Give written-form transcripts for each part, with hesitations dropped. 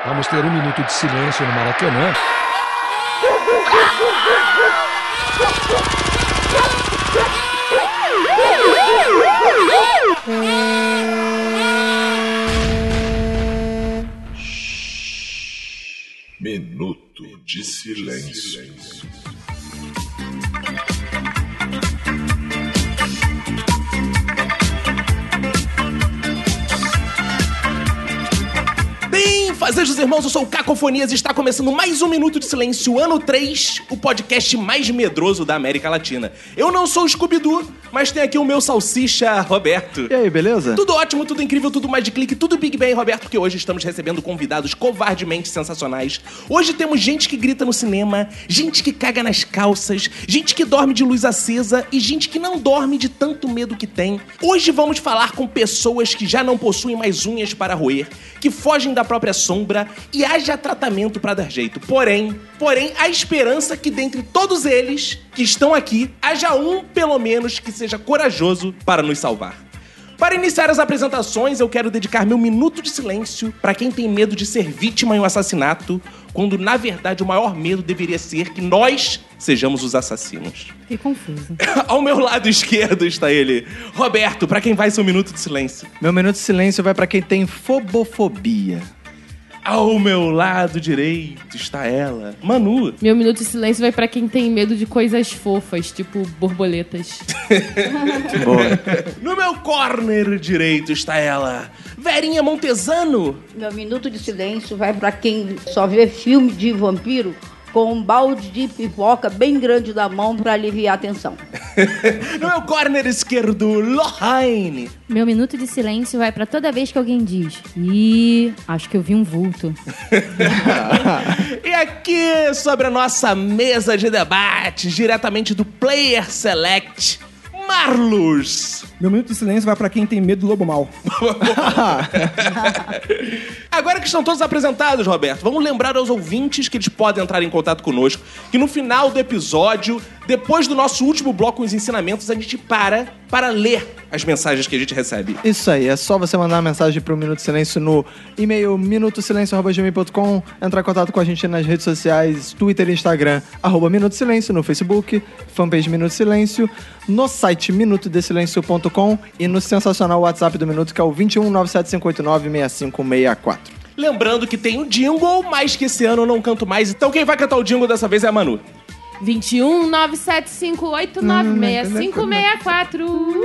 Vamos ter um minuto de silêncio no Maracanã. Minuto de silêncio. Bem, fazejos irmãos, eu sou o Cacofonias e está começando mais um Minuto de Silêncio, ano 3, o podcast mais medroso da América Latina. Eu não sou o Scooby-Doo, mas tem aqui o meu salsicha, Roberto. E aí, beleza? Tudo ótimo, tudo incrível, tudo mais de clique, tudo Big Bang, Roberto, porque hoje estamos recebendo convidados covardemente sensacionais. Hoje temos gente que grita no cinema, gente que caga nas calças, gente que dorme de luz acesa e gente que não dorme de tanto medo que tem. Hoje vamos falar com pessoas que já não possuem mais unhas para roer, que fogem da própria sombra e haja tratamento para dar jeito. Porém, há esperança que dentre todos eles que estão aqui, haja um, pelo menos, que seja corajoso para nos salvar. Para iniciar as apresentações, eu quero dedicar meu minuto de silêncio para quem tem medo de ser vítima em um assassinato, quando, na verdade, o maior medo deveria ser que nós sejamos os assassinos. Fiquei confuso. Ao meu lado esquerdo está ele, Roberto, para quem vai seu minuto de silêncio? Meu minuto de silêncio vai pra quem tem fobofobia. Ao meu lado direito está ela, Manu. Meu minuto de silêncio vai pra quem tem medo de coisas fofas, tipo borboletas. Boa. No meu corner direito está ela, Verinha Montesano. Meu minuto de silêncio vai pra quem só vê filme de vampiro com um balde de pipoca bem grande na mão pra aliviar a tensão. No meu corner esquerdo, Lohane. Meu minuto de silêncio vai pra toda vez que alguém diz: Ih, acho que eu vi um vulto. E aqui, sobre a nossa mesa de debate, diretamente do Player Select, Marlos. Meu minuto de silêncio vai pra quem tem medo do lobo mau. Agora que estão todos apresentados, Roberto, vamos lembrar aos ouvintes que eles podem entrar em contato conosco, que no final do episódio, depois do nosso último bloco com os ensinamentos, a gente para ler as mensagens que a gente recebe. Isso aí, é só você mandar uma mensagem pro Minuto de Silêncio no e-mail minutosilencio@gmail.com, entrar em contato com a gente nas redes sociais, Twitter e Instagram, @Minuto de Silêncio, no Facebook, fanpage Minuto de Silêncio, no site minutodesilencio.com e no sensacional WhatsApp do Minuto, que é o 21 97589 6564. Lembrando que tem o jingle, mas que esse ano eu não canto mais, então quem vai cantar o jingle dessa vez é a Manu. 21 97589 6564.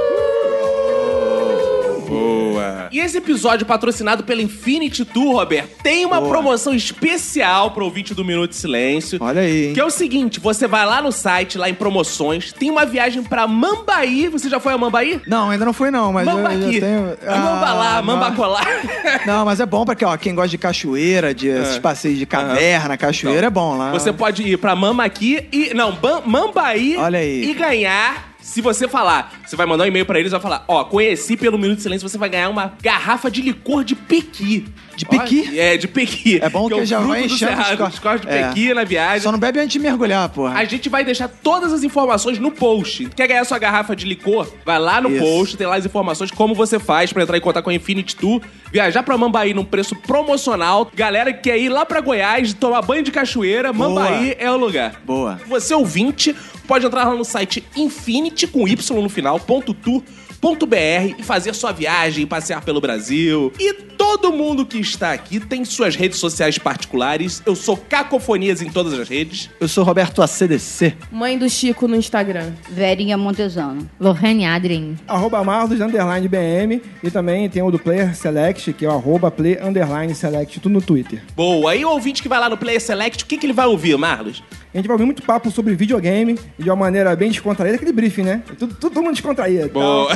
Boa! E esse episódio patrocinado pela Infinity Tour, Roberto, tem uma promoção especial pro ouvinte do Minuto de Silêncio. Olha aí, hein? Que é o seguinte, você vai lá no site, lá em promoções, tem uma viagem pra Mambaí. Você já foi a Mambaí? Não, ainda não fui não, mas Mambaqui. eu tenho... Mambalá, Mambacolá. Não, mas é bom pra quem gosta de cachoeira, de esses passeios de caverna, cachoeira, é bom lá. Você pode ir pra Mamaqui e... Não, Mambaí. Olha aí. E ganhar... Se você falar, você vai mandar um e-mail pra eles e vai falar, conheci pelo Minuto de Silêncio, você vai ganhar uma garrafa de licor de pequi. De pequi? É, de pequi. É bom que já vai enchendo os cortes de pequi na viagem. Só não bebe antes de mergulhar, porra. A gente vai deixar todas as informações no post. Quer ganhar sua garrafa de licor? Vai lá no post, tem lá as informações, como você faz pra entrar em contato com a Infinity Tour, viajar pra Mambaí num preço promocional. Galera que quer ir lá pra Goiás, tomar banho de cachoeira, Mambaí é o lugar. Boa. Você ouvinte, pode entrar lá no site Infinity, com Y no final, .tour.br e fazer sua viagem, passear pelo Brasil. E todo mundo que está aqui tem suas redes sociais particulares. Eu sou Cacofonias em todas as redes. Eu sou Roberto ACDC. Mãe do Chico no Instagram. Verinha Montesano. Lohane Adrien. @Marlos_BM e também tem o do Player Select, que é o @Play_Select, tudo no Twitter. Boa. E o ouvinte que vai lá no Player Select, o que ele vai ouvir, Marlos? A gente vai ouvir muito papo sobre videogame e de uma maneira bem descontraída, aquele briefing, né? Todo mundo descontraído. Boa.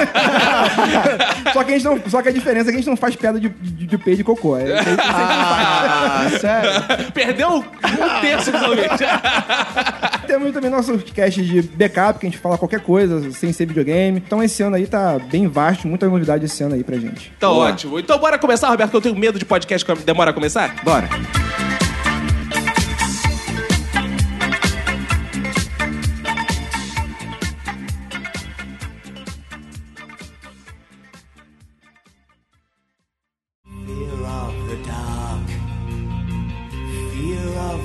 Só que a diferença é que a gente não faz piada de peido e cocô. Sério? Perdeu um terço dos ouvintes. Temos também nosso cast de backup, que a gente fala qualquer coisa sem ser videogame. Então esse ano aí tá bem vasto, muita novidade esse ano aí pra gente. Então, ótimo. Então bora começar, Roberto, que eu tenho medo de podcast que demora a começar? Bora. Fear of the dark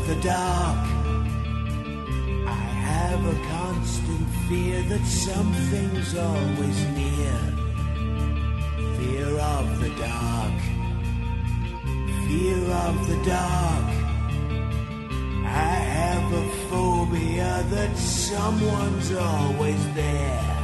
the dark. I have a constant fear that something's always near. Fear of the dark. Fear of the dark. I have a phobia that someone's always there.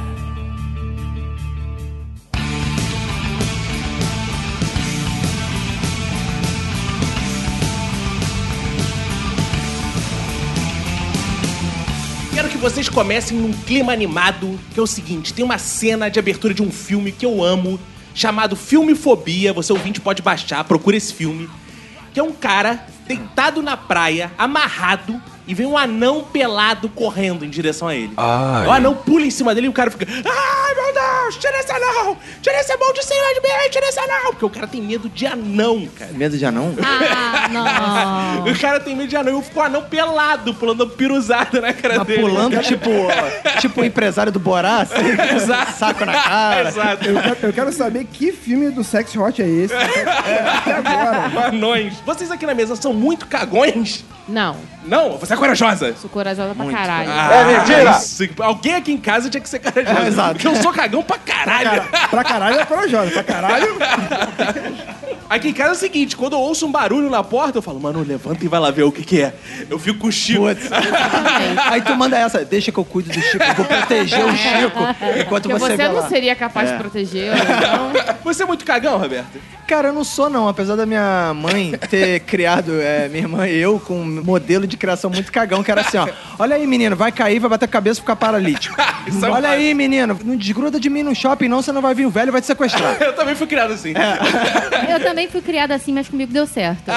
Quero que vocês comecem num clima animado, que é o seguinte, tem uma cena de abertura de um filme que eu amo, chamado Filmefobia. Você ouvinte pode baixar, procura esse filme. Que é um cara deitado na praia, amarrado, e vem um anão pelado correndo em direção a ele. Ai. O anão pula em cima dele e o cara fica... Ai, meu Deus, tira esse anão! Tira esse mão de cima de mim, tira esse anão! Porque o cara tem medo de anão, cara. Medo de anão? Ah, não. O cara tem medo de anão e ficou anão pelado, pulando piruzada na cara dele. Pulando tipo o empresário do Borá, assim, Exato. saco na cara. Exato. Eu quero saber que filme do Sex Hot é esse. Até agora. Anões. Vocês aqui na mesa são muito cagões? Não, Não? Você é corajosa? sou corajosa pra caralho. Mentira! Alguém aqui em casa tinha que ser corajosa. Exato. Porque eu sou cagão pra caralho. Pra caralho é corajosa. Pra caralho... Aqui em casa é o seguinte, quando eu ouço um barulho na porta, eu falo, mano, levanta e vai lá ver o que que é. Eu fico com o Chico. Putz. Aí tu manda essa, deixa que eu cuido do Chico, eu vou proteger o Chico enquanto Porque você você vai não lá. seria capaz de protegê-lo, então... Você é muito cagão, Roberto? Cara, eu não sou não, apesar da minha mãe ter criado minha irmã e eu com um modelo de criação muito cagão, que era assim, ó, olha aí, menino, vai cair, vai bater a cabeça e ficar paralítico. Isso é Olha aí, menino, não desgruda de mim no shopping não, você não vai vir o velho e vai te sequestrar. Eu também fui criado assim. Eu também fui criada assim, mas comigo deu certo.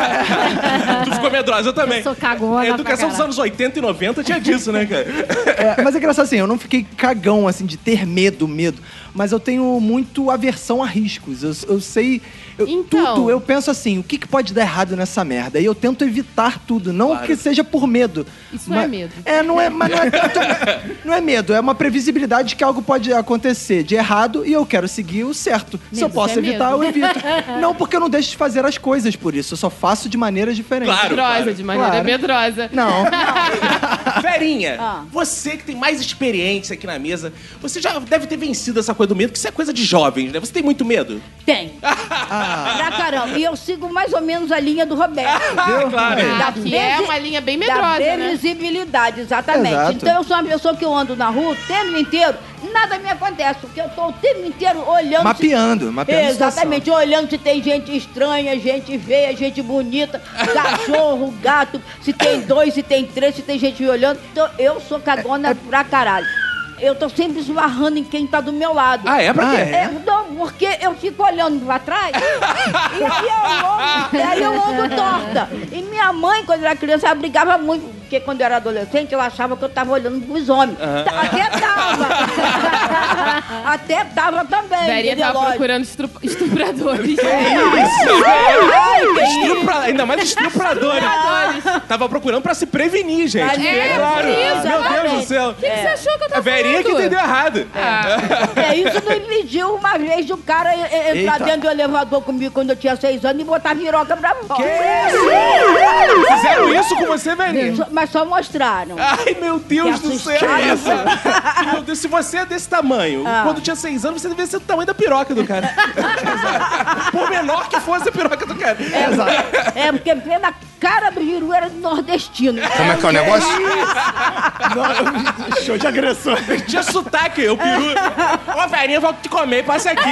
Tu ficou medrosa, eu também. Eu sou cagona A educação pra dos anos 80 e 90 tinha disso, né, cara? Mas é engraçado assim, eu não fiquei cagão, assim, de ter medo, mas eu tenho muito aversão a riscos. Eu sei... Então. Tudo, eu penso assim, o que pode dar errado nessa merda? E eu tento evitar tudo, não que seja por medo. Isso não é medo. Mas não é tanto... Não é medo, é uma previsibilidade de que algo pode acontecer de errado e eu quero seguir o certo. Se eu Medo, posso isso é evitar, medo. eu evito. Não porque eu não deixo de fazer as coisas por isso, eu só faço de maneiras diferentes. Claro. Medrosa, de maneira Claro. medrosa. Não. Verinha, Ah. você que tem mais experiência aqui na mesa, você já deve ter vencido essa coisa do medo, que isso é coisa de jovens, né? Você tem muito medo? Tem. Pra caramba. E eu sigo mais ou menos a linha do Roberto. Viu? Claro. Da Que é uma linha bem Da medrosa, né? previsibilidade, exatamente. Exato. Então eu sou uma pessoa que eu ando na rua o tempo inteiro, nada me acontece, porque eu tô o tempo inteiro olhando... Mapeando a situação. Exatamente, olhando se tem gente estranha, gente feia, gente bonita, cachorro, gato, se tem 2, se tem 3, se tem gente me olhando. Então eu sou cagona pra caralho. Eu tô sempre esbarrando em quem tá do meu lado. Ah, é? Pra quê? Não, porque eu fico olhando pra trás e aí eu ando torta. E minha mãe, quando era criança, ela brigava muito, porque quando eu era adolescente, ela achava que eu tava olhando pros homens. Até tava. Até tava também. Verinha entendeu? tava Lógico. procurando estupradores. Ainda mais estupradores. Tava procurando pra se prevenir, gente. É, claro. isso, Meu Deus do exatamente. céu. O que você achou que eu A tava Verinha que falando? entendeu errado. Isso não impediu uma vez do cara entrar Eita. dentro do elevador comigo quando eu tinha 6 anos e botar a viroca pra fora. Fizeram isso com você, Verinha? Mas só mostraram. Ai, meu Deus Que do céu. assustado. Meu Deus, se você é desse tamanho, quando tinha 6 anos, você devia ser do tamanho da piroca do cara. Por menor que fosse a piroca do cara. É porque pela cara do Giru era nordestino. Como é que é o negócio? Show de agressão. Tinha sotaque, o peru. Ô, Verinha, vou te comer, passa aqui.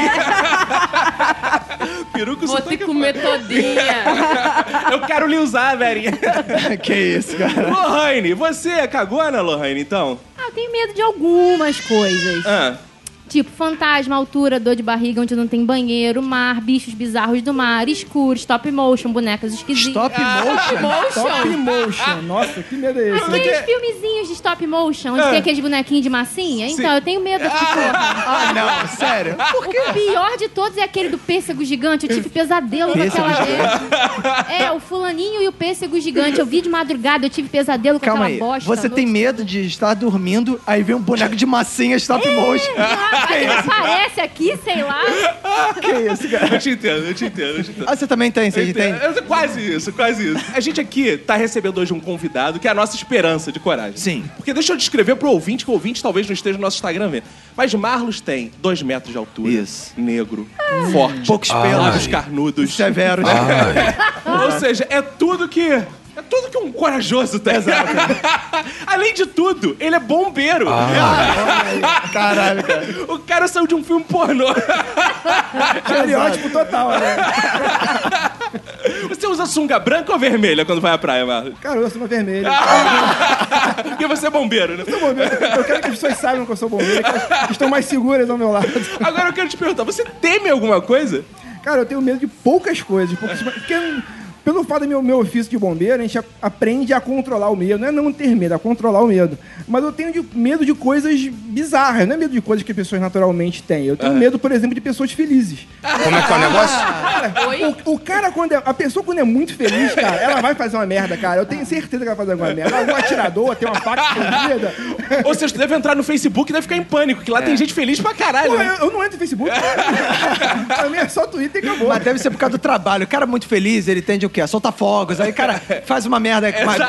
Peru com Vou sotaque. te comer todinha. Eu quero lhe usar, Verinha. Que isso, cara. Lohane, você é cagona, Lohane, então? Ah, eu tenho medo de algumas coisas. Ah. Tipo, fantasma, altura, dor de barriga onde não tem banheiro, mar, bichos bizarros do mar, escuro, stop motion, bonecas esquisitas. Stop motion? Top Motion. Nossa, que medo é esse? Aqueles filmezinhos de stop motion, onde tem aqueles bonequinhos de massinha. Então, eu tenho medo dessas porra. Ah, não, sério. O pior de todos é aquele do pêssego gigante. Eu tive pesadelo Pêssego naquela vez. É, o fulaninho e o pêssego gigante. Eu vi de madrugada, eu tive pesadelo com Calma aquela aí. bosta. Você tem medo de estar dormindo, aí vem um boneco de massinha stop motion. Aparece aqui, sei lá. Que isso, cara? Eu te entendo. Ah, você também tem, você tem? Quase isso. A gente aqui tá recebendo hoje um convidado que é a nossa esperança de coragem. Sim. Porque deixa eu descrever pro ouvinte, que o ouvinte talvez não esteja no nosso Instagram vendo. Mas Marlos tem 2 metros de altura. Isso. Negro, forte. Poucos pelos. Lábios carnudos. Severos. Ou seja, é tudo que um corajoso tem. Exato. Além de tudo, ele é bombeiro. Caralho, cara. O cara saiu de um filme pornô. Estereótipo total, né? Você usa sunga branca ou vermelha quando vai à praia, Marlos? Cara, eu sou uma vermelha. Porque você é bombeiro, né? Eu sou bombeiro. Eu quero que as pessoas saibam que eu sou bombeiro, que elas estão mais seguras ao meu lado. Agora eu quero te perguntar, você teme alguma coisa? Cara, eu tenho medo de poucas coisas. Porque pelo fato do meu ofício de bombeiro, a gente aprende a controlar o medo. Não é não ter medo, é controlar o medo. Mas eu tenho medo de coisas bizarras. Não é medo de coisas que pessoas naturalmente têm. Eu tenho medo, por exemplo, de pessoas felizes. Como é que é o negócio? Cara, o cara, a pessoa quando é muito feliz, cara, ela vai fazer uma merda, cara. Eu tenho certeza que ela vai fazer alguma merda. Algum atirador, tem uma faca escondida. Ou seja, tu deve entrar no Facebook e deve ficar em pânico, que lá tem gente feliz pra caralho. Pô, né? eu não entro no Facebook. Pra mim é só Twitter e acabou. Mas deve ser por causa do trabalho. O cara muito feliz, ele tende o quê? A soltar fogos. Aí o cara faz uma merda,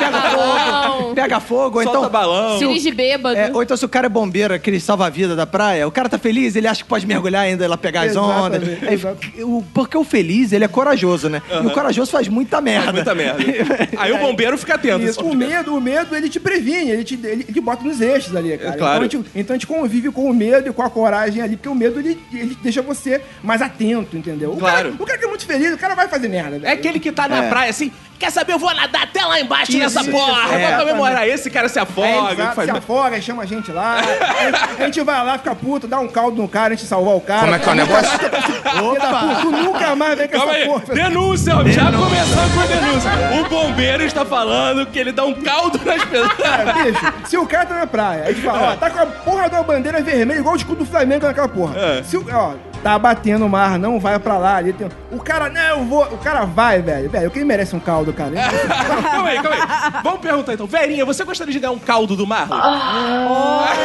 pega fogo. Ou Solta então, balão. Dirige bêbado. ou então se o cara é bombeiro, aquele salva-vida da praia, o cara tá feliz, ele acha que pode mergulhar ainda, lá pegar as ondas. Aí, porque o feliz, ele é corajoso, né? E o corajoso faz muita merda. Muita merda. Aí o bombeiro fica atento. Isso, o medo, ele te previne, ele te bota nos eixos ali, cara. Claro. Então a gente convive com o medo e com a coragem ali, porque o medo, ele deixa você mais atento, entendeu? Claro. O cara que é muito feliz, o cara vai fazer merda, velho. É aquele que tá na praia assim, quer saber, eu vou nadar até lá embaixo nessa porra. Eu vou comemorar. Esse cara se afoga. Se afoga, chama a gente lá. A gente vai lá, fica puto, dá um caldo no cara, a gente salvar o cara. Como é que é o negócio? Opa! Tu nunca mais vem com Calma essa aí. porra. Denúncia, ó. Já começou com a denúncia. O bombeiro está falando que ele dá um caldo nas pessoas. Cara, bicho, se o cara tá na praia, a gente fala, ó, tá com a porra da bandeira vermelha, igual o escudo do Flamengo naquela porra. Se o, ó, tá batendo o mar, não vai pra lá. Ali tem... O cara, não, eu vou. O cara vai, velho. Velho, quem merece um caldo, cara? Calma aí. Vamos perguntar então. Verinha, você gostaria de ganhar um caldo do mar? Olha!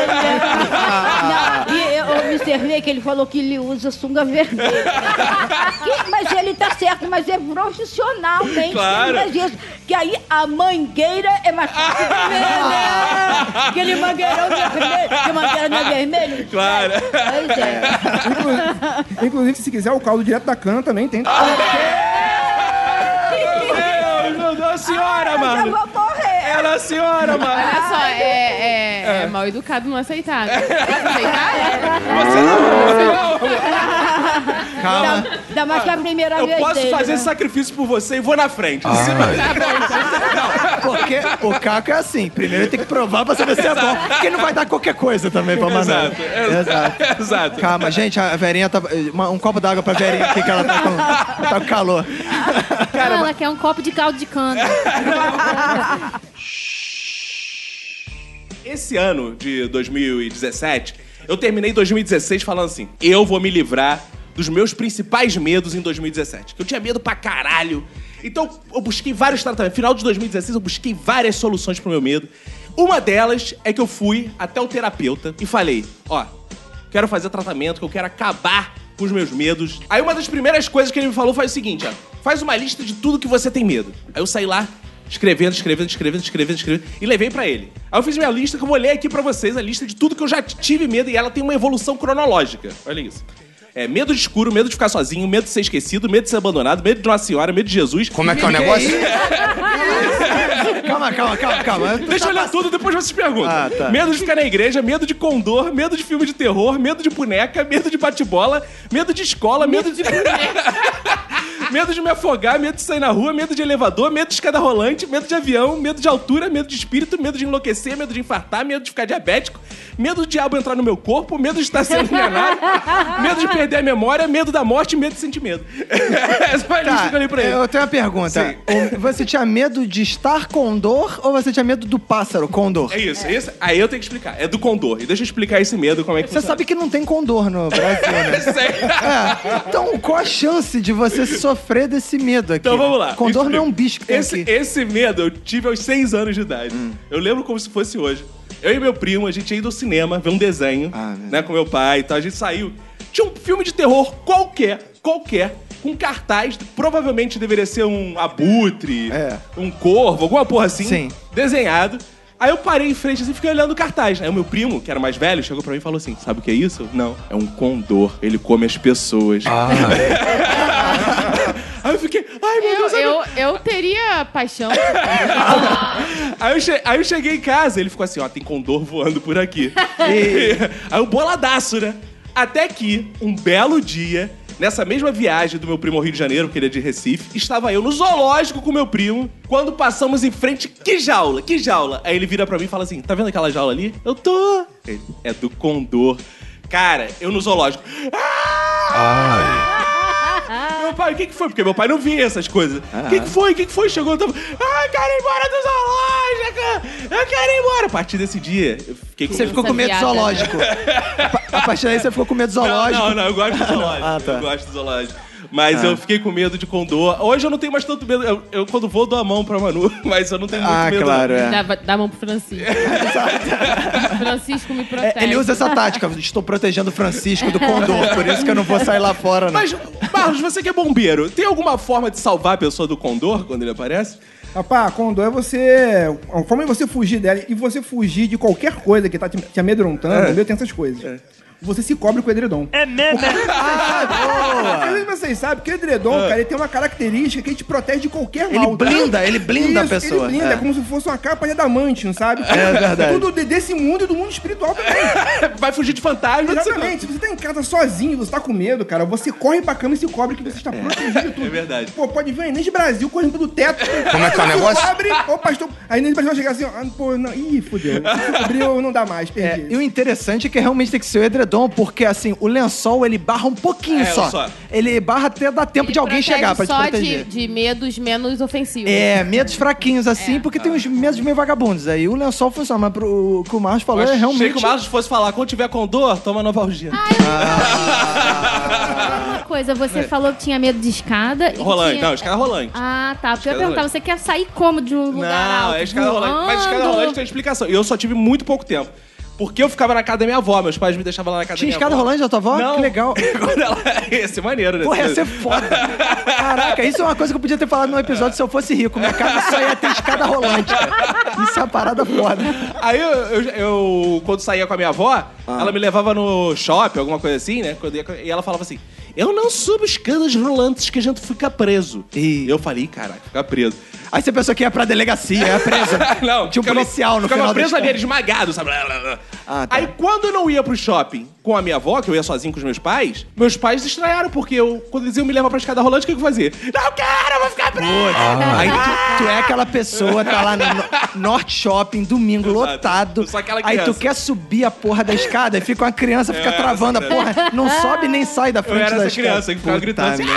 Não, e eu observei que ele falou que ele usa sunga vermelha. Mas ele tá certo, mas é profissionalmente. Claro. Ele faz isso. Que aí a mangueira é mais fácil de ver, né? Aquele mangueirão vermelho. Que mangueira não é vermelho? Claro. Pois é. Inclusive, se quiser o caldo direto da cana também tem. Meu Deus, a senhora, Eu mano. vou morrer. Ela é a senhora, mano. Olha só, é mal educado não aceitar. Né? Posso aceitar? Você não. Calma. Ainda mais que é a primeira Eu vez posso dele, fazer né? esse sacrifício por você e vou na frente. Porque o Caco é assim. Primeiro ele tem que provar pra saber se é bom. Porque ele não vai dar qualquer coisa também pra Manoel. Exato. Calma, gente, a Verinha tá... Um copo d'água pra Verinha aqui, que ela tá com calor. Ela quer um copo de caldo de cana. Esse ano de 2017, eu terminei 2016 falando assim, eu vou me livrar dos meus principais medos em 2017. Que eu tinha medo pra caralho. Então, eu busquei vários tratamentos. No final de 2016, eu busquei várias soluções pro meu medo. Uma delas é que eu fui até o terapeuta e falei, ó, quero fazer tratamento, que eu quero acabar com os meus medos. Aí uma das primeiras coisas que ele me falou foi o seguinte, ó, faz uma lista de tudo que você tem medo. Aí eu saí lá, escrevendo, e levei pra ele. Aí eu fiz minha lista, que eu vou ler aqui pra vocês, a lista de tudo que eu já tive medo, e ela tem uma evolução cronológica. Olha isso. Medo de escuro, medo de ficar sozinho, medo de ser esquecido, medo de ser abandonado, medo de Nossa Senhora, medo de Jesus. Como é que é o negócio? Calma. Deixa eu olhar tudo, depois vocês perguntam. Ah, tá. Medo de ficar na igreja, medo de condor, medo de filme de terror, medo de boneca, medo de bate-bola, medo de escola, medo de... medo de me afogar, medo de sair na rua, medo de elevador, medo de escada rolante, medo de avião, medo de altura, medo de espírito, medo de enlouquecer, medo de infartar, medo de ficar diabético, medo do diabo entrar no meu corpo, medo de estar sendo enganado, medo de perder a memória, medo da morte, medo de sentir medo. Essa foi a lista que eu li pra ele. Eu tenho uma pergunta. Você tinha medo de estar condor ou você tinha medo do pássaro, condor? É isso. Aí eu tenho que explicar. É do condor. E deixa eu explicar esse medo, como é que Você sabe que não tem condor no Brasil, né? Então, qual a chance de você sofrer desse medo aqui? Então vamos lá. Condor não é um bicho que tem aqui. Esse medo eu tive aos 6 anos de idade. Eu lembro como se fosse hoje. Eu e meu primo, a gente ia ido ao cinema ver um desenho, né, com meu pai e tal. A gente saiu. Tinha um filme de terror qualquer, com cartaz, provavelmente deveria ser um abutre, um corvo, alguma porra assim, desenhado. Aí eu parei em frente assim e fiquei olhando o cartaz. Aí o meu primo, que era mais velho, chegou pra mim e falou assim, sabe o que é isso? Não, é um condor, ele come as pessoas. Aí eu fiquei, ai meu Deus. Eu teria paixão. Aí eu cheguei em casa, ele ficou assim, ó, tem condor voando por aqui. Aí eu boladaço, né? Até que, um belo dia, nessa mesma viagem do meu primo ao Rio de Janeiro, porque ele é de Recife, estava eu no zoológico com meu primo, quando passamos em frente, que jaula. Aí ele vira pra mim e fala assim, tá vendo aquela jaula ali? Eu tô. Ele, é do condor. Cara, eu no zoológico. Meu pai, o que foi? Porque meu pai não via essas coisas. O que foi? Chegou, eu tava... Ai, quero ir embora do zoológico! Eu quero ir embora! A partir desse dia, eu fiquei com... Você ficou com medo do zoológico. A partir daí você ficou com medo do zoológico. Não, eu gosto do zoológico. Eu gosto do zoológico. Mas eu fiquei com medo de condor. Hoje eu não tenho mais tanto medo. Eu quando vou, dou a mão pra Manu, mas eu não tenho muito medo. Claro, Dá a mão pro Francisco. Francisco me protege. Ele usa essa tática. Estou protegendo o Francisco do condor, por isso que eu não vou sair lá fora, não. Mas, Marlos, você que é bombeiro, tem alguma forma de salvar a pessoa do condor quando ele aparece? Rapaz, condor é você... A forma de você fugir dela e você fugir de qualquer coisa que tá te amedrontando, entendeu? Tem essas coisas. Você se cobre com o edredom. É mesmo? Boa! Às vezes vocês sabem que o edredom, cara, ele tem uma característica que ele te protege de qualquer mal. Ele blinda a pessoa. Ele blinda, é como se fosse uma capa de adamante, sabe? É verdade. Tudo desse mundo e do mundo espiritual também. Vai fugir de fantasma. Exatamente. Se você tá em casa sozinho, você tá com medo, cara, você corre pra cama e se cobre que você está protegido de tudo. É verdade. Pô, pode ver a Inês Brasil correndo pelo teto. Como é que é o negócio? Cobre, ô pastor. A Inês Brasil vai chegar assim, ó, pô, não, ih, fudeu. Se cobriu, não dá mais, perdi. E o interessante é que realmente tem que ser o edredom, porque assim, o lençol, ele barra um pouquinho só. Ele barra até dar tempo de alguém chegar pra te proteger. Só de medos menos ofensivos. Medos fraquinhos assim, porque tem uns medos meio vagabundos. Aí o lençol funciona, mas o que o Marcos falou é realmente... Achei que o Marcos fosse falar, quando tiver condor, toma Novalgia. Uma coisa, você falou que tinha medo de escada. Rolante, não, escada rolante. Ah, tá. Porque eu ia perguntar, você quer sair como de um lugar alto? Não, é escada rolante. Mas escada rolante tem explicação. E eu só tive muito pouco tempo. Porque eu ficava na casa da minha avó, meus pais me deixavam lá na casa da minha avó. Tinha escada rolante da tua avó? Não. Que legal. Quando ela... Ia ser maneiro, né? Porra, ia ser foda. Caraca, isso é uma coisa que eu podia ter falado no episódio se eu fosse rico. Minha casa só ia ter escada rolante, cara. Isso é uma parada foda. Aí eu quando saía com a minha avó, ela me levava no shopping, alguma coisa assim, né? E ela falava assim, eu não subo escadas rolantes que a gente fica preso. E eu falei, caraca, ficar preso. Aí você pensou que ia pra delegacia, ia presa. Não, tinha um policial no final. Ficava preso ali, esmagado, sabe? Tá. Aí quando eu não ia pro shopping com a minha avó, que eu ia sozinho com os meus pais estranharam, porque quando eles iam me levar pra escada rolante, o que eu fazia? Não quero, eu vou ficar preso! Aí tu é aquela pessoa, tá lá no Norte Shopping, domingo, lotado. Aí tu quer subir a porra da escada e fica uma criança, fica travando a porra. Não sobe nem sai da frente da escada. Eu era essa criança que ficava gritando assim...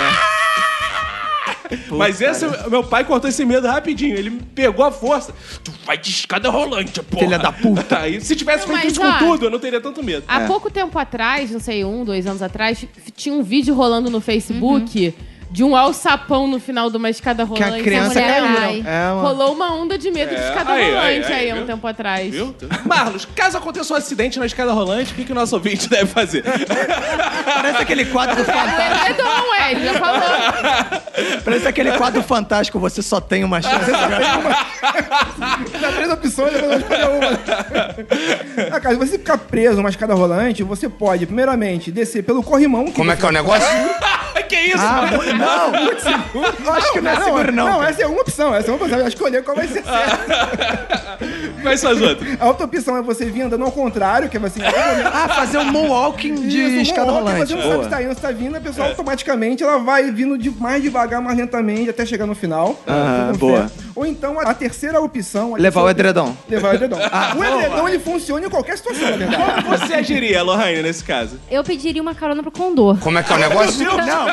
Mas meu pai cortou esse medo rapidinho. Ele me pegou a força. Tu vai de escada rolante, porra. Filha da puta. Aí, se tivesse feito isso com tudo, eu não teria tanto medo. Há pouco tempo atrás, não sei, 2 anos atrás, tinha um vídeo rolando no Facebook de um alçapão no final de uma escada rolante. Que a criança caiu. Rolou uma onda de medo de escada rolante aí um tempo atrás. Viu? Marlos, caso aconteça um acidente na escada rolante, o que o nosso ouvinte deve fazer? Parece aquele quadro do Fantástico. Ele já falou. Parece aquele quadro Fantástico, você só tem uma chance. Dá 3 opções, eu vou escolher uma. Cara, se você ficar preso numa escada rolante, você pode, primeiramente, descer pelo corrimão. Como é que é o negócio? Que isso? Não, muito seguro. Eu acho que não é seguro, não. Não, essa é uma opção. Essa é uma opção. Eu escolher qual vai ser certa. Quais são as outras? A outra opção é você vir andando ao contrário, que é assim... fazer um moonwalking de escada rolante. Você não sabe se tá indo, se tá vindo, a pessoa automaticamente ela vai vindo mais devagar, mais lentamente, até chegar no final. Boa. Ou então, a terceira opção... Levar o edredom. Levar o edredom. O edredom, ele funciona em qualquer situação, na verdade. Como você agiria, Lohane, nesse caso? Eu pediria uma carona pro condor. Como é que é o negócio? Não.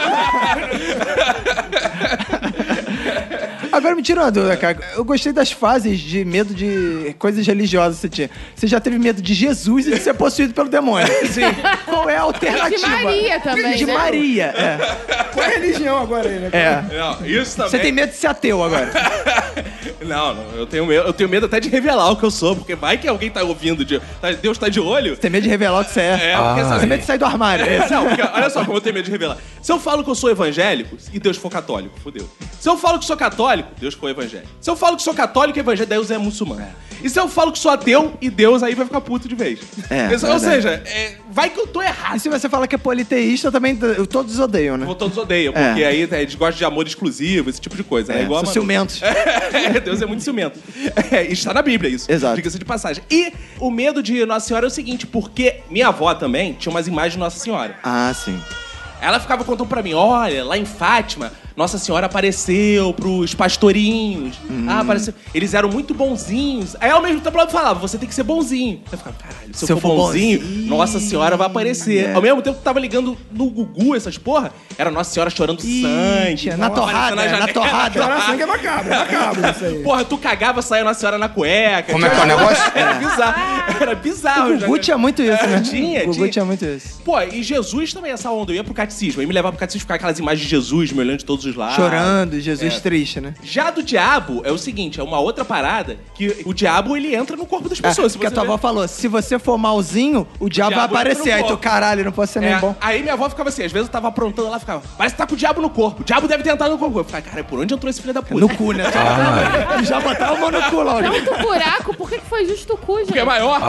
Agora me tira uma dúvida, cara. Eu gostei das fases de medo de coisas religiosas que você tinha. Você já teve medo de Jesus e de ser possuído pelo demônio. Sim. Qual é a alternativa? De Maria também, De né? Maria, Qual é a religião agora aí, né? Não, isso também. Você tem medo de ser ateu agora. Não, eu tenho medo até de revelar o que eu sou, porque vai que alguém tá ouvindo, Deus tá de olho. Tem medo de revelar o que você é. Porque Você tem medo de sair do armário. Não, porque olha só como eu tenho medo de revelar. Se eu falo que eu sou evangélico e Deus for católico, fodeu. Se eu falo que sou católico, Deus for evangélico. Se eu falo que sou católico e evangélico, Deus é muçulmano. E se eu falo que sou ateu e Deus, aí vai ficar puto de vez. Ou seja, vai que eu tô errado. E se você fala que é politeísta, também todos odeiam, né? Todos odeiam, porque aí eles gostam de amor exclusivo, esse tipo de coisa, né? Igual são ciumentos. Deus é muito ciumento. Está na Bíblia isso. Exato. Diga-se de passagem. E o medo de Nossa Senhora é o seguinte, porque minha avó também tinha umas imagens de Nossa Senhora. Ah, sim. Ela ficava contando pra mim, olha, lá em Fátima, Nossa Senhora apareceu pros pastorinhos. Apareceu. Eles eram muito bonzinhos. Aí ao mesmo tempo ela falava, você tem que ser bonzinho. Eu ficava, caralho, se eu for bonzinho, Nossa Senhora vai aparecer. Ao mesmo tempo que tava ligando no Gugu, essas porra, era Nossa Senhora chorando sangue. Na torrada, na torrada. Chorar sangue é macabro isso aí. Porra, tu cagava, saia Nossa Senhora na cueca. Como é que é o negócio? Era bizarro. O Gugu tinha muito isso, né? Tinha. O Gugu tinha muito isso. Pô, e Jesus também, essa onda. Eu ia pro catecismo. Aí me levava pro catecismo, ficar aquelas imagens de Jesus me olhando de todos os lados. Chorando, Jesus triste, né? Já do diabo, é o seguinte, é uma outra parada, que o diabo, ele entra no corpo das pessoas. Porque a tua avó falou, se você for malzinho, o diabo vai aparecer. Aí tu, caralho, não posso ser nem bom. Aí minha avó ficava assim, às vezes eu tava aprontando, ela ficava, parece que tá com o diabo no corpo. O diabo deve ter entrado no corpo. Eu ficava, cara, por onde entrou esse filho da puta? No cu, né? Já botaram a mão no cu, Laura. Tanto buraco, por que foi justo o cu, gente? Porque é maior.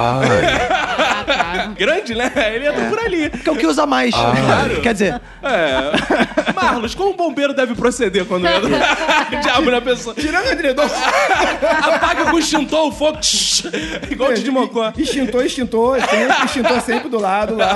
Tá. Grande, né? Ele entra por ali. Porque é o que usa mais. Claro. Quer dizer... Marlos, como um bombeiro deve proceder quando entra o diabo na pessoa? Tirando o edredom. Apaga com o extintor, o fogo. Igual o de Mocó. Extintor. Extintor sempre do lado lá.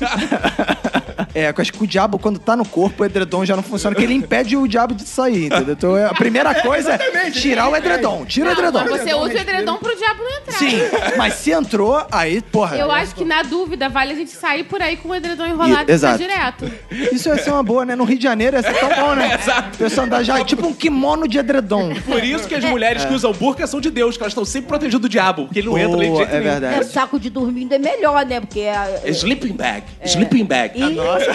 Eu acho que o diabo, quando tá no corpo, o edredom já não funciona, porque ele impede o diabo de sair, entendeu? Então a primeira coisa é tirar o edredom. Tira o edredom. Mas você usa o edredom pro diabo não entrar. Sim, mas se entrou, aí, porra... Eu acho que, na dúvida, vale a gente sair por aí com o edredom enrolado e ficar direto. Isso ia ser uma boa, né? No Rio de Janeiro ia ser tão bom, né? Exato. O pessoal andar já, tipo um kimono de edredom. Por isso que as mulheres que usam burca são de Deus, que elas estão sempre protegidas do diabo, porque ele não entra nem de jeito nenhum. Verdade. Saco de dormir ainda é melhor, né? Porque Sleeping bag. Sleeping bag. Nossa,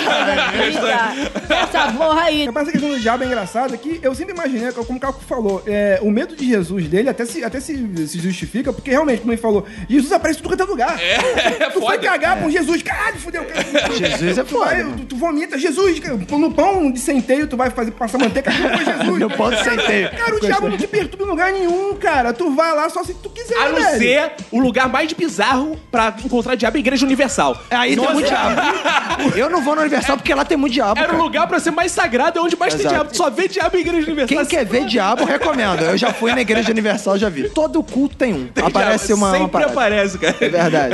essa porra aí. Essa questão do diabo é engraçada que eu sempre imaginei, como o Caco falou, o medo de Jesus dele até se justifica, porque realmente, como ele falou, Jesus aparece em tudo quanto é lugar. Tu foi cagar com Jesus, caralho, fudeu. Jesus é foda. Tu vomita, Jesus, no pão de centeio tu vai passar manteiga com Jesus. No pão de centeio. Cara, o diabo não te perturba em lugar nenhum, cara. Tu vai lá só se tu quiser, A não ser o lugar mais bizarro pra encontrar diabo é a Igreja Universal. Aí tem muito diabo. Eu não vou no Universal porque lá tem muito diabo. Era um lugar pra ser mais sagrado, é onde mais tem diabo. Tu só vê diabo em Igreja Universal. Quem quer ver diabo, recomendo. Eu já fui na Igreja Universal, já vi. Todo culto tem um. Aparece uma Sempre aparece, cara. É verdade.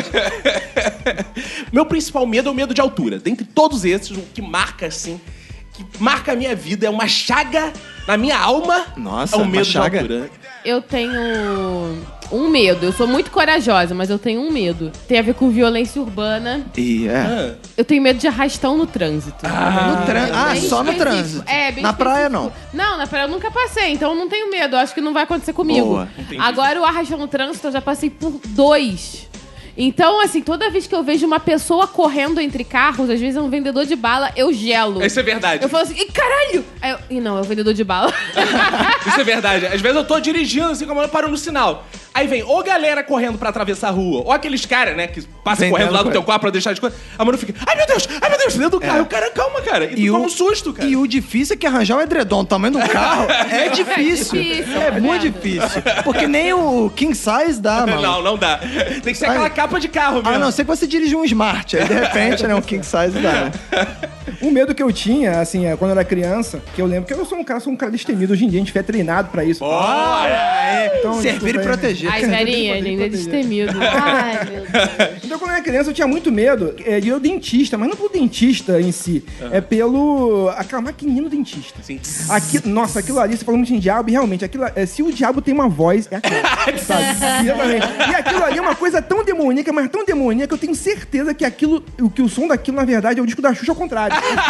Meu principal medo é o medo de altura. Dentre todos esses, o que marca, assim, que marca a minha vida, é uma chaga na minha alma. Nossa, é o medo uma de chaga? altura. Eu tenho um medo. Eu sou muito corajosa, mas eu tenho um medo. Tem a ver com violência urbana. E Eu tenho medo de arrastão no trânsito. Só no trânsito. Bem na praia, específico. não. Não, na praia eu nunca passei, então eu não tenho medo. Eu acho que não vai acontecer comigo. Boa. Agora, o arrastão no trânsito, eu já passei por 2. Então, assim, toda vez que eu vejo uma pessoa correndo entre carros, às vezes é um vendedor de bala, eu gelo. Isso é verdade. Eu falo assim, ih, caralho! E não, é o vendedor de bala. Isso é verdade. Às vezes eu tô dirigindo, assim, como eu paro no sinal. Aí vem ou galera correndo pra atravessar a rua, ou aqueles caras, né, que passam correndo lá do teu carro pra deixar as coisas. A mano fica, ai meu Deus, dentro do carro. O cara, calma, cara. E tu toma um susto, cara. E o difícil é que arranjar o edredom do tamanho do carro é difícil. É muito difícil. Porque nem o king size dá, mano. Não dá. Tem que ser aquela capa de carro mesmo. A não ser que você dirige um Smart. Aí, de repente, né, um king size dá, né? O medo que eu tinha, assim, quando eu era criança, que eu lembro que eu sou um cara destemido. Hoje em dia a gente foi treinado pra isso. Então, servir e proteger. Ai, velhinha, ainda é destemido. Ai, meu Deus. Então, quando eu era criança, eu tinha muito medo de ir ao dentista, mas não pelo dentista em si, é pelo... aquela maquininha do dentista. Sim. Nossa, aquilo ali, você falou muito em diabo, e realmente, se o diabo tem uma voz, é aquilo. Sabe? E aquilo ali é uma coisa tão demoníaca, mas tão demoníaca, que eu tenho certeza que o som daquilo, na verdade, é o disco da Xuxa ao contrário.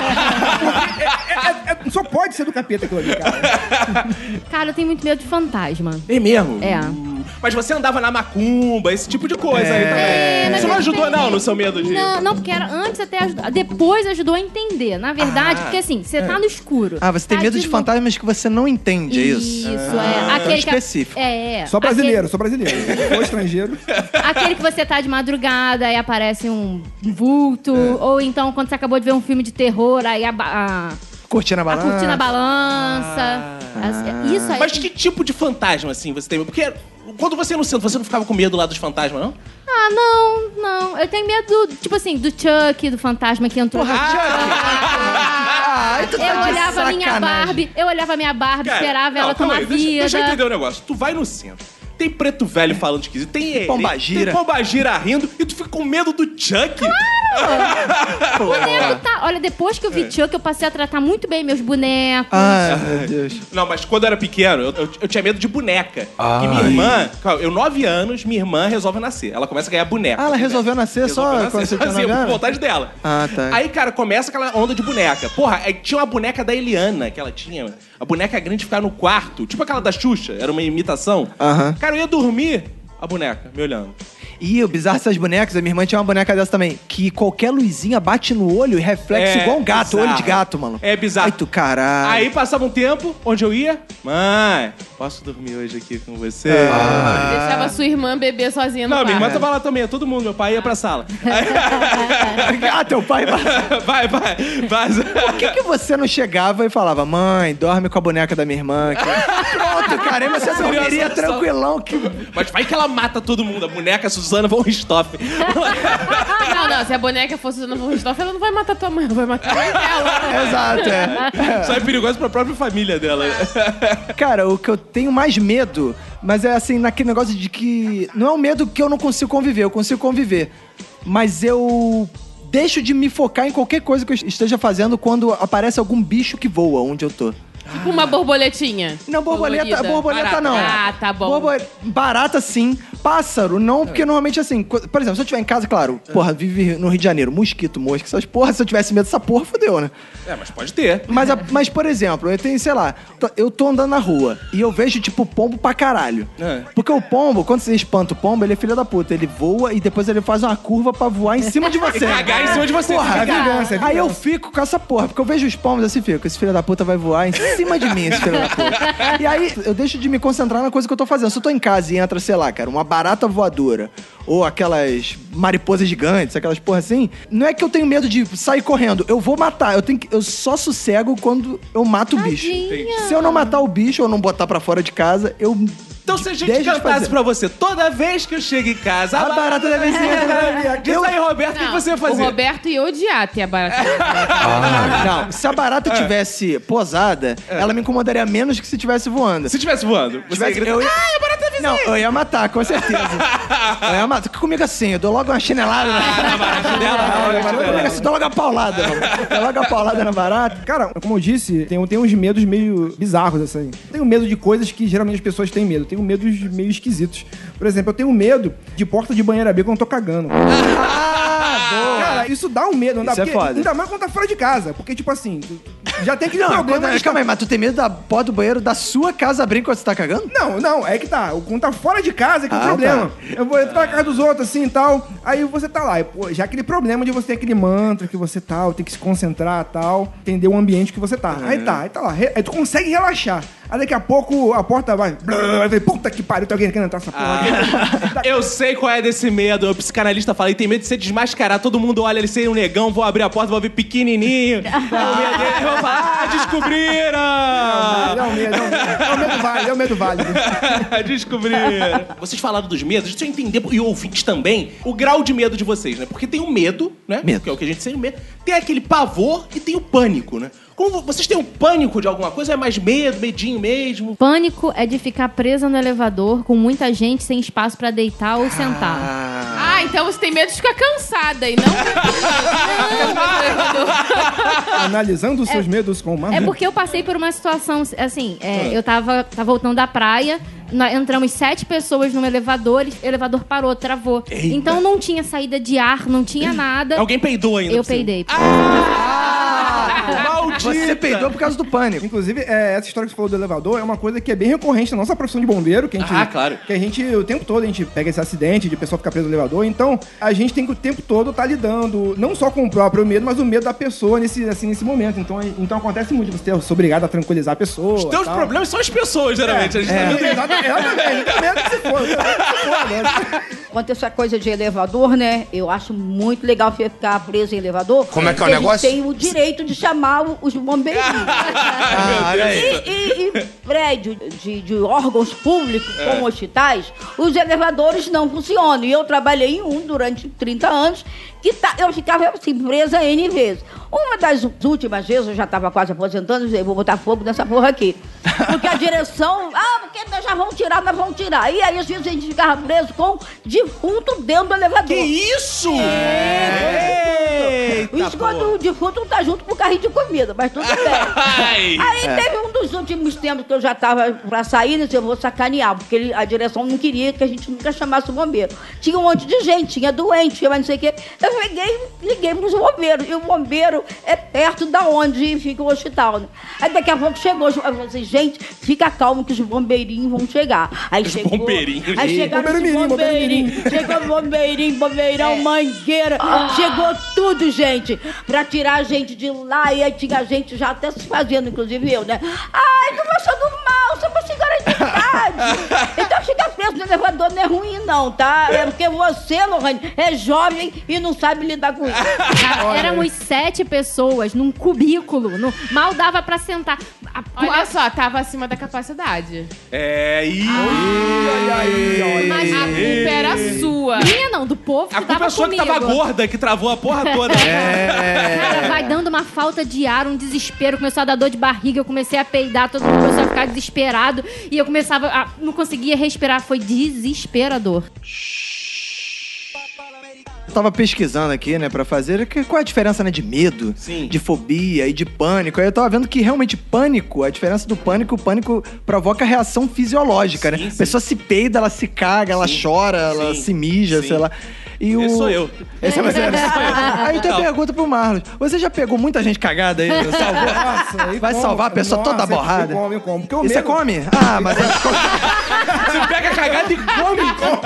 Só pode ser do capeta aquilo ali, cara. Cara, eu tenho muito medo de fantasma. É mesmo? É. Mas você andava na macumba, esse tipo de coisa aí também. Isso não ajudou, não, no seu medo de... Não, porque era antes até ajudar. Depois ajudou a entender. Na verdade, porque assim, você tá no escuro. Ah, você tem tá medo de fantasmas que você não entende, é isso? Isso, é. Aquele específico. Só brasileiro. Ou estrangeiro. Aquele que você tá de madrugada e aparece um vulto. Ou então, quando você acabou de ver um filme de terror, aí a cortina balança. A cortina balança. Isso aí. Mas que tipo de fantasma, assim, você tem? Porque quando você ia no centro, você não ficava com medo lá dos fantasmas, não? Ah, não. Eu tenho medo, tipo assim, do Chuck, do fantasma que entrou. Porra, Chuck! Eu olhava a minha Barbie, Cara, esperava ela tomar vida. Deixa eu entender o negócio. Tu vai no centro. Tem preto velho falando esquisito, tem Pombagira. Tem Pombagira rindo e tu fica com medo do Chuck. Boneco tá... Olha, depois que eu vi Chuck, eu passei a tratar muito bem meus bonecos. Ai, meu Deus. Não, mas quando eu era pequeno, eu tinha medo de boneca. E minha irmã, eu 9 anos, minha irmã resolve nascer. Ela começa a ganhar boneca. Ah, ela resolveu nascer só quando você tinha 9 por anos? vontade dela. Ah, tá. Aí, cara, começa aquela onda de boneca. Porra, aí tinha uma boneca da Eliana que ela tinha. A boneca grande ficava no quarto. Tipo aquela da Xuxa. Era uma imitação. Cara, eu ia dormir, a boneca me olhando. E o bizarro dessas bonecas, a minha irmã tinha uma boneca dessa também, que qualquer luzinha bate no olho e reflexo igual um gato, bizarro. olho de gato, mano. É bizarro. Ai, tu caralho. Aí passava um tempo, onde eu ia? Mãe, posso dormir hoje aqui com você? Deixava sua irmã beber sozinha no Não, minha irmã quarto. tava lá também, todo mundo. Meu pai ia pra sala. Teu pai Vai. Por que você não chegava e falava, mãe, dorme com a boneca da minha irmã? Pronto, cara, aí você dormiria tranquilão. Mas vai que ela mata todo mundo. A boneca Suzana von Richthofen. Não, se a boneca fosse Suzana von Richthofen, ela não vai matar tua mãe, ela vai matar a mãe dela. Exato, Só é perigoso pra própria família dela. Cara, o que eu tenho mais medo, mas é assim, naquele negócio de que... Não é um medo que eu não consigo conviver, eu consigo conviver. Mas eu deixo de me focar em qualquer coisa que eu esteja fazendo quando aparece algum bicho que voa onde eu tô. Tipo uma borboletinha. Não, borboleta Barata. não. Ah, tá bom. Barata sim, pássaro não, porque normalmente assim, por exemplo, se eu estiver em casa, claro, porra, vive no Rio de Janeiro, mosquito, mosca, essas porra, se eu tivesse medo dessa porra, fodeu, né? Mas pode ter. Mas, por exemplo, eu tenho, sei lá, eu tô andando na rua e eu vejo, tipo, pombo pra caralho. Porque o pombo, quando você espanta o pombo, ele é filho da puta, ele voa e depois ele faz uma curva pra voar em cima de você. E cagar em cima de você. Porra, vingança. Aí eu fico com essa porra, porque eu vejo os pombos assim, fico, esse filho da puta vai voar em cima de mim, esse filho da puta. E aí eu deixo de me concentrar na coisa que eu tô fazendo. Se eu tô em casa e entra, sei lá, cara, uma barata voadora ou aquelas mariposas gigantes, aquelas porra assim, não é que eu tenho medo de sair correndo, eu vou matar. Eu só sossego quando eu mato o bicho. Se eu não matar o bicho ou não botar pra fora de casa, eu... Então se a gente cantasse pra você, toda vez que eu chego em casa, a barata da vizinha. Diz aí, Roberto, o que você ia fazer? O Roberto ia odiar ter a barata. Não, se a barata tivesse posada, ela me incomodaria menos que se tivesse voando. Se tivesse voando, você ia gritar, a barata da vizinha! Não, eu ia matar, com certeza. Eu ia matar. Comigo assim, eu dou logo uma chinelada na barata dela. Dou logo uma paulada, mano. Dou logo uma paulada na barata. Cara, como eu disse, tem uns medos meio bizarros, assim. Tenho medo de coisas que geralmente as pessoas têm medo. Tenho medos meio esquisitos. Por exemplo, eu tenho medo de porta de banheira B quando eu tô cagando. Cara, isso dá um medo. Não dá, isso é foda. Ainda mais quando tá fora de casa. Porque, tipo assim, já tem aquele problema... Calma aí, mas tu tem medo da porta do banheiro da sua casa abrir quando você tá cagando? Não, é que tá. Quando tá fora de casa é que é o problema. Tá. Eu vou entrar na casa dos outros, assim, e tal. Aí você tá lá. E, pô, já aquele problema de você ter aquele mantra que você tal, tem que se concentrar e tal, entender o ambiente que você tá. Aí tá lá. Aí tu consegue relaxar. Aí daqui a pouco a porta vai... Puta que pariu, tem alguém querendo entrar nessa porra. Eu sei qual é desse medo. O psicanalista fala, ele tem medo de ser desmascarado. Todo mundo olha ele ser um negão, vou abrir a porta, vou ver pequenininho. Vou falar, descobriram! É o medo válido. Descobriram. Vocês falaram dos medos, deixa eu entender, e ouvintes também, o grau de medo de vocês, né? Porque tem o medo, né? Medo. Que é o que a gente tem medo. Tem aquele pavor e tem o pânico, né? Como vocês têm um pânico de alguma coisa? É mais medo, medinho mesmo? Pânico é de ficar presa no elevador com muita gente sem espaço pra deitar ou sentar. Então você tem medo de ficar cansada e não... Analisando os seus medos com uma... É porque eu passei por uma situação, assim, eu tava voltando da praia, entramos 7 pessoas num elevador, o elevador parou, travou. Eita. Então não tinha saída de ar, não tinha nada. Alguém peidou ainda? Eu peidei. Maldita! Você peidou por causa do pânico. Inclusive, essa história que você falou do elevador é uma coisa que é bem recorrente na nossa profissão de bombeiro, que a gente, claro. que a gente, o tempo todo, a gente pega esse acidente de pessoa ficar presa no elevador, então a gente tem que o tempo todo estar lidando, não só com o próprio medo, mas o medo da pessoa nesse momento. Então acontece muito, você ser obrigado a tranquilizar a pessoa. Os teus problemas são as pessoas, geralmente. A gente tá vendo- Exatamente, tem medo que se for. Quanto a essa coisa de elevador, né? Eu acho muito legal ficar preso em elevador. Como é que é o porque negócio? Eles têm o direito de chamar os bombeirinhos. Olha aí. E prédio de órgãos públicos, como hospitais, os elevadores não funcionam. E eu trabalhei em um durante 30 anos, eu ficava assim, presa N vezes. Uma das últimas vezes, eu já estava quase aposentando, eu disse, vou botar fogo nessa porra aqui. Porque a direção, porque nós já vamos tirar. E aí, às vezes, a gente ficava preso com defunto dentro do elevador. Que isso? Isso quando o defunto tá junto com o carrinho de comida, mas tudo bem. Aí teve um dos últimos tempos que eu já tava pra sair, né, eu vou sacanear, porque a direção não queria que a gente nunca chamasse o bombeiro. Tinha um monte de gente, tinha doente, tinha mais não sei o quê. Eu liguei pros bombeiros, e o bombeiro é perto da onde fica o hospital, né? Aí daqui a pouco chegou, eu falei assim, gente, fica calmo que os bombeirinhos vão chegar. Aí Os chegou, bombeirinhos. Aí chegaram os bombeirinhos, chegou bombeirão, mangueira, chegou tudo, gente, pra tirar a gente de lá, e aí tinha gente já até se fazendo, inclusive eu, né? Ai, tô passando mal, só pra chegar à idade. Então ficar preso no elevador não é ruim, não, tá? É porque você, Lohane, é jovem e não sabe lidar com isso. Éramos 7 pessoas num cubículo. Mal dava pra sentar. Olha só, tava acima da capacidade. Mas A culpa era sua. minha não, do povo que A culpa tava é sua que tava comigo. gorda, que travou a porra toda. Cara, vai dando uma falta de ar, um desespero. Começou a dar dor de barriga, eu comecei a peidar, todo mundo começou a ficar desesperado. E eu começava a... não conseguia respirar, foi desesperador. Eu tava pesquisando aqui, né, pra fazer qual é a diferença, né, de medo, Sim. de fobia e de pânico. Aí eu tava vendo que realmente pânico, a diferença do pânico, o pânico provoca reação fisiológica, né? Sim, A pessoa se peida, ela se caga, ela chora, ela Sim. se mija, Sim. sei lá. E Esse sou eu. Esse é você. Aí tem a pergunta pro Marlos. Você já pegou muita gente cagada aí? Salvou? Nossa, aí Vai como? salvar a pessoa Nossa, toda borrada? Eu como. Porque o E você medo- come? Ah, mas... Você pega a cagada e come.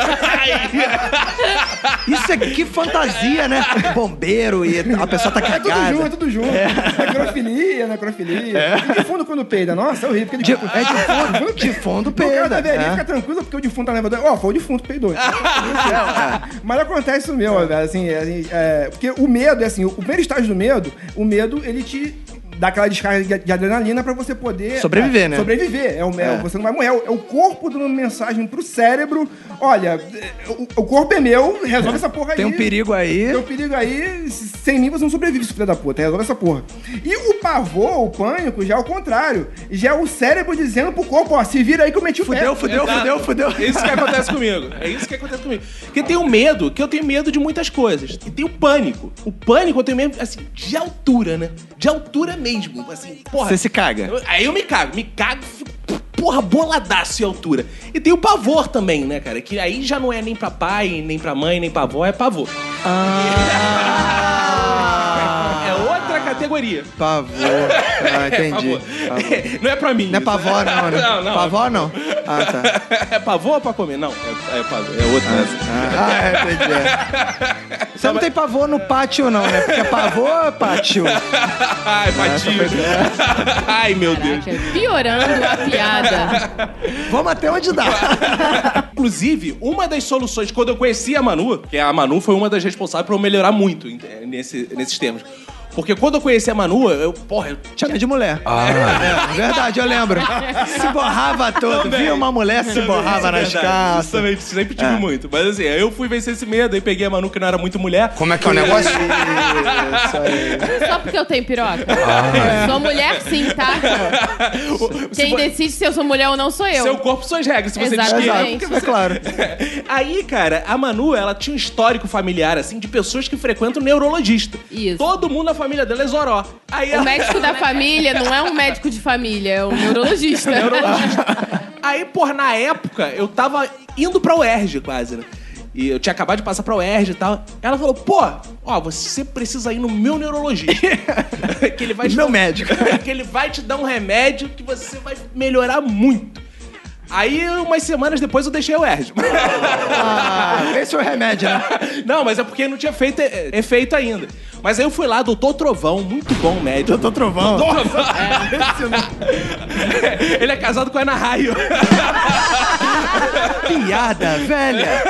Isso é que fantasia, né? Bombeiro e a pessoa tá É cagada. tudo junto. Necrofilia. E defundo quando peida. Nossa, é horrível. Porque Defundo O peida. cara deveria É. ficar tranquilo porque o defunto tá levando. Foi o defunto peidou. Mas acontece isso mesmo, assim, porque o medo, assim, o primeiro estágio do medo, o medo, ele te dá aquela descarga de adrenalina pra você poder... Sobreviver, né? Sobreviver. Você não vai morrer. É o corpo dando uma mensagem pro cérebro. Olha, o corpo é meu, resolve essa porra aí. Tem um perigo aí. Tem um perigo aí. Sem mim você não sobrevive, seu filho da puta. Resolve essa porra. E o pavor, o pânico, já é o contrário. Já é o cérebro dizendo pro corpo, ó, se vira aí que eu meti o pé. Fudeu. É isso que acontece comigo. Porque tem o medo, que eu tenho medo de muitas coisas. E tem o pânico. O pânico eu tenho medo, assim, de altura, né? De altura mesmo. Assim, porra. Você se caga. Aí eu me cago, fico, porra, boladaço em altura. E tem o pavor também, né, cara? Que aí já não é nem pra pai, nem pra mãe, nem pra avó, é pavor. É outra categoria. Pavor. Ah, entendi. Não é pra mim. Não é pavor, não, né? Não. Pavor, não? Ah, tá. É pavor ou pra comer? Não, é pavor. É outra. Entendi. Você não tem pavor no pátio, não, né? Porque pavor é pátio. Ai, patinho. Ai, meu Deus. Piorando a piada. Vamos até onde dá. Inclusive, uma das soluções, quando eu conheci a Manu, que a Manu foi uma das responsáveis por eu melhorar muito nesses termos. Porque quando eu conheci a Manu, eu Chamei de mulher. É verdade, eu lembro. Se borrava todo. Via uma mulher, se borrava nas calças. Justamente, sempre tive muito. Mas assim, eu fui vencer esse medo, aí peguei a Manu que não era muito mulher. Como é que é o negócio? Isso aí. Só porque eu tenho piroca. Sou mulher sim, tá? Quem decide se eu sou mulher ou não sou eu. Seu corpo, suas regras, se você Exatamente. disquir. É claro. Aí, cara, a Manu, ela tinha um histórico familiar, assim, de pessoas que frequentam neurologista. Isso. Todo mundo na família dela é zoró. Aí O médico da família não é um médico de família, é um neurologista. Aí, porra, na época, eu tava indo pra UERJ quase, né? E eu tinha acabado de passar pra UERJ e tal. Ela falou, pô, ó, você precisa ir no meu neurologista. Que ele vai te Meu dar médico. Que ele vai te dar um remédio que você vai melhorar muito. Aí, umas semanas depois, eu deixei o UERJ. Esse é o remédio, né? Não, mas é porque não tinha feito efeito ainda. Mas aí eu fui lá, Doutor Trovão, muito bom médico. Doutor Trovão. Ele é casado com a Ana Raio. Piada, velha.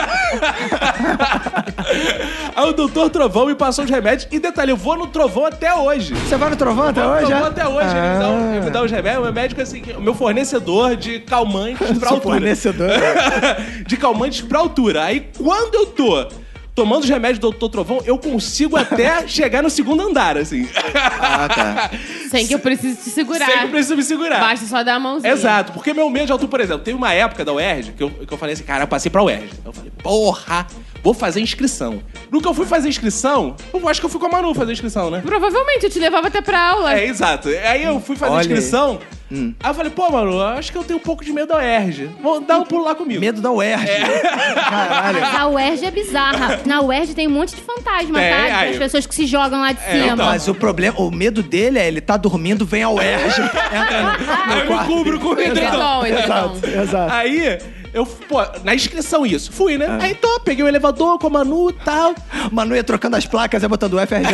Aí o Doutor Trovão me passou os remédios. E detalhe, eu vou no Trovão até hoje. Você vai no Trovão até hoje? Trovão até hoje. Ele me dá os remédios. O meu médico, assim, o meu fornecedor de calmantes pra altura. Fornecedor. De calmantes pra altura. Aí quando eu tô tomando os remédios do Doutor Trovão, eu consigo até chegar no segundo andar, assim. Ah, tá. Sem que eu precise te segurar. Sem que eu precise me segurar. Basta só dar a mãozinha. Exato, porque meu medo de altura, por exemplo, teve uma época da UERJ que eu falei assim, cara, eu passei pra UERJ. Eu falei, porra, vou fazer inscrição. No que eu fui fazer inscrição, eu acho que eu fui com a Manu fazer inscrição, né? Provavelmente, eu te levava até pra aula. É, exato. Aí eu fui fazer inscrição. Aí eu falei, pô, Manu, acho que eu tenho um pouco de medo da UERJ. Vou dar um pulo lá comigo. Medo da UERJ. Caralho. A UERJ é bizarra. Na UERJ tem um monte de fantasma, tá? aí. As pessoas que se jogam lá de cima. então. Mas o problema, o medo dele é ele tá dormindo, vem a UERJ, entra no Aí eu me quarto. cubro com o edredom. Exato. Aí, eu, pô, na inscrição isso. Fui, né? Aí peguei o elevador com a Manu e tal. Manu ia trocando as placas, ia botando FRJ.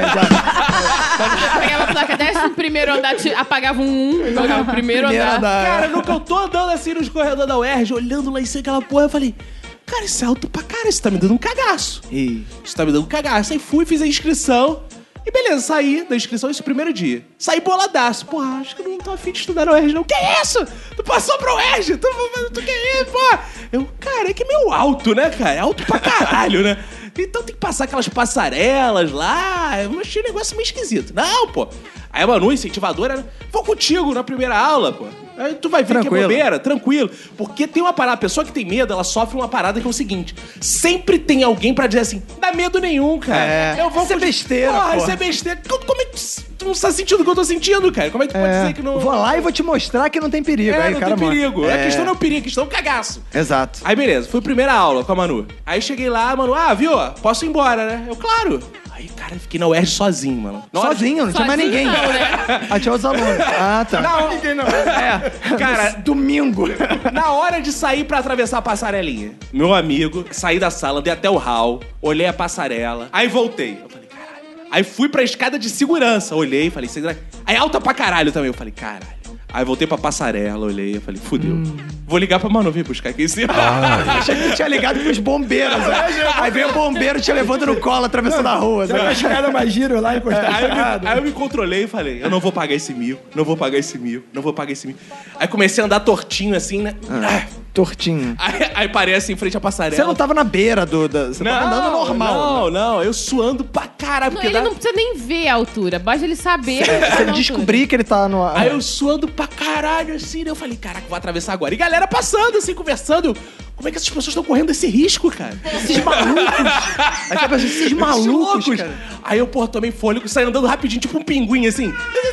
Pegava a placa, desce no primeiro andar, apagava um jogava o primeiro andar. Cara, no que eu tô andando assim nos corredores da UERJ, olhando lá em cima aquela porra, eu falei, cara, isso é alto pra cara, isso tá me dando um cagaço. Isso tá me dando um cagaço. Aí fui, fiz a inscrição. E beleza, saí da inscrição esse primeiro dia. Saí boladaço. Porra, acho que eu não tô afim de estudar na UERJ, não. Que isso? Tu passou pra UERJ? Tu que isso, porra? Eu, cara, é que é meio alto, né, cara? É alto pra caralho, né? Então tem que passar aquelas passarelas lá. Eu achei um negócio meio esquisito. Não, pô. Aí a Manu, incentivadora, né? Vou contigo na primeira aula, pô. Aí tu vai ver que é bobeira, tranquilo. Porque tem uma parada, a pessoa que tem medo, ela sofre uma parada que é o seguinte: sempre tem alguém pra dizer assim, dá medo nenhum, cara. Eu vou isso é besteira, porra. porra. Isso é besteira. Como é que tu não tá sentindo o que eu tô sentindo, cara? Como é que tu pode dizer que não... Vou lá e vou te mostrar que não tem perigo. Aí, não cara, tem perigo. É. A questão não é o perigo, a questão é o cagaço. Exato. Aí beleza, fui primeira aula com a Manu. Aí cheguei lá, a Manu, viu? Posso ir embora, né? Eu, claro. Aí, cara, fiquei na UERJ sozinho, mano. Sozinho? Não tinha mais ninguém. Não, né? Aí tinha os alunos. Ah, tá. Não, ninguém não. Cara, domingo. Na hora de sair pra atravessar a passarelinha, meu amigo, saí da sala, andei até o hall, olhei a passarela, aí voltei. Eu falei, caralho. Aí fui pra escada de segurança, olhei, falei, aí alta pra caralho também. Eu falei, caralho. Aí voltei pra passarela, olhei, eu falei, fudeu. Vou ligar pra Manu vir buscar aqui em cima. Achei que tinha ligado pros bombeiros. Aí veio o bombeiro te levando no colo, atravessando a rua. Você vai escada mais giro lá e encostar. Aí eu me controlei e falei, eu não vou pagar esse mico, não vou pagar esse mico, não vou pagar esse mico. Aí comecei a andar tortinho assim, né? Tortinho. Aí parei assim em frente à passarela. Você não tava na beira você tava andando normal. Não, eu suando pra caralho. Ele não precisa nem ver a altura, basta ele saber. Se ele descobrir que ele tá no... Aí eu suando pra caralho, assim, né? Eu falei, caraca, vou atravessar agora. E galera passando, assim, conversando. Eu, como é que essas pessoas estão correndo esse risco, cara? Esses malucos. Aí você pensa, esses malucos, cara. Aí eu, porra, tomei fôlego, saí andando rapidinho, tipo um pinguim, assim.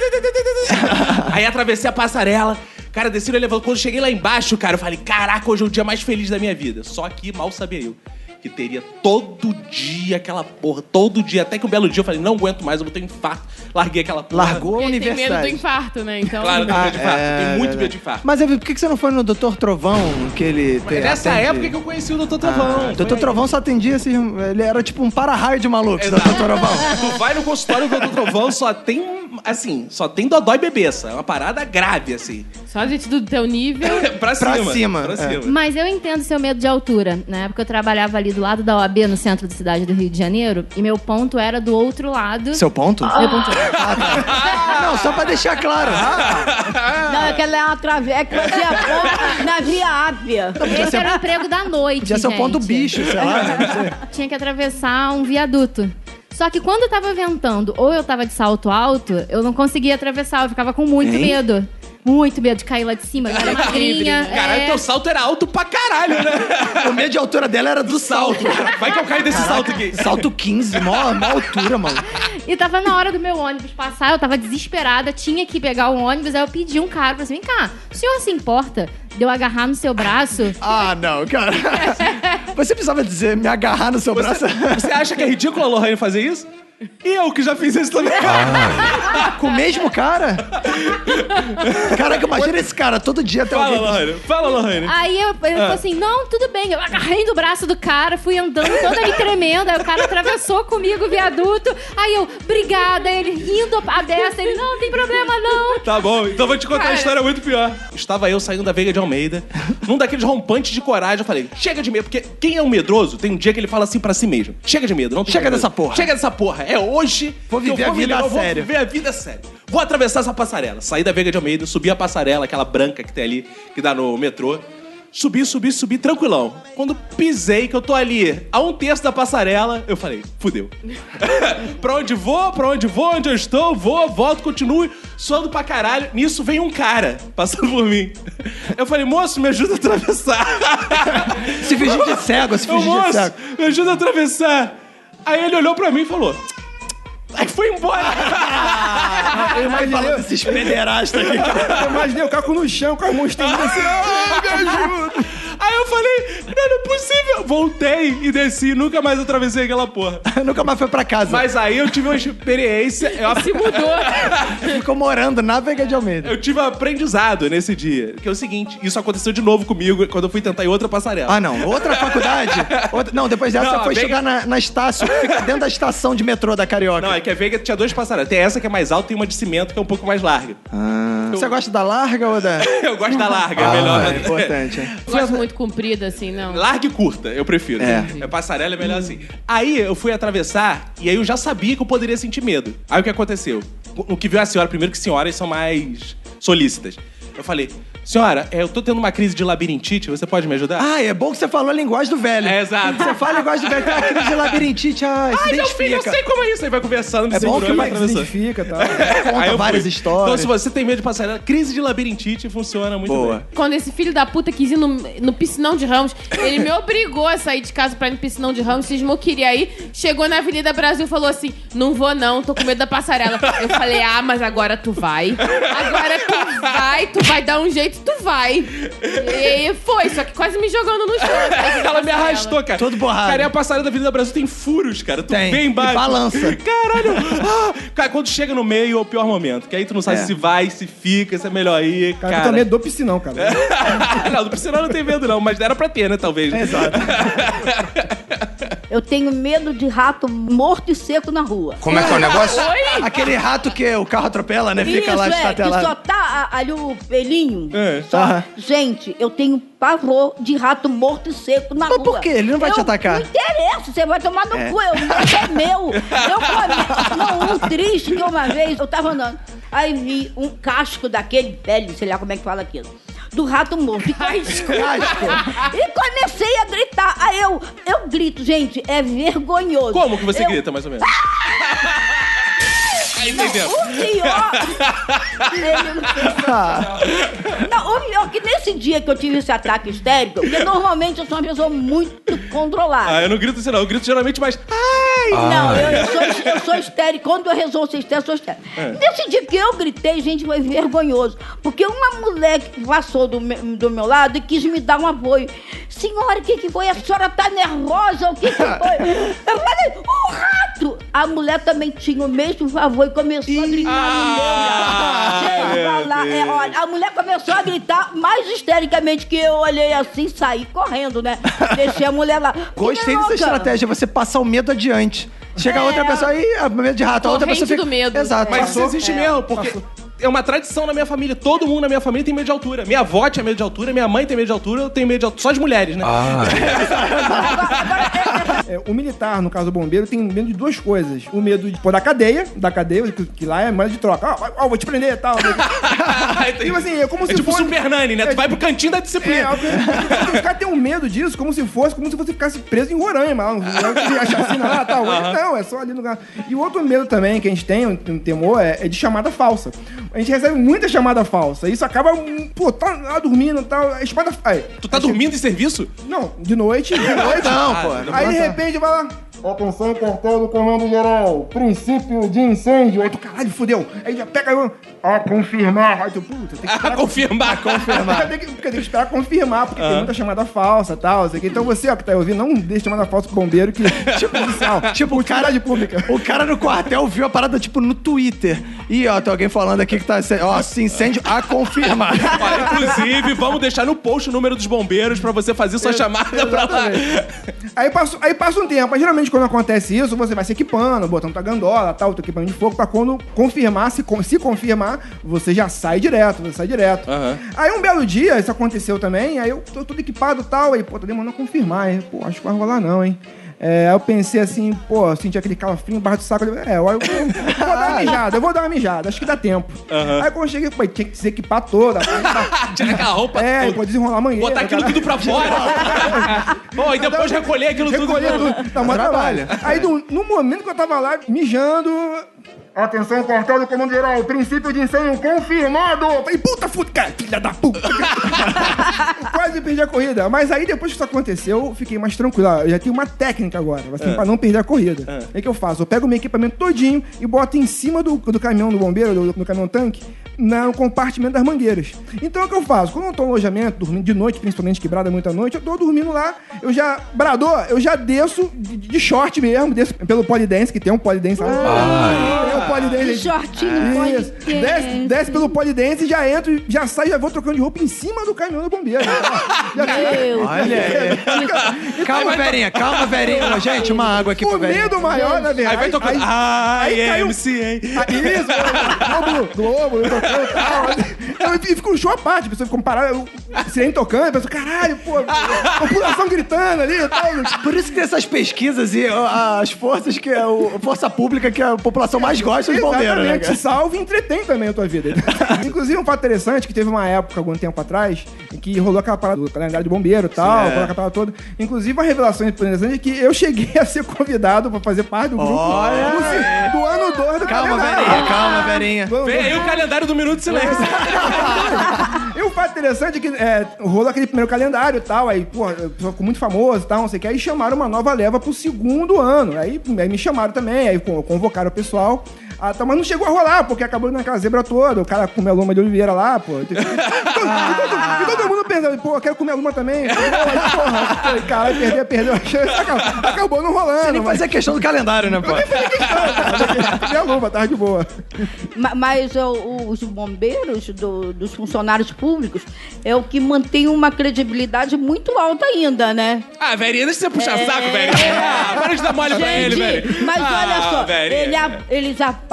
Aí atravessei a passarela. Cara, desci no elevador. Quando eu cheguei lá embaixo, cara, eu falei, caraca, hoje é o dia mais feliz da minha vida. Só que mal sabia eu que teria todo dia aquela porra, todo dia. Até que um belo dia eu falei, não aguento mais, eu vou ter um infarto. Larguei aquela porra. Largou a Ele tem universidade. medo do infarto, né? Então... Claro, eu tenho medo de infarto. Eu tenho muito medo de infarto. Mas por que você não foi no Dr. Trovão, que ele... Mas nessa época que eu conheci o Dr. Trovão. Dr. Trovão só atendia esses... Ele era tipo um para-raio de malucos, Exato. Dr. Trovão. Tu vai no consultório do Dr. Trovão, só tem, assim, só tem dodói e bebeça. É uma parada grave, assim. Só gente do teu nível. Pra cima. Mas eu entendo seu medo de altura. Na época eu trabalhava ali do lado da OAB, no centro da cidade do Rio de Janeiro, e meu ponto era do outro lado. Seu ponto? Meu ponto. Não, só pra deixar claro. Não, é que ela é uma travessa. É que você aponta na Via Ápia. Esse era o emprego da noite, Podia ser o ponto bicho, sei lá. Né? Tinha que atravessar um viaduto. Só que quando eu tava ventando ou eu tava de salto alto, eu não conseguia atravessar. Eu ficava com muito medo. Muito medo de cair lá de cima. Era magrinha. Caralho, teu salto era alto pra caralho, né? O medo de altura dela era do salto. Vai que eu caio desse salto aqui. Salto 15, mó altura, mano. E tava na hora do meu ônibus passar, eu tava desesperada, tinha que pegar o ônibus, aí eu pedi um cara pra assim, vem cá, o senhor se importa de eu agarrar no seu braço. Ah, não, cara. Você precisava dizer me agarrar no seu braço? Você acha que é ridículo a Lohane fazer isso? E eu que já fiz isso também. Com o mesmo cara? Caraca, imagina esse cara todo dia até Fala, Lohane. Aí eu falei assim, não, tudo bem. Eu agarrei no braço do cara, fui andando toda ali tremendo. Aí o cara atravessou comigo o viaduto. Aí eu, obrigada. Ele rindo a dessa. Ele, não tem problema não. Tá bom, então vou te contar uma história muito pior. Estava eu saindo da Veiga de Almeida, num daqueles rompantes de coragem. Eu falei, chega de medo. Porque quem é um medroso, tem um dia que ele fala assim pra si mesmo. Chega de medo, não tem Chega medo. dessa porra. Chega dessa porra. É hoje Vou viver a vida a sério. Vou viver a vida a sério. Vou atravessar essa passarela. Saí da Veiga de Almeida, subi a passarela, aquela branca que tem ali, que dá no metrô. Subi, tranquilão. Quando pisei, que eu tô ali a 1/3 da passarela, eu falei, fudeu. Pra onde vou, onde eu estou, volto, continuo, suando pra caralho. Nisso vem um cara passando por mim. Eu falei, moço, me ajuda a atravessar. Se fingir de cego, Moço, me ajuda a atravessar. Aí ele olhou pra mim e falou... Aí foi embora. Eu imaginei esses pederastas aqui. Eu imaginei o Caco no chão com as mãos estendidas assim. Ai, me ajuda. Aí eu falei, não é possível. Voltei e desci, nunca mais atravessei aquela porra. Nunca mais foi pra casa. Mas aí eu tive uma experiência... Se mudou. Ficou morando na Veiga de Almeida. Eu tive um aprendizado nesse dia. Que é o seguinte, isso aconteceu de novo comigo quando eu fui tentar em outra passarela. Ah, não. Outra faculdade? Não, depois dessa você foi chegar na estação, fica dentro da estação de metrô da Carioca. Não, é que a Veiga tinha 2 passarelas. Tem essa que é mais alta e uma de cimento que é um pouco mais larga. Você gosta da larga ou da... Eu gosto da larga, é melhor. É importante. Gosto muito comprida, assim, não. Larga e curta, eu prefiro. É passarela é melhor assim. Aí eu fui atravessar e aí eu já sabia que eu poderia sentir medo. Aí o que aconteceu? O que viu a senhora, primeiro que senhoras são mais solícitas. Eu falei, senhora, eu tô tendo uma crise de labirintite, você pode me ajudar? Ah, é bom que você falou a linguagem do velho. É, exato. Você fala a linguagem do velho, tem uma crise de labirintite, se meu identifica. filho, eu sei como é isso. Aí vai conversando, me É bom que segurando, mais se identifica, tá? Conta várias histórias. Então, se você tem medo de passarela, crise de labirintite funciona muito bem. Quando esse filho da puta quis ir no piscinão de Ramos, ele me obrigou a sair de casa pra ir no piscinão de Ramos, cismou que iria ir, chegou na Avenida Brasil e falou assim, não vou não, tô com medo da passarela. Eu falei, mas agora tu vai. Agora tu vai dar um jeito, tu vai. E foi, só que quase me jogando no chão. Ela me arrastou, cara. Todo borrado. Cara, e a passarela da Avenida Brasil tem furos, cara. Tu Tem. vem embaixo. E balança. Caralho. Cara, quando chega no meio é o pior momento. Que aí tu não sabe se vai, se fica, se é melhor ir, Cara, cara. eu tenho medo do piscinão, cara. Não, do piscinão não tem medo não, mas era pra ter, né, talvez. Exato. Eu tenho medo de rato morto e seco na rua. Como é que é o negócio? Aquele rato que o carro atropela, né? Fica Isso, lá que estatelado. só tá ali o pelinho. Só. Aham. Gente, eu tenho pavor de rato morto e seco na Mas rua. por quê? Ele não vai te atacar? Não interessa, você vai tomar no cu. Isso é meu. Eu comi. Não, um triste que uma vez eu tava andando. Aí vi um casco daquele pele, sei lá como é que fala aquilo. Do rato morto. E comecei a gritar. Aí eu grito, gente, é vergonhoso. Como que você grita, mais ou menos? Entendeu? O pior... Não, o pior é que nesse dia que eu tive esse ataque histérico, porque normalmente eu sou uma pessoa muito controlada. Eu não grito assim não, eu grito geralmente mais... Não, eu sou histérica. Quando eu resolvo ser histérica, eu sou histérica. Nesse dia que eu gritei, gente, foi vergonhoso. Porque uma mulher que passou do meu lado e quis me dar um apoio. Senhora, o que foi? A senhora tá nervosa? O que foi? Eu falei, um rato! A mulher também tinha o mesmo favor e começou a gritar no meu. Gente, vai lá. Olha, a mulher começou a gritar mais histericamente que eu olhei assim e saí correndo, né? Deixei a mulher lá. Gostei dessa estratégia, você passar o medo adiante. Chega outra pessoa aí, medo de rato. A outra pessoa fica... do medo. Exato. Mas isso existe mesmo, porque é uma tradição na minha família. Todo mundo na minha família tem medo de altura. Minha avó tinha medo de altura, minha mãe tem medo de altura, eu tenho medo de altura. Só de mulheres, né? O militar, no caso do bombeiro, tem medo de duas coisas. O medo de pôr da cadeia, que lá é moeda de troca. Vou te prender e tal. Tipo assim, é como se tipo fosse... Super Nani, né? Tu vai pro cantinho da disciplina. Os caras têm um medo disso, como se você ficasse preso em Roraima. A chacina lá e tal. Não, é só ali no lugar. E o outro medo também que a gente tem, um temor, é de chamada falsa. A gente recebe muita chamada falsa. Isso acaba, tá lá dormindo e tal. A espada... Tu tá dormindo em serviço? Não, de noite. Não, pô. Aí, de repente, vai lá... Atenção, quartel do comando geral. Princípio de incêndio. Aí tu, caralho, fudeu. Aí já pega a confirmar. Aí tu, puta, tem que esperar. Confirmar. Porque tem que esperar confirmar, porque tem muita chamada falsa e tal. Assim. Então você, ó, que tá ouvindo, não deixa chamada falsa pro bombeiro que, tipo, policial. Tipo, o cara no quartel viu a parada, tipo, no Twitter. E, ó, tem alguém falando aqui que tá... Ó, se incêndio a confirmar. Olha, inclusive, vamos deixar no post o número dos bombeiros pra você fazer sua chamada pra lá. Aí passa um tempo. Mas geralmente quando acontece isso, você vai se equipando, botando tua gandola, tal, teu equipamento de fogo, pra quando confirmar, se confirmar, você já sai direto, Aí um belo dia, isso aconteceu também, aí eu tô tudo equipado e tal, aí, pô, tô demorando a confirmar, hein? Pô, acho que vai rolar não, hein? Aí eu pensei assim, pô, senti aquele calafrio embaixo do saco. Eu vou dar uma mijada, acho que dá tempo. Aí quando eu cheguei, pô, tinha que se equipar toda. Tirar aquela roupa. Pô, desenrolar a mangueira. Botar aquilo tudo pra fora. Pô, e depois recolher aquilo tudo. Tá mó trabalho. Aí no momento que eu tava lá mijando... Atenção, quartel do comando geral, princípio de incêndio confirmado! Falei, puta, cara, filha da puta! Quase perdi a corrida. Mas aí, depois que isso aconteceu, eu fiquei mais tranquilo. Eu já tenho uma técnica agora, assim, pra não perder a corrida. O que eu faço? Eu pego o meu equipamento todinho e boto em cima do caminhão do bombeiro, do caminhão-tanque, no compartimento das mangueiras. Então, o que eu faço? Quando eu tô no alojamento, dormindo de noite, principalmente quebrada muita noite, eu tô dormindo lá, eu já desço de short mesmo, desço pelo polidense, que tem um polidense lá. Tem um polidense. Shortinho polidense. Desce pelo polidense, já entro, já saio, já vou trocando de roupa em cima do caminhão do bombeiro. Olha, calma, Verinha. Gente, uma água aqui pra Verinha. O medo maior, na verdade. Aí vai tocando. MCA. Isso, Globo, eu tocando e tal. Eu fico um show à parte, a pessoa fica comparada, sirene tocando, a pessoa, caralho, pô, população gritando ali e tal. Por isso que tem essas pesquisas e as forças que a força pública que a população mais gosta de bombeiro, né? Exatamente, salva e entretém também a tua vida. Inclusive, um fato interessante, que teve uma época, algum tempo atrás, em que rolou aquela parada do calendário de bombeiro e tal, aquela parada toda. Inclusive, uma revelação interessante é que eu cheguei a ser convidado pra fazer parte do grupo do ano 2 do calendário. Calma, Verinha. Vem aí o calendário do Minuto de Silêncio. E o fato interessante é que rolou aquele primeiro calendário e tal, aí, pô, a pessoa ficou muito famoso e tal, não sei o que, aí chamaram uma nova leva pro segundo ano. Aí me chamaram também, aí convocaram o pessoal. Tá, mas não chegou a rolar, porque acabou naquela zebra toda, o cara comeu a luma de Oliveira lá, pô. E todo mundo pensando, pô, eu quero comer a luma também. Porra, caralho, perdeu a chance. Acabou não rolando. Você nem fazia questão do calendário, né, pô? Eu nem fazia questão, comer a luma, tava de boa. Mas os bombeiros dos funcionários públicos é o que mantém uma credibilidade muito alta ainda, né? Verinha, deixa você puxar saco, Verinha. Para de dar mole pra ele, Verinha. Mas olha só, eles apagam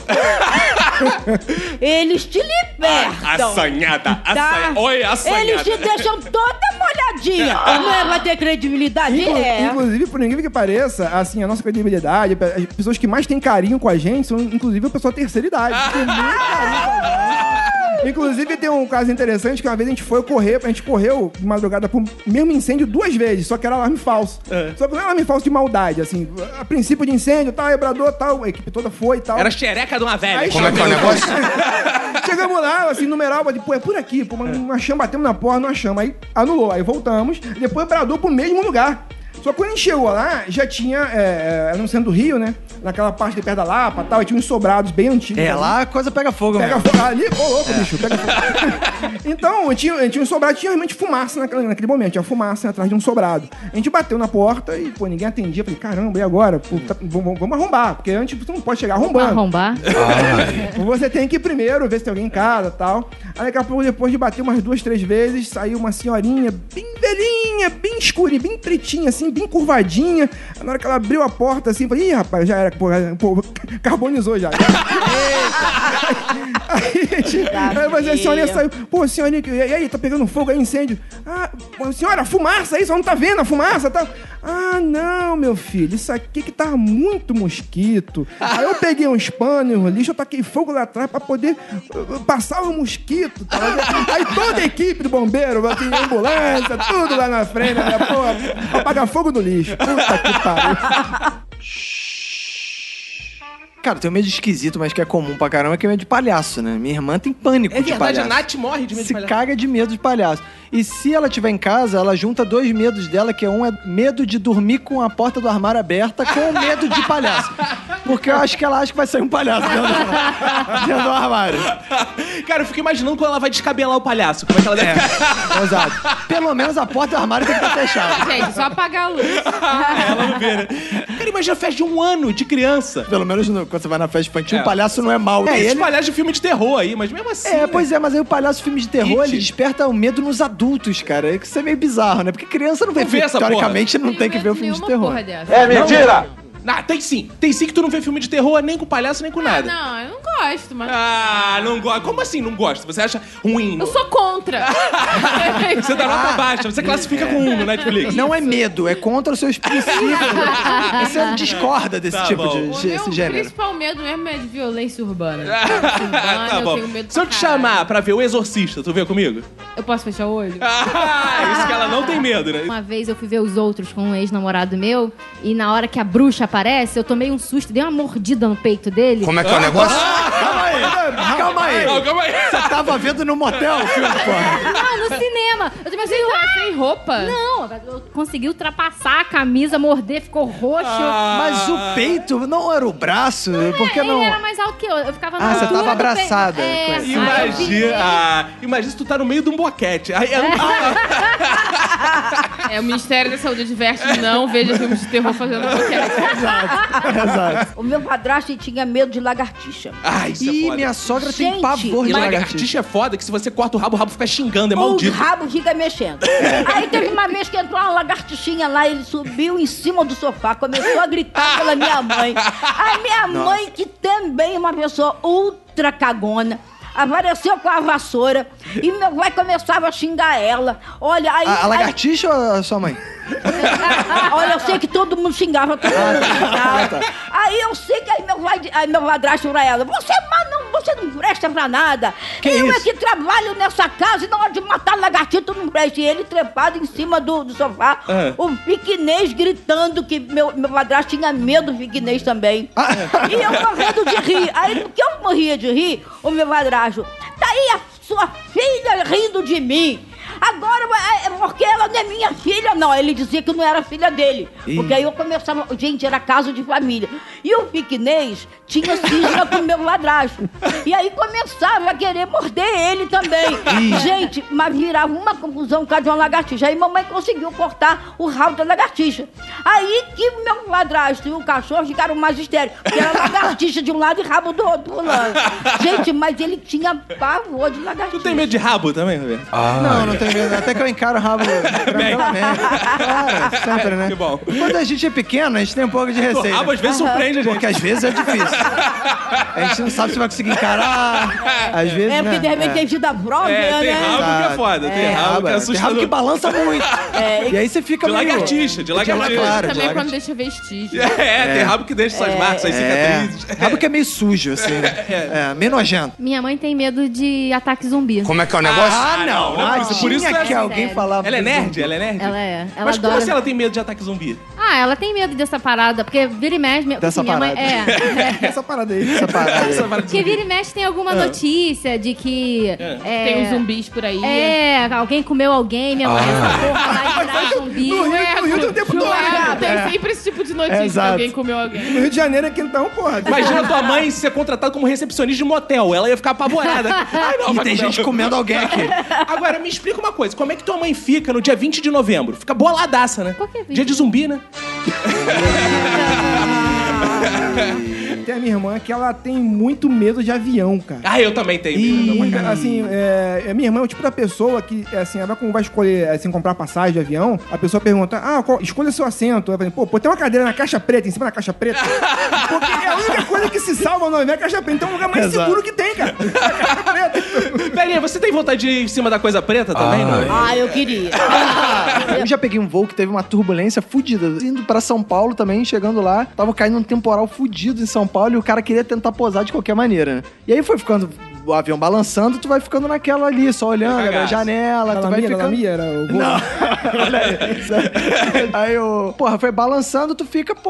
fogo, eles te libertam. Assanhada. Oi, assanhada. Eles te deixam toda molhadinha. Não vai ter credibilidade? Inclusive, por incrível que pareça, assim, a nossa credibilidade, as pessoas que mais têm carinho com a gente são, inclusive, a pessoa da terceira idade. Tem muito carinho com a gente. Inclusive, tem um caso interessante que uma vez a gente correu de madrugada pro mesmo incêndio 2 vezes, só que era alarme falso. Só que não era alarme falso de maldade, assim, a princípio de incêndio, tal, vibrador, tal, a equipe toda foi e tal. Era xereca de uma velha. Aí, como é que é o negócio? Chegamos lá, assim, numeral, pô, é por aqui, pô, mas não achamos, batemos na porta, não achamos, aí anulou, aí voltamos, depois bradou pro mesmo lugar. Só que quando a gente chegou lá, já tinha, era no centro do Rio, né? Naquela parte de perto da Lapa e tal, e tinha uns sobrados bem antigos. Lá a coisa pega fogo, Pega fogo. Ali, louco, bicho, pega fogo. Então, tinha um sobrado, tinha realmente fumaça naquele momento, tinha fumaça atrás de um sobrado. A gente bateu na porta e, pô, ninguém atendia. Falei, caramba, e agora? Pô, vamos arrombar, porque antes você não pode chegar arrombando. Arrombar? Você tem que ir primeiro, ver se tem alguém em casa e tal. Aí daqui a pouco, depois de bater umas 2, 3 vezes, saiu uma senhorinha bem velhinha, bem escurinha, bem pretinha, assim, bem curvadinha. Na hora que ela abriu a porta, assim, falei, ih, rapaz, já era, pô, carbonizou já. Aí a senhorinha saiu, pô, senhorinha, e aí, tá pegando fogo aí, incêndio? Senhora, fumaça aí, só não tá vendo a fumaça, tá? Não, meu filho, isso aqui que tá muito mosquito. Aí eu peguei uns panos, um lixo, eu taquei fogo lá atrás pra poder passar o mosquito, tá? Aí toda a equipe do bombeiro, assim, ambulância, tudo lá na frente, né? Pô, apagar fogo do lixo. Puta que pariu. Cara, tem um medo esquisito, mas que é comum pra caramba, que é medo de palhaço, né? Minha irmã tem pânico É de verdade, palhaço. a Nath morre de medo de Se palhaço. caga de medo de palhaço. E se ela estiver em casa, ela junta 2 medos dela, que um é medo de dormir com a porta do armário aberta com medo de palhaço. Porque eu acho que ela acha que vai sair um palhaço dentro do armário. Cara, eu fico imaginando quando ela vai descabelar o palhaço. Como é que ela deve... Exato. Pelo menos a porta do armário tem que estar fechada. Gente, só apagar a luz. ela não vê, né? Cara, imagina a festa de 1 ano de criança. Pelo menos quando você vai na festa infantil, o palhaço não é mau. Tem esses ele... palhaços de filme de terror aí, mas mesmo assim... Pois é, mas aí o palhaço filme de terror, ele desperta o medo nos adultos, cara. Isso é meio bizarro, né? Porque criança não vê Não vê essa teoricamente, não tem que ver o filme de terror. Porra dessa. É mentira! Não, tem sim. Tem sim que tu não vê filme de terror nem com palhaço, nem com nada. Não, eu não gosto, mas... Ah, não gosta. Como assim não gosta? Você acha ruim? Eu sou contra. Você dá nota baixa, você classifica com 1 no Netflix. Não é medo, é contra os seus princípios. Você discorda desse Tá tipo bom. de O meu gênero. principal medo mesmo é de violência urbana. Tá eu bom. tenho medo Se eu pra te caralho. chamar pra ver O Exorcista, tu vê comigo? Eu posso fechar o olho? Ah, isso que ela não tem medo, né? Uma vez eu fui ver Os Outros com um ex-namorado meu e na hora que a bruxa aparece, eu tomei um susto, dei uma mordida no peito dele. Como é que é o negócio? Calma aí. Não, calma aí. Você tava vendo no motel o filme, porra. Não, no cinema. Eu tomei assim, Sem roupa? não, eu consegui ultrapassar a camisa, morder, ficou roxo. Mas o peito não era o braço? Por que Ele não? era mais alto que eu. Eu ficava na Ah, você altura tava do peito. abraçada É, com ele. aí eu fiquei- Imagina se tu tá no meio de um boquete. Aí, É, o Ministério da Saúde adverte, não veja filmes de terror fazendo boquete. Exato. O meu padrasto tinha medo de lagartixa. isso é Ih, foda. minha sogra tem Gente, pavor de E lagartixa. lagartixa é foda, que se você corta o rabo fica xingando, é O maldito. rabo fica mexendo. Aí teve uma vez que entrou uma lagartixinha lá, ele subiu em cima do sofá, começou a gritar pela minha mãe. A minha mãe, que também é uma pessoa ultra cagona, apareceu com a vassoura e meu pai começava a xingar ela. Olha, aí... A lagartixa ou a sua mãe? Olha, eu sei que todo mundo xingava, todo mundo xingava. Aí eu sei que aí meu padrasto pra ela, você não presta pra nada. Eu é que trabalho nessa casa e na hora de matar lagartixa tu não presta. E ele trepado em cima do sofá, o piquenês gritando que meu padrasto tinha medo do piquenês também. E eu morrendo de rir. Aí no que eu morria de rir, o meu padrasto, tá aí a sua filha rindo de mim. Agora, é porque ela não é minha filha, não. Ele dizia que não era filha dele. Porque aí eu começava... Gente, era caso de família. E o piquenês tinha cisma com o meu padrasto. E aí começava a querer morder ele também. Gente, mas virava uma confusão por causa de uma lagartixa. Aí mamãe conseguiu cortar o rabo da lagartixa. Aí que o meu padrasto e o cachorro ficaram mais histéricos. Porque era lagartixa de um lado e rabo do outro pulando. Gente, mas ele tinha pavor de lagartixa. Tu tem medo de rabo também, Roberto? Não tenho medo. Até que eu encaro o rabo tranquilamente. Claro, sempre, né? Que bom. Quando a gente é pequeno, a gente tem um pouco de O receio. rabo às vezes surpreende a gente. Porque às vezes é difícil. A gente não sabe se vai conseguir encarar. Às vezes, É, porque né? de repente tem vida própria, Tem né? rabo que é foda. Tem rabo que é Tem assustador. rabo que balança muito. E aí você fica De meio... lagartixa, de lagartixa. Claro, de Também quando lagartixa. deixa vestígio. Tem rabo que deixa suas marcas, suas cicatrizes. Rabo que é meio sujo, assim. Meio nojento. Minha mãe tem medo de ataque zumbi. Como é que é o negócio? Não. por isso Tinha é que assim. alguém falava. Ela é nerd? Ela é nerd? Ela é. Ela Mas adora... como assim ela tem medo de ataque zumbi? Ah, ela tem medo dessa parada, porque vira e mexe... Dessa minha mãe... parada. Essa parada aí. Essa parada aí. Porque vira e mexe tem alguma notícia de que... Tem uns zumbis por aí. Alguém comeu alguém, minha mãe, essa porra vai virar zumbi. No Rio tem o tempo todo. Tem sempre esse tipo de notícia. Exato. Que alguém comeu alguém. No Rio de Janeiro é quentão, porra. Imagina tua mãe ser contratada como recepcionista de motel. Ela ia ficar apavorada. Ai, não, E vai tem comer. gente comendo alguém aqui. Agora, me explica uma coisa. Como é que tua mãe fica no dia 20 de novembro? Fica boladaça, né? Por que 20? Dia de zumbi, né? Tem a minha irmã que ela tem muito medo de avião, cara. Ah, eu também tenho. Assim, a minha irmã é o tipo da pessoa que, assim, ela vai escolher, assim, comprar passagem de avião, a pessoa pergunta, escolha seu assento. Ela fala, pô, tem uma cadeira na caixa preta, em cima da caixa preta. Porque é a única coisa que se salva no avião é a caixa preta. Então é o lugar mais seguro que tem, cara. A caixa preta. Belinha, você tem vontade de ir em cima da coisa preta também, não? Ah, eu queria. Eu já peguei um voo que teve uma turbulência fudida. Indo pra São Paulo também, chegando lá, tava caindo um temporal fudido em São Paulo e o cara queria tentar posar de qualquer maneira, né? E aí foi ficando o avião balançando, tu vai ficando naquela ali, só olhando, era a janela, tu vai ficando... Era o voo. Não, olha aí. Aí, porra, foi balançando, tu fica, porra,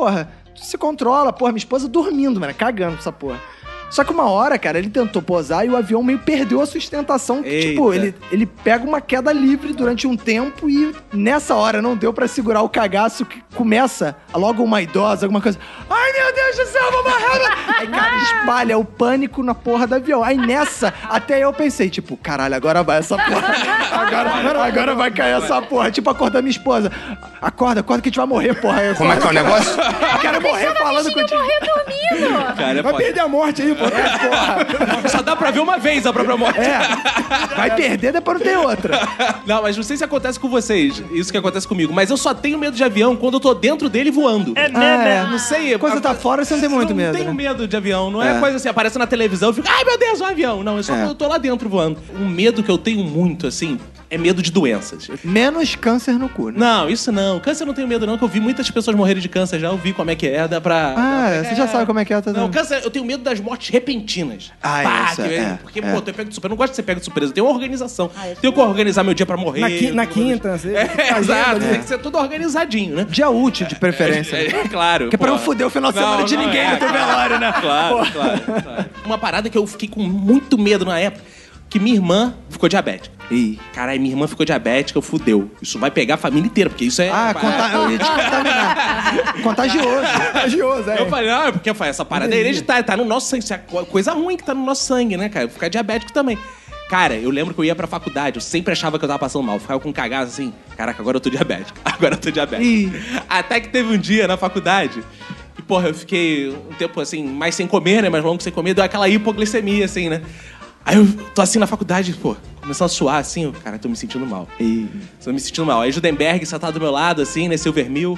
se controla. Porra, minha esposa dormindo, mano, cagando com essa porra. Só que uma hora, cara, ele tentou pousar e o avião meio perdeu a sustentação. Que, tipo, ele pega uma queda livre durante um tempo e nessa hora não deu pra segurar o cagaço que começa logo uma idosa, alguma coisa. Ai, meu Deus do céu, eu vou morrer! Aí, cara, espalha o pânico na porra do avião. Aí nessa, até eu pensei, tipo, caralho, agora vai essa porra. Agora vai cair essa porra. Tipo, acordar minha esposa. Acorda que a gente vai morrer, porra. Como é que é o negócio? Eu quero morrer falando contigo. Morrer dormindo. Cara, Vai perder a morte aí, pô. Porra. Só dá pra ver uma vez a própria morte. Vai perder, depois não tem outra. Não, mas não sei se acontece com vocês, isso que acontece comigo, mas eu só tenho medo de avião quando eu tô dentro dele voando. Não sei. Quando tá fora, você não tem muito medo, Eu não tenho né? medo de avião, não é coisa assim, aparece na televisão, eu fico, ai meu Deus, um avião. Não, é só quando eu tô lá dentro voando. Um medo que eu tenho muito, assim, é medo de doenças. Menos câncer no cu, né? Não, isso não. Câncer eu não tenho medo não, que eu vi muitas pessoas morrerem de câncer já, eu vi como é que é, dá pra... Você já sabe como é que é, tá? Não, câncer, eu tenho medo das mortes repentinas. Isso, Porque, pô, tu é pego de surpresa. Eu não gosto de ser pego de surpresa. Eu tenho uma organização. Tenho que organizar meu dia pra morrer. Na quinta, você... Exato. Tem que ser tudo organizadinho, né? Dia útil, de preferência. Claro. Que é pra não fuder o final de semana de ninguém no teu velório, né? Claro. Uma parada que eu fiquei com muito medo na época, que minha irmã ficou diabética. Caralho, minha irmã ficou diabética, fudeu. Isso vai pegar a família inteira, porque isso é... eu ia te contaminar. Contagioso, Eu falei, não, porque essa parada é hereditária, tá no nosso sangue. Isso é coisa ruim que tá no nosso sangue, né, cara? Ficar diabético também. Cara, eu lembro que eu ia pra faculdade, eu sempre achava que eu tava passando mal. Eu ficava com cagaço assim, caraca, agora eu tô diabético. Até que teve um dia na faculdade... E, porra, eu fiquei um tempo, assim, mais sem comer, né? Mais longo sem comer, deu aquela hipoglicemia, assim, né? Aí eu tô assim na faculdade, pô, começando a suar, assim, eu, cara, tô me sentindo mal. Tô me sentindo mal. Aí Judenberg sentado do meu lado, assim, né? Silvermil.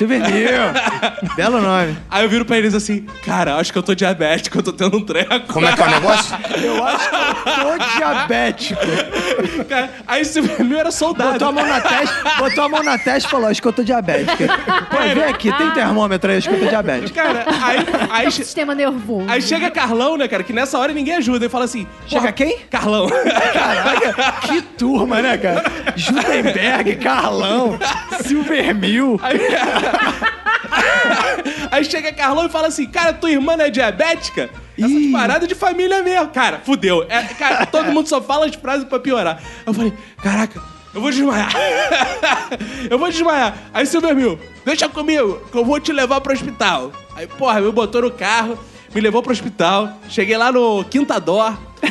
Belo nome. Aí eu viro pra eles assim, cara, acho que eu tô diabético, eu tô tendo um treco. Como é que é o negócio? Eu acho que eu tô diabético. Cara, aí Silvermil era soldado. Botou a mão na testa e falou, acho que eu tô diabético. Pô, vem aqui, tem termômetro aí, acho que eu tô diabético. Cara, aí Sistema nervoso. Aí chega Carlão, né, cara, que nessa hora ninguém ajuda. Ele fala assim... Chega quem? Carlão. Caraca, que turma, né, cara? Judenberg, Carlão, Silvermil. Aí chega Carlão e fala assim, cara, tua irmã não é diabética? Essas paradas de família mesmo. Cara, fudeu. Cara, todo mundo só fala as frases pra piorar. Eu falei, caraca, eu vou desmaiar. Aí Silvermil, deixa comigo, que eu vou te levar pro hospital. Aí, porra, me botou no carro, me levou pro hospital. Cheguei lá no Quinta Dó.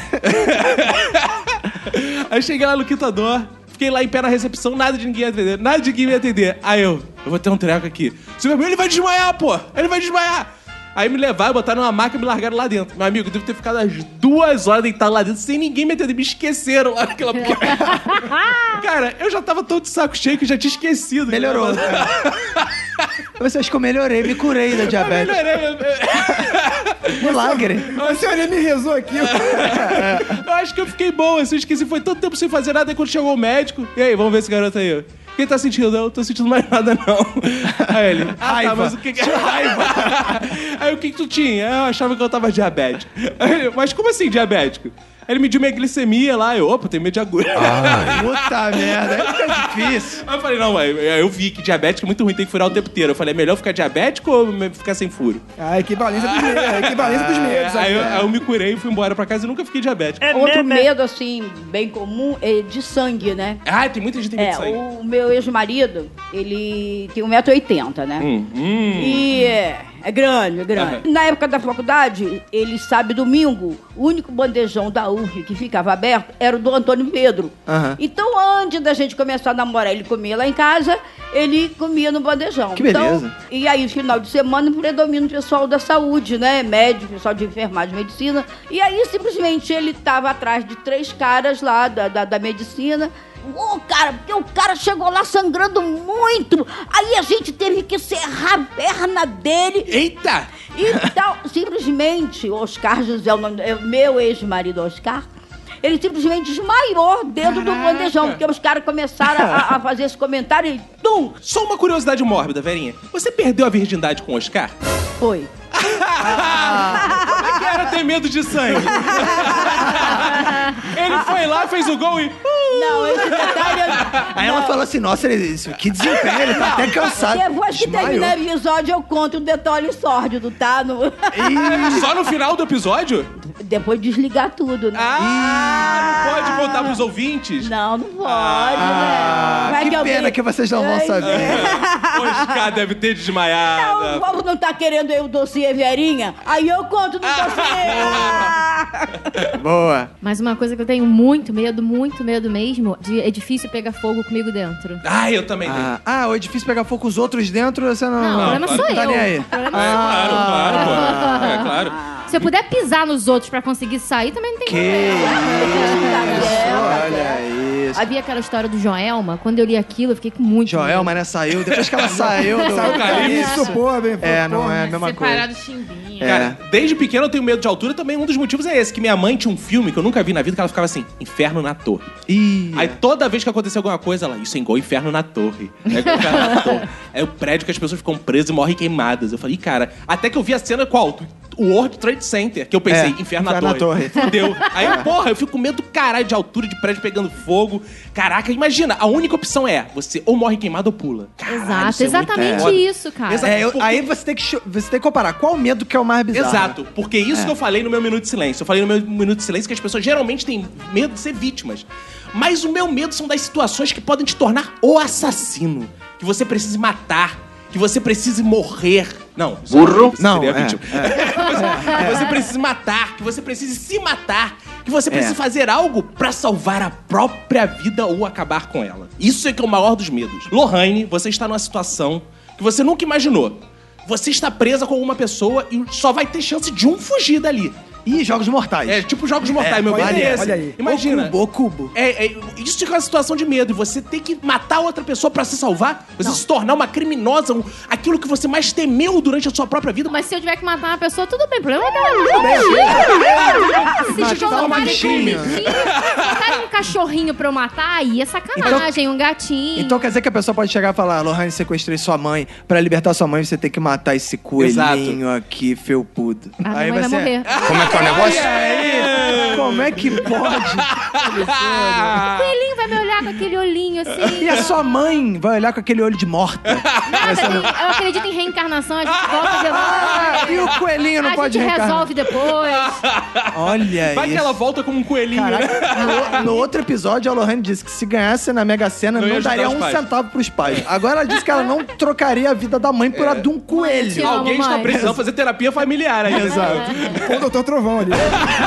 Aí cheguei lá no Quinta Dó. Fiquei lá em pé na recepção, nada de ninguém me atender. Aí eu vou ter um treco aqui. Silvermil, ele vai desmaiar, pô! Ele vai desmaiar! Aí me levaram, botaram numa maca e me largaram lá dentro. Meu amigo, eu devo ter ficado as 2 horas deitado lá dentro sem ninguém me atender. Me esqueceram lá naquela porra. Cara, eu já tava todo de saco cheio que eu já tinha esquecido. Melhorou. Você acha que eu melhorei, me curei da diabetes. Milagre. A senhora me rezou aqui. Eu acho que eu fiquei bom, assim, eu esqueci. Foi tanto tempo sem fazer nada, aí quando chegou o médico... E aí, vamos ver esse garoto aí, ó. Quem tá sentindo? Eu tô sentindo mais nada, não. Aí ele... Raiva. Tá, mas o que raiva. Aí o que tu tinha? Eu achava que eu tava diabético. Aí ele, mas como assim diabético? Aí ele mediu minha glicemia lá, opa, tenho medo de agulha. Puta merda, aí fica difícil. Aí eu falei, não, eu vi que diabético é muito ruim, tem que furar o tempo inteiro. Eu falei, é melhor ficar diabético ou ficar sem furo? Equivalência dos medos. Aí eu me curei, fui embora pra casa e nunca fiquei diabético. Outro medo, assim, bem comum é de sangue, né? Ah, tem muita gente que tem medo de sangue. O meu ex-marido, ele tem 1,80 m, né? E é grande. Na época da faculdade, ele sabe, domingo, o único bandejão da UF que ficava aberto era o do Antônio Pedro. Então, antes da gente começar a namorar, ele comia lá em casa, ele comia no bandejão. Que beleza. Então, e aí, final de semana, predomina o pessoal da saúde, né? Médico, pessoal de enfermagem, medicina. E aí, simplesmente, ele tava atrás de 3 caras lá da medicina. Cara, porque o cara chegou lá sangrando muito. Aí a gente teve que serrar a perna dele. Eita! Então, simplesmente, Oscar José, meu ex-marido Oscar, ele simplesmente desmaiou dentro do bandejão, porque os caras começaram a fazer esse comentário e tum! Só uma curiosidade mórbida, Verinha. Você perdeu a virgindade com o Oscar? Foi. Como é era ter medo de sangue? Ele foi lá, fez o gol e... Não, esse detalhe... Aí ela falou assim, nossa, que desempenho, ele tá até cansado. Depois que Desmaiou. terminar o episódio, eu conto um detalhe sórdido, tá? Só no final do episódio? Depois desligar tudo, né? Não pode contar pros ouvintes? Não pode, né? Vai Que pena que vocês não vão saber. O Oscar deve ter desmaiado. Não, o povo não tá querendo aí o dossiê Verinha? Aí eu conto no dossiê. Boa. Mas uma coisa que eu tenho muito medo mesmo, de edifício pegar fogo comigo dentro. Eu também tenho. O edifício pegar fogo com os outros dentro, você não... Não, o problema sou tá eu. nem aí. O problema Claro, pô. Claro. Se eu puder pisar nos outros pra conseguir sair, também não tem Olha isso. Havia aquela história do Joelma, quando eu li aquilo, eu fiquei com muito Joelma, medo. né, saiu. Depois que ela saiu do... Saiu Eucalipto. isso, pô, bem. Não é a mesma coisa. Separado chimbinho. Cara, desde pequeno eu tenho medo de altura, também um dos motivos é esse, que minha mãe tinha um filme que eu nunca vi na vida, que ela ficava assim, Inferno na Torre. Aí toda vez que acontecia alguma coisa, ela, isso é igual Inferno na Torre. É o prédio que as pessoas ficam presas e morrem queimadas. Eu falei, cara, até que eu vi a cena qual? O World Trade Center, que eu pensei, Inferno na Torre. Fudeu. Aí, porra, eu fico com medo do caralho de altura, de prédio pegando fogo. Caraca, imagina, a única opção é, você ou morre queimado ou pula. Caralho, Exato, isso é muito exatamente foda. isso, cara. Aí você tem que comparar qual medo que é o mais bizarro. Exato, porque isso que eu falei no meu Minuto de Silêncio. Eu falei no meu Minuto de Silêncio que as pessoas geralmente têm medo de ser vítimas. Mas o meu medo são das situações que podem te tornar o assassino. Que você precise matar, que você precise morrer. Não, burro. Não, seria vítima. Que você precise matar, que você precise se matar, que você precise fazer algo pra salvar a própria vida ou acabar com ela. Isso é que é o maior dos medos. Lohane, você está numa situação que você nunca imaginou. Você está presa com uma pessoa e só vai ter chance de um fugir dali. Ih, Jogos Mortais. É, tipo Jogos Mortais, meu medo é esse. Olha aí. Imagina. O cubo. Isso é uma situação de medo. E você ter que matar outra pessoa pra se salvar, você se tornar uma criminosa, aquilo que você mais temeu durante a sua própria vida. Mas se eu tiver que matar uma pessoa, tudo bem, problema dela. Se colocarem um cachorrinho pra eu matar, aí é sacanagem, um gatinho. Então quer dizer que a pessoa pode chegar e falar, Lohane, sequestrei sua mãe. Pra libertar sua mãe, você tem que matar esse coelhinho aqui, felpudo. A minha mãe vai morrer. Como é que é o negócio? Como é que pode? O coelhinho vai me olhar com aquele olhinho assim. E a sua mãe vai olhar com aquele olho de morta. Eu acredito em reencarnação, a gente volta depois. E o coelhinho não pode A gente reencarnar. resolve depois. Olha Vai que isso. ela volta como um coelhinho, né? Caraca, no outro episódio, a Lohane disse que se ganhasse na Mega Sena, Não ia não ajudar daria os um pais. centavo pros pais. Agora ela disse que ela não trocaria a vida da mãe por a de um coelho. Te amo, Alguém está mãe. precisando fazer terapia familiar aí. Exato. Com o Doutor Trovão ali.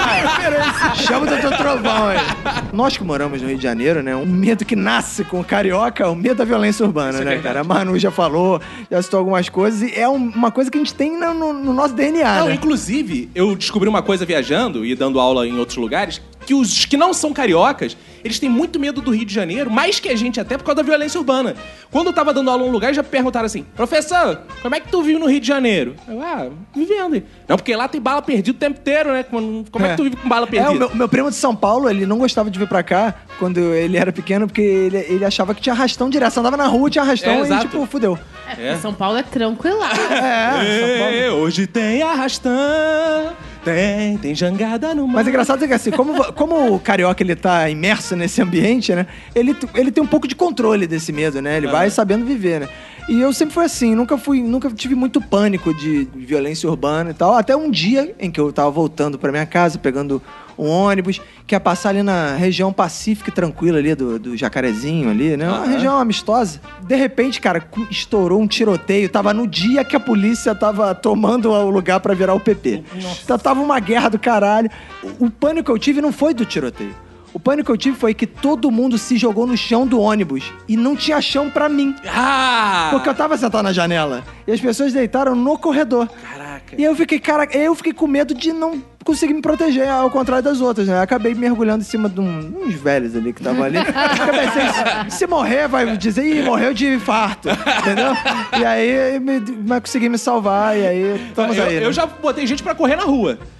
Chama o Doutor Trovão aí. Nós que moramos no Rio de Janeiro, né? Um medo que nasce com o carioca é o medo da violência urbana, Isso é né, verdade. cara? A Manu já falou, já citou algumas coisas e é uma coisa que a gente tem no nosso DNA, Não, né? inclusive, eu descobri uma coisa viajando e dando aula em outros lugares, que os que não são cariocas, eles têm muito medo do Rio de Janeiro, mais que a gente até por causa da violência urbana. Quando eu tava dando aula em um lugar, já perguntaram assim, professor, como é que tu vive no Rio de Janeiro? Eu, vivendo. Não, porque lá tem bala perdida o tempo inteiro, né? Como é que tu vive com bala perdida? O meu primo de São Paulo, ele não gostava de vir pra cá quando ele era pequeno, porque ele achava que tinha arrastão direto. Você andava na rua, tinha arrastão e, exato. tipo, fudeu. São Paulo é tranquilo. São Paulo. Hoje tem arrastão, tem jangada no mar. Mas é engraçado que assim, como o carioca ele tá imerso nesse ambiente, né? Ele tem um pouco de controle desse medo, né? Ele vai sabendo viver, né? E eu sempre fui assim, nunca tive muito pânico de violência urbana e tal. Até um dia em que eu tava voltando pra minha casa, pegando um ônibus, que ia passar ali na região pacífica e tranquila ali do Jacarezinho ali, né? Uma região amistosa. De repente, cara, estourou um tiroteio. Tava no dia que a polícia tava tomando o lugar pra virar o PP. Então tava uma guerra do caralho. O pânico que eu tive não foi do tiroteio. O pânico que eu tive foi que todo mundo se jogou no chão do ônibus e não tinha chão pra mim. Porque eu tava sentado na janela e as pessoas deitaram no corredor. Caraca. E eu fiquei com medo de não conseguir me proteger, ao contrário das outras, né? Eu acabei mergulhando em cima de uns velhos ali que estavam ali. Eu pensei, se morrer, vai dizer, ih, morreu de infarto, entendeu? E aí, mas consegui me salvar, e aí, estamos aí, né? Eu já botei gente pra correr na rua.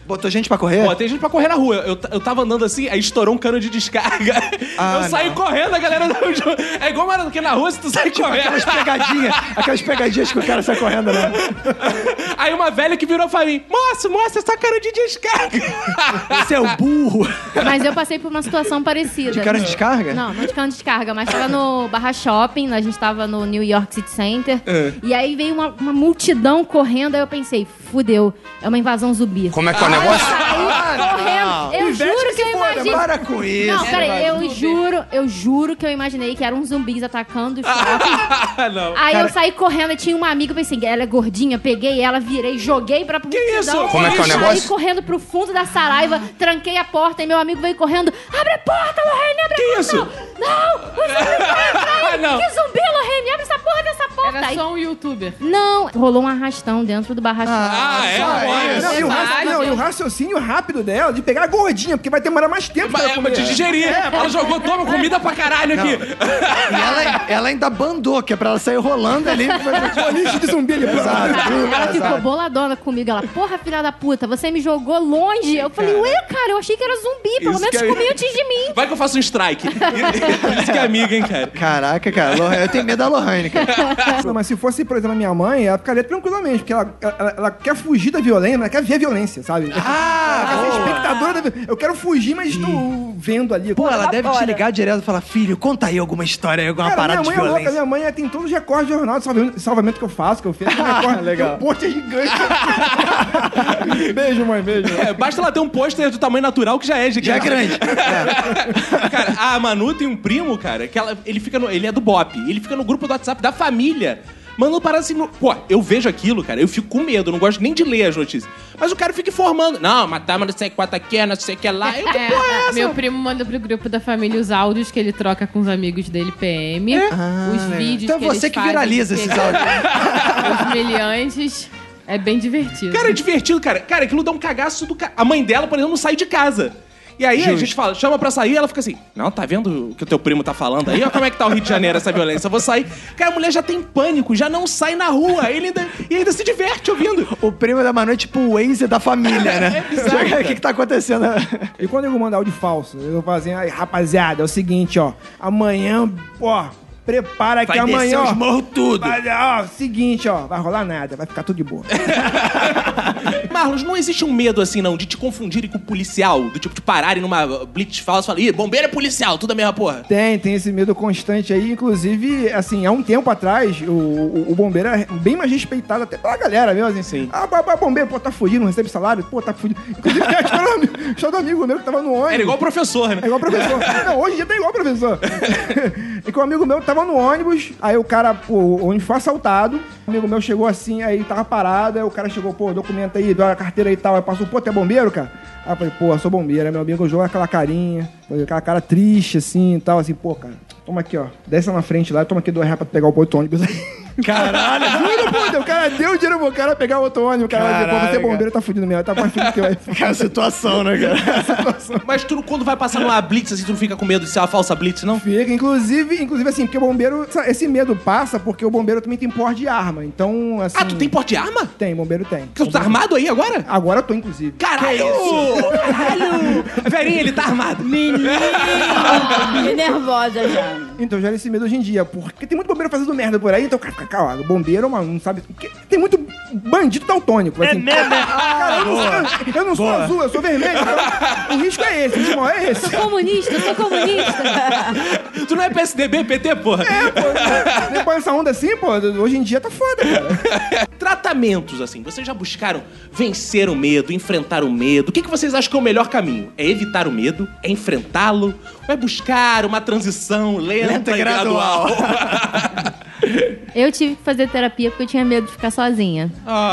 Botou gente pra correr? Botei gente pra correr na rua. Eu tava andando assim, aí estourou um cano de descarga. Eu saí correndo, a galera... É igual porque na rua, se tu sai correndo... Aquelas pegadinhas que o cara sai correndo, né? Aí uma velha que virou pra mim, moço, é só cano de descarga. Você é o burro. Mas eu passei por uma situação parecida. De cano de descarga? Não de cano de descarga, mas tava no Barra Shopping, a gente tava no New York City Center, e aí veio uma multidão correndo, aí eu pensei, fudeu, é uma invasão zumbi. Como é que é o negócio? Correndo. Eu juro que eu imaginei. Para com isso. Não, peraí, eu juro que eu imaginei que eram zumbis atacando o shopping. Não. Aí eu saí correndo, tinha uma amiga, pensei, ela é gordinha, peguei ela, virei, joguei pra multidão. isso? Como é que é o negócio? Saí correndo pro fundo da Saraiva, tranquei a porta e meu amigo veio correndo. Abre a porta, Lorraine, abre a porta. Isso? Não, o zumbi vai entrar aí. Não. Que zumbi, Lorraine? Abre essa porra dessa porta. Era Aí- só um youtuber. Não, rolou um arrastão dentro do Barra Shopping. Não, e o raciocínio rápido dela de pegar a gordinha, porque vai demorar mais tempo pra comer. De digerir. Ela jogou, toma comida pra caralho aqui. E ela ainda bandou, que é pra ela sair rolando ali. Lixo de zumbi ali. Ela ficou boladona comigo. Ela, porra, filha da puta, você me jogou longe. Eu falei, ué, cara, eu achei que era zumbi. Pelo Isso menos que é- comi antes de mim. Vai que eu faço um strike. Isso que é amiga, hein, cara. Caraca, cara. Eu tenho medo da Lohane, cara. Não, mas se fosse, por exemplo, a minha mãe, ela ficaria tranquilamente, porque ela quer fugir da violência, mas ela quer ver a violência, sabe? Ela quer ser espectadora da violência. Eu quero fugir, mas estou vendo ali. Pô, ela deve te ligar direto e falar, filho, conta aí alguma história, alguma Cara, parada minha de mãe é louca, violência. minha mãe tem todos os recordes de jornal de salvamento que eu faço, que eu fiz. Legal. Um pôster gigante. Beijo, mãe, beijo. Basta ela ter um pôster do tamanho natural que já é gigante. Já é grande. Cara, a Manu tem um primo, cara, que ele é do BOP. Ele fica no grupo do WhatsApp da família. Mano, parece assim... Pô, eu vejo aquilo, cara, eu fico com medo. Eu não gosto nem de ler as notícias. Mas o cara fica informando. Não, matamos não sei quanto aqui, não sei o que lá. Eu, que porra é essa? Meu primo manda pro grupo da família os áudios que ele troca com os amigos dele PM. Os vídeos Então que você eles que fazem viraliza esses pegando áudios. os meliantes. É bem divertido. Cara, é divertido, cara. Cara, aquilo dá um cagaço do cara. A mãe dela, por exemplo, não sai de casa. E aí a gente fala, chama pra sair, ela fica assim, não, tá vendo o que o teu primo tá falando aí? Olha como é que tá o Rio de Janeiro, essa violência. Eu vou sair. Cara, a mulher já tem pânico, já não sai na rua. Ele ainda se diverte ouvindo. O primo da Manu é tipo o Waze da família, né? É bizarro, O que tá acontecendo? E quando eu mando áudio falso, eu falo assim, ai, rapaziada, é o seguinte, ó. Amanhã, ó, prepara que Vai amanhã, descer ó. os morros tudo. Seguinte, ó, vai rolar nada, vai ficar tudo de boa. Marlos, não existe um medo assim, não, de te confundirem com o policial? Do tipo, de pararem numa blitz falsa e falar, ih, bombeiro é policial, tudo a mesma porra. Tem esse medo constante aí. Inclusive, assim, há um tempo atrás, o bombeiro era bem mais respeitado até pela galera mesmo, assim. Sim. Bombeiro, pô, tá fudido, não recebe salário, pô, tá fudido. Inclusive, tem a história do amigo meu que tava no ônibus. Era igual o professor, né? É igual professor. Não, hoje em dia tá igual professor. E que um amigo meu tava no ônibus, aí o cara, pô, o ônibus foi assaltado. O amigo meu chegou assim, aí tava parado, aí o cara chegou, pô, documento aí, deu a carteira aí e tal. Aí passou, pô, tu é bombeiro, cara? Aí eu falei, pô, eu sou bombeiro. Aí meu amigo jogou aquela carinha, aquela cara triste assim e tal, assim, pô, cara, toma aqui, ó, desce lá na frente lá, toma aqui R$2 pra pegar o outro ônibus aí. Caralho. Juro, pô, o cara deu dinheiro pro cara pegar o outro ônibus. O cara vai dizer, pô, você é bombeiro, tá fudido mesmo. Tá mais fudido que vai. Cara, situação, né, cara? Mas tu, quando vai passar numa blitz, assim, tu não fica com medo de ser uma falsa blitz, não? Fica, inclusive assim, porque o bombeiro, esse medo passa porque o bombeiro também tem porte de arma. Então, assim. Ah, tu tem porte de arma? Tem, bombeiro tem. Tu tá armado aí agora? Agora eu tô, inclusive. Caralho! Caralho! Verinha, ele tá armado. Fiquei nervosa já. Então gera esse medo hoje em dia, porque tem muito bombeiro fazendo merda por aí, então, cara, fica calado. Bombeiro, mano, não sabe. Porque tem muito bandido daltônico. Assim, cara, eu não sou azul, eu sou vermelho. Então, o risco é esse, o risco maior é esse. Sou comunista. Tu não é PSDB, PT, porra? Depois dessa onda assim, pô, hoje em dia tá foda, cara. Tratamentos, assim, vocês já buscaram vencer o medo, enfrentar o medo? O que vocês acham que é o melhor caminho? É evitar o medo? É enfrentá-lo? Ou é buscar uma transição lenta e gradual? Eu tive que fazer terapia porque eu tinha medo de ficar sozinha.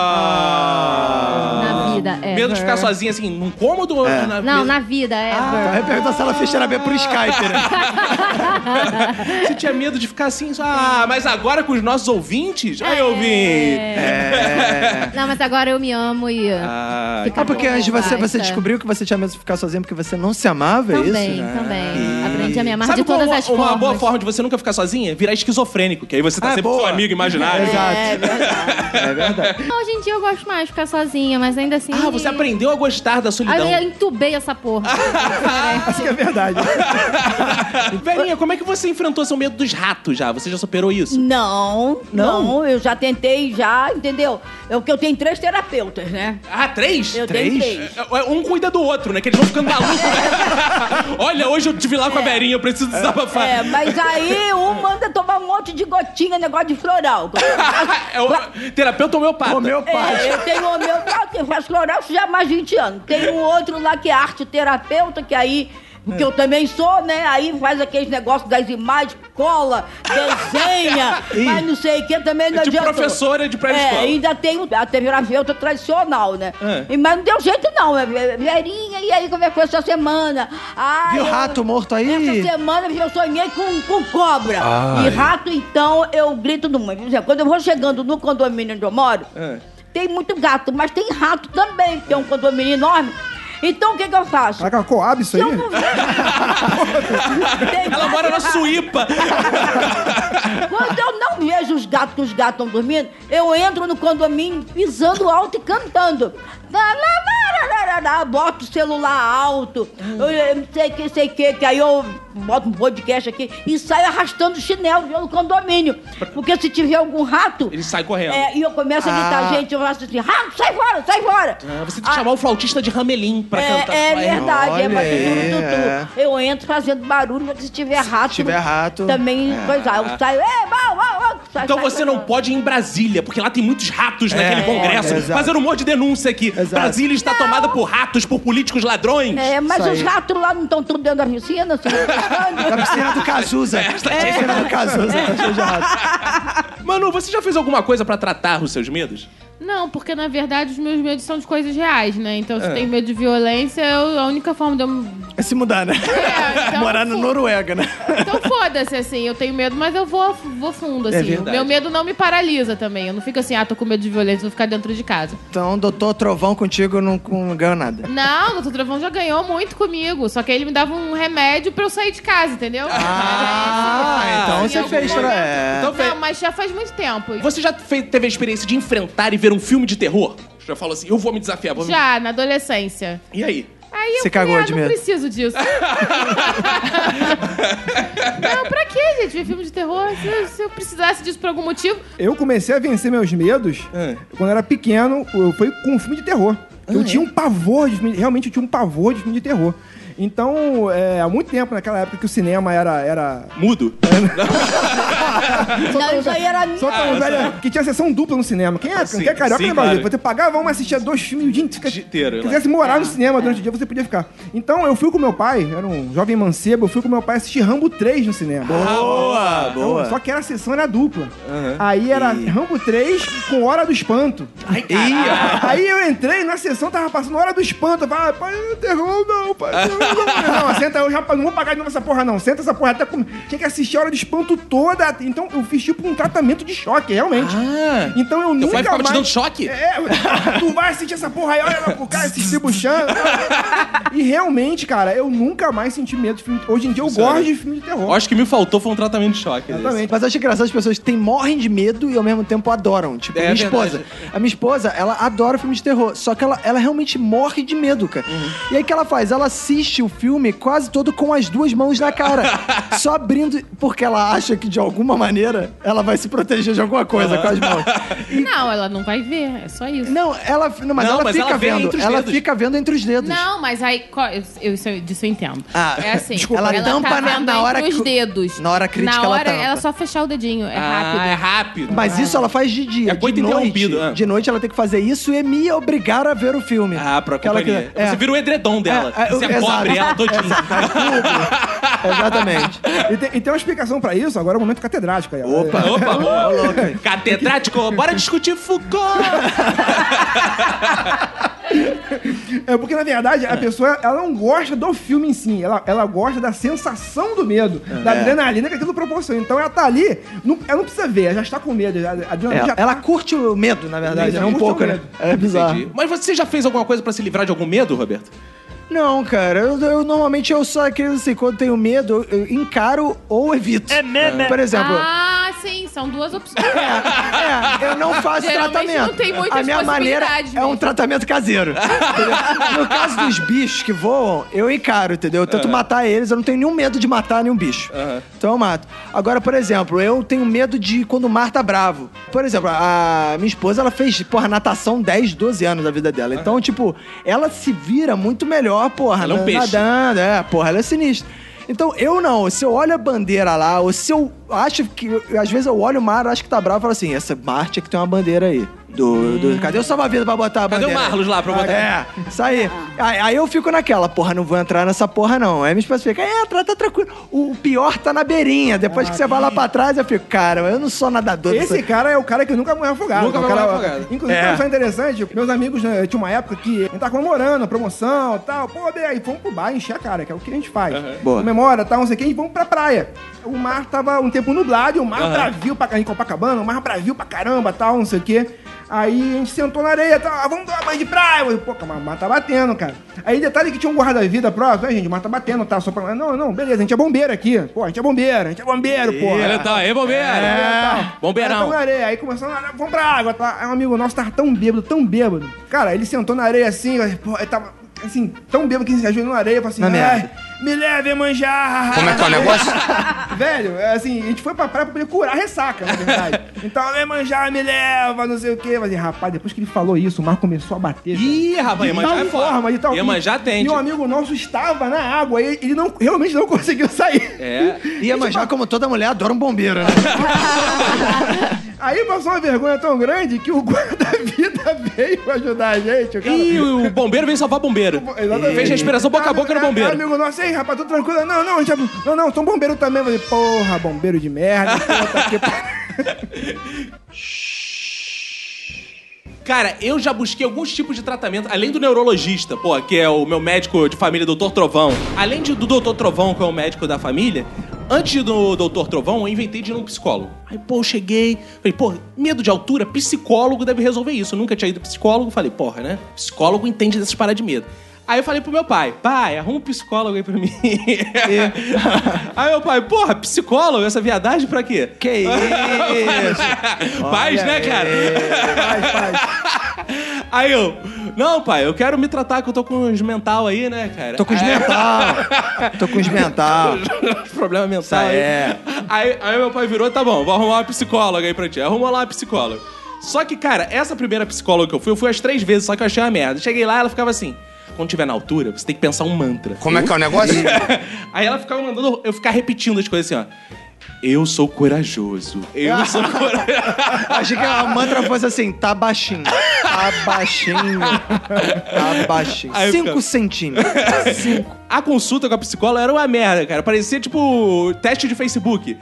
Na vida, é. Medo de ficar sozinha, assim, num cômodo? Ou Na vida, é. Vai perguntar se ela fez terapia pro Skype, né? Você tinha medo de ficar assim, mas agora com os nossos ouvintes? Aí, ouvinte! Não, mas agora eu me amo e... Porque antes você descobriu que você tinha medo de ficar sozinho porque você não se amava, é isso? Também. Aprendi de me amar Sabe de todas qual as uma formas. boa forma de você nunca ficar sozinha? Virar esquizofrênico, que aí você tá sempre com seu amigo imaginário. Exato. É verdade. É verdade. Hoje em dia eu gosto mais de ficar sozinha, mas ainda assim... Ah, você aprendeu a gostar da solidão. Eu entubei essa porra. Acho que é verdade. Verinha, como é que você enfrentou seu medo dos ratos já? Você já superou isso? Não, eu já tentei, entendeu? Porque eu tenho 3 terapeutas, né? Ah, 3? Eu tenho 3. Um cuida do outro, né? Que eles vão ficando malucos, né? Olha, hoje eu tive lá com a Verinha, eu preciso desabafar. Mas aí um manda tomar um monte de gotinha, negócio de floral. É o terapeuta homeopata. Eu tenho o meu que faz floral já há mais de 20 anos. Tem um outro lá que é arte terapeuta, que aí... Porque eu também sou, né? Aí faz aqueles negócios das imagens, cola, desenha, mas não sei o que, também não tipo adianta. professora de pré-escola. Ainda tem a terapeuta tradicional, né? Mas não deu jeito não, Verinha, e aí como é que foi essa semana? Viu rato morto aí? Essa semana eu sonhei com cobra. E rato, então, eu grito no mundo. Por exemplo, quando eu vou chegando no condomínio onde eu moro, tem muito gato, mas tem rato também, porque é um condomínio enorme. Então, o que eu faço? Caraca, Coab isso aí? Ela mora na Suípa. Quando eu não vejo os gatos, que os gatos estão dormindo, eu entro no condomínio pisando alto e cantando. Boto o celular alto, eu não sei que aí eu boto um podcast aqui e saio arrastando chinelo pelo condomínio. Porque se tiver algum rato... Ele sai correndo. E eu começo a gritar, gente, eu faço assim, rato, sai fora, sai fora. Você tem que chamar o flautista de Ramelim pra cantar. É verdade, Olha, tutu. Eu entro fazendo barulho, mas se tiver rato... Se tiver rato... Também, eu saio, Então você não pode ir em Brasília, porque lá tem muitos ratos naquele congresso. exato. Fazendo um monte de denúncia aqui. Exato. Brasília está tomada por ratos, por políticos ladrões. Mas Isso os aí. ratos lá não estão tudo dentro da piscina, assim. Da piscina do Cazuza. Piscina do Cazuza, tá cheio de rato. Manu, você já fez alguma coisa pra tratar os seus medos? Não, porque na verdade os meus medos são de coisas reais, né? Então se tem medo de violência, a única forma de eu... É se mudar, né? Então, Morar na Noruega, né? Então foda-se, assim, eu tenho medo, mas eu vou fundo, assim. verdade. Meu medo não me paralisa também. Eu não fico assim, tô com medo de violência, vou ficar dentro de casa. Então, doutor Trovão contigo não ganho nada. Não, o Dr. Trovão já ganhou muito comigo, só que aí ele me dava um remédio pra eu sair de casa, entendeu? Então Em você algum fez... momento. Então, Não, mas já faz muito tempo. Você já teve a experiência de enfrentar e ver um filme de terror? Já falou assim, eu vou me desafiar. Já, na adolescência. E aí? Aí Você eu cagou falei, de não medo? preciso disso. Não, pra quê, gente, ver filme de terror? Se eu precisasse disso por algum motivo... Eu comecei a vencer meus medos quando eu era pequeno, foi com um filme de terror. Eu tinha um pavor de filme, realmente eu tinha um pavor de filme de terror. Então, há muito tempo, naquela época que o cinema era... Mudo? Não, isso aí era... Só tão velho, que tinha sessão dupla no cinema. Quem é carioca sim, lembra disso. claro. Você pagava, vamos assistir 2 filmes o dia inteiro, Se quisesse morar no cinema durante o dia, você podia ficar. Então, eu fui com meu pai, era um jovem mancebo, eu fui com meu pai assistir Rambo 3 no cinema. Boa, boa. Então, só que a sessão era dupla. Aí era Rambo 3 com Hora do Espanto. Aí eu entrei na sessão, tava passando Hora do Espanto. Eu falei, pai, terror não, pai. Não, senta, eu já não vou pagar de novo essa porra, não. Senta essa porra até com... Tinha que assistir a Hora do Espanto toda. Então eu fiz tipo um tratamento de choque, realmente. Então eu nunca pai ficava mais... te dando choque? Tu vai assistir essa porra aí, olha lá pro cara se estribuchando. E realmente, cara, eu nunca mais senti medo de filme. Hoje em dia eu gosto de filme de terror. Eu acho que me faltou foi um tratamento de choque. Exatamente. Mas eu acho engraçado as pessoas que morrem de medo e ao mesmo tempo adoram. Tipo, minha esposa. verdade. A minha esposa, ela adora filme de terror. Só que ela realmente morre de medo, cara. E aí o que ela faz? Ela assiste o filme quase todo com as 2 mãos na cara. Só abrindo, porque ela acha que de alguma maneira ela vai se proteger de alguma coisa com as mãos. Não, ela não vai ver, é só isso. Não, mas ela fica ela vê vendo. entre os Ela dedos. fica vendo entre os dedos. Não, mas aí... Disso eu entendo. É assim, desculpa, ela ela tampa tá vendo na hora entre os que- dedos. na hora crítica Na ela hora, tampa. ela só fechar o dedinho, é rápido. É rápido. Mas isso ela faz de dia. É coito de noite. interrompido, né? De noite ela tem que fazer isso e me obrigar a ver o filme. Pra Que ela companhia. quer- Você vira o edredom dela. Você exato. cobre ela todinha. Exatamente. E tem uma explicação pra isso, agora é o momento catedrático aí. ó. Opa, catedrático, bora discutir Foucault. É porque, na verdade, a pessoa ela não gosta do filme em si. Ela gosta da sensação do medo, da adrenalina que aquilo proporciona. Então ela tá ali, ela não precisa ver, ela já está com medo. A adrenalina já Ela tá... curte o medo, na verdade, Isso, né? Um curte o pouco, né? medo. É bizarro. Entendi. Mas você já fez alguma coisa pra se livrar de algum medo, Roberto? Não, cara, eu normalmente eu sou aquele assim, quando tenho medo, eu encaro ou evito. É mesmo? Por exemplo... Ah, sim, são duas opções. eu não faço Geralmente tratamento. não tem muitas A minha maneira possibilidades é um mesmo. tratamento caseiro. Entendeu? No caso dos bichos que voam, eu encaro, entendeu? Eu tento matar eles, eu não tenho nenhum medo de matar nenhum bicho. Então eu mato. Agora, por exemplo, eu tenho medo de quando o mar tá bravo. Por exemplo, a minha esposa, ela fez, natação 10, 12 anos da vida dela. Então, tipo, ela se vira muito melhor, Ela é um peixe. nadando. Ela é sinistra. Então, eu não. Se eu olho a bandeira lá, ou se eu acho que... Às vezes eu olho o mar, acho que tá bravo e falo assim, essa mar tinha que ter uma bandeira aí. Cadê o salva-vida pra botar a Cadê bandeira? o Marlos lá pra botar? Isso aí. Aí eu fico naquela, não vou entrar nessa porra não. Aí minha esposa fica, entra, tá tranquilo. O pior tá na beirinha. Depois que você vai lá pra trás, eu fico, cara, eu não sou nadador. Esse cara é o cara que nunca morreu afogado. Nunca morreu afogado. Inclusive, uma coisa interessante, meus amigos, né, tinha uma época que a gente tava comemorando, promoção e tal. Pô, aí fomos pro bar encher a cara, que é o que a gente faz. Boa. Comemora, tal, não sei o que, e vamos pra praia. O mar tava um tempo nublado, e o mar bravio pra em Copacabana, o mar bravio pra caramba, tal, não sei o que. Aí a gente sentou na areia, tal, vamos dar uma banho de praia. Eu falei, pô, o mar tá batendo, cara. Aí detalhe que tinha um guarda-vida próximo, gente, o mar tá batendo, tá, só pra... Não, beleza, a gente é bombeiro aqui. Pô, a gente é bombeiro, pô. Olha, tá, aí, bombeiro. Bombeirão. Aí, na areia, aí começou, vamos pra água, tá? Aí um amigo nosso tava tão bêbado. Cara, ele sentou na areia assim, pô, ele tava assim, tão bêbado que se ajoelhou na areia, falou assim, me leve a manjar. Como é que é o negócio? Velho, assim, a gente foi pra praia pra poder curar a ressaca, na verdade. Então, me manjar, me leva, não sei o quê. Mas, rapaz, depois que ele falou isso, o mar começou a bater. Ih, rapaz, Iemanjá é forma. Iemanjá atende. E um amigo nosso estava na água e ele realmente não conseguiu sair. Iemanjá, como toda mulher, adora um bombeiro, né? Aí passou uma vergonha tão grande que o guarda-vida veio ajudar a gente. E o bombeiro veio salvar o bombeiro. Fez respiração boca a boca no bombeiro. Amigo nosso, aí, rapaz, tô tranquilo. Não, sou bombeiro também. Eu falei, porra, bombeiro de merda. Cara, eu já busquei alguns tipos de tratamento, além do neurologista, que é o meu médico de família, Dr. Trovão. Além do Dr. Trovão, que é o médico da família, antes do Dr. Trovão, eu inventei de ir num psicólogo. Aí, eu cheguei, falei, medo de altura, psicólogo deve resolver isso. Eu nunca tinha ido psicólogo, falei, né? Psicólogo entende dessas paradas de medo. Aí eu falei pro meu pai, arruma um psicólogo aí pra mim. Aí meu pai, psicólogo, essa viadagem pra quê? Que isso? Faz, né, cara? Faz. Aí não, pai, eu quero me tratar que eu tô com uns mental aí, né, cara? Tô com os mental. Problema mental aí. Aí meu pai virou, tá bom, vou arrumar uma psicóloga aí pra ti. Arrumou lá uma psicóloga. Só que, cara, essa primeira psicóloga que eu fui as 3 vezes, só que eu achei uma merda. Cheguei lá, ela ficava assim... Quando tiver na altura, você tem que pensar um mantra. Como é que é o negócio? Aí ela ficava mandando eu ficar repetindo as coisas assim, Eu sou corajoso. Eu sou corajoso. Achei que a mantra fosse assim, tá baixinho. Tá baixinho. Tá baixinho. 5 centímetros. 5. A consulta com a psicóloga era uma merda, cara. Parecia, tipo, teste de Facebook.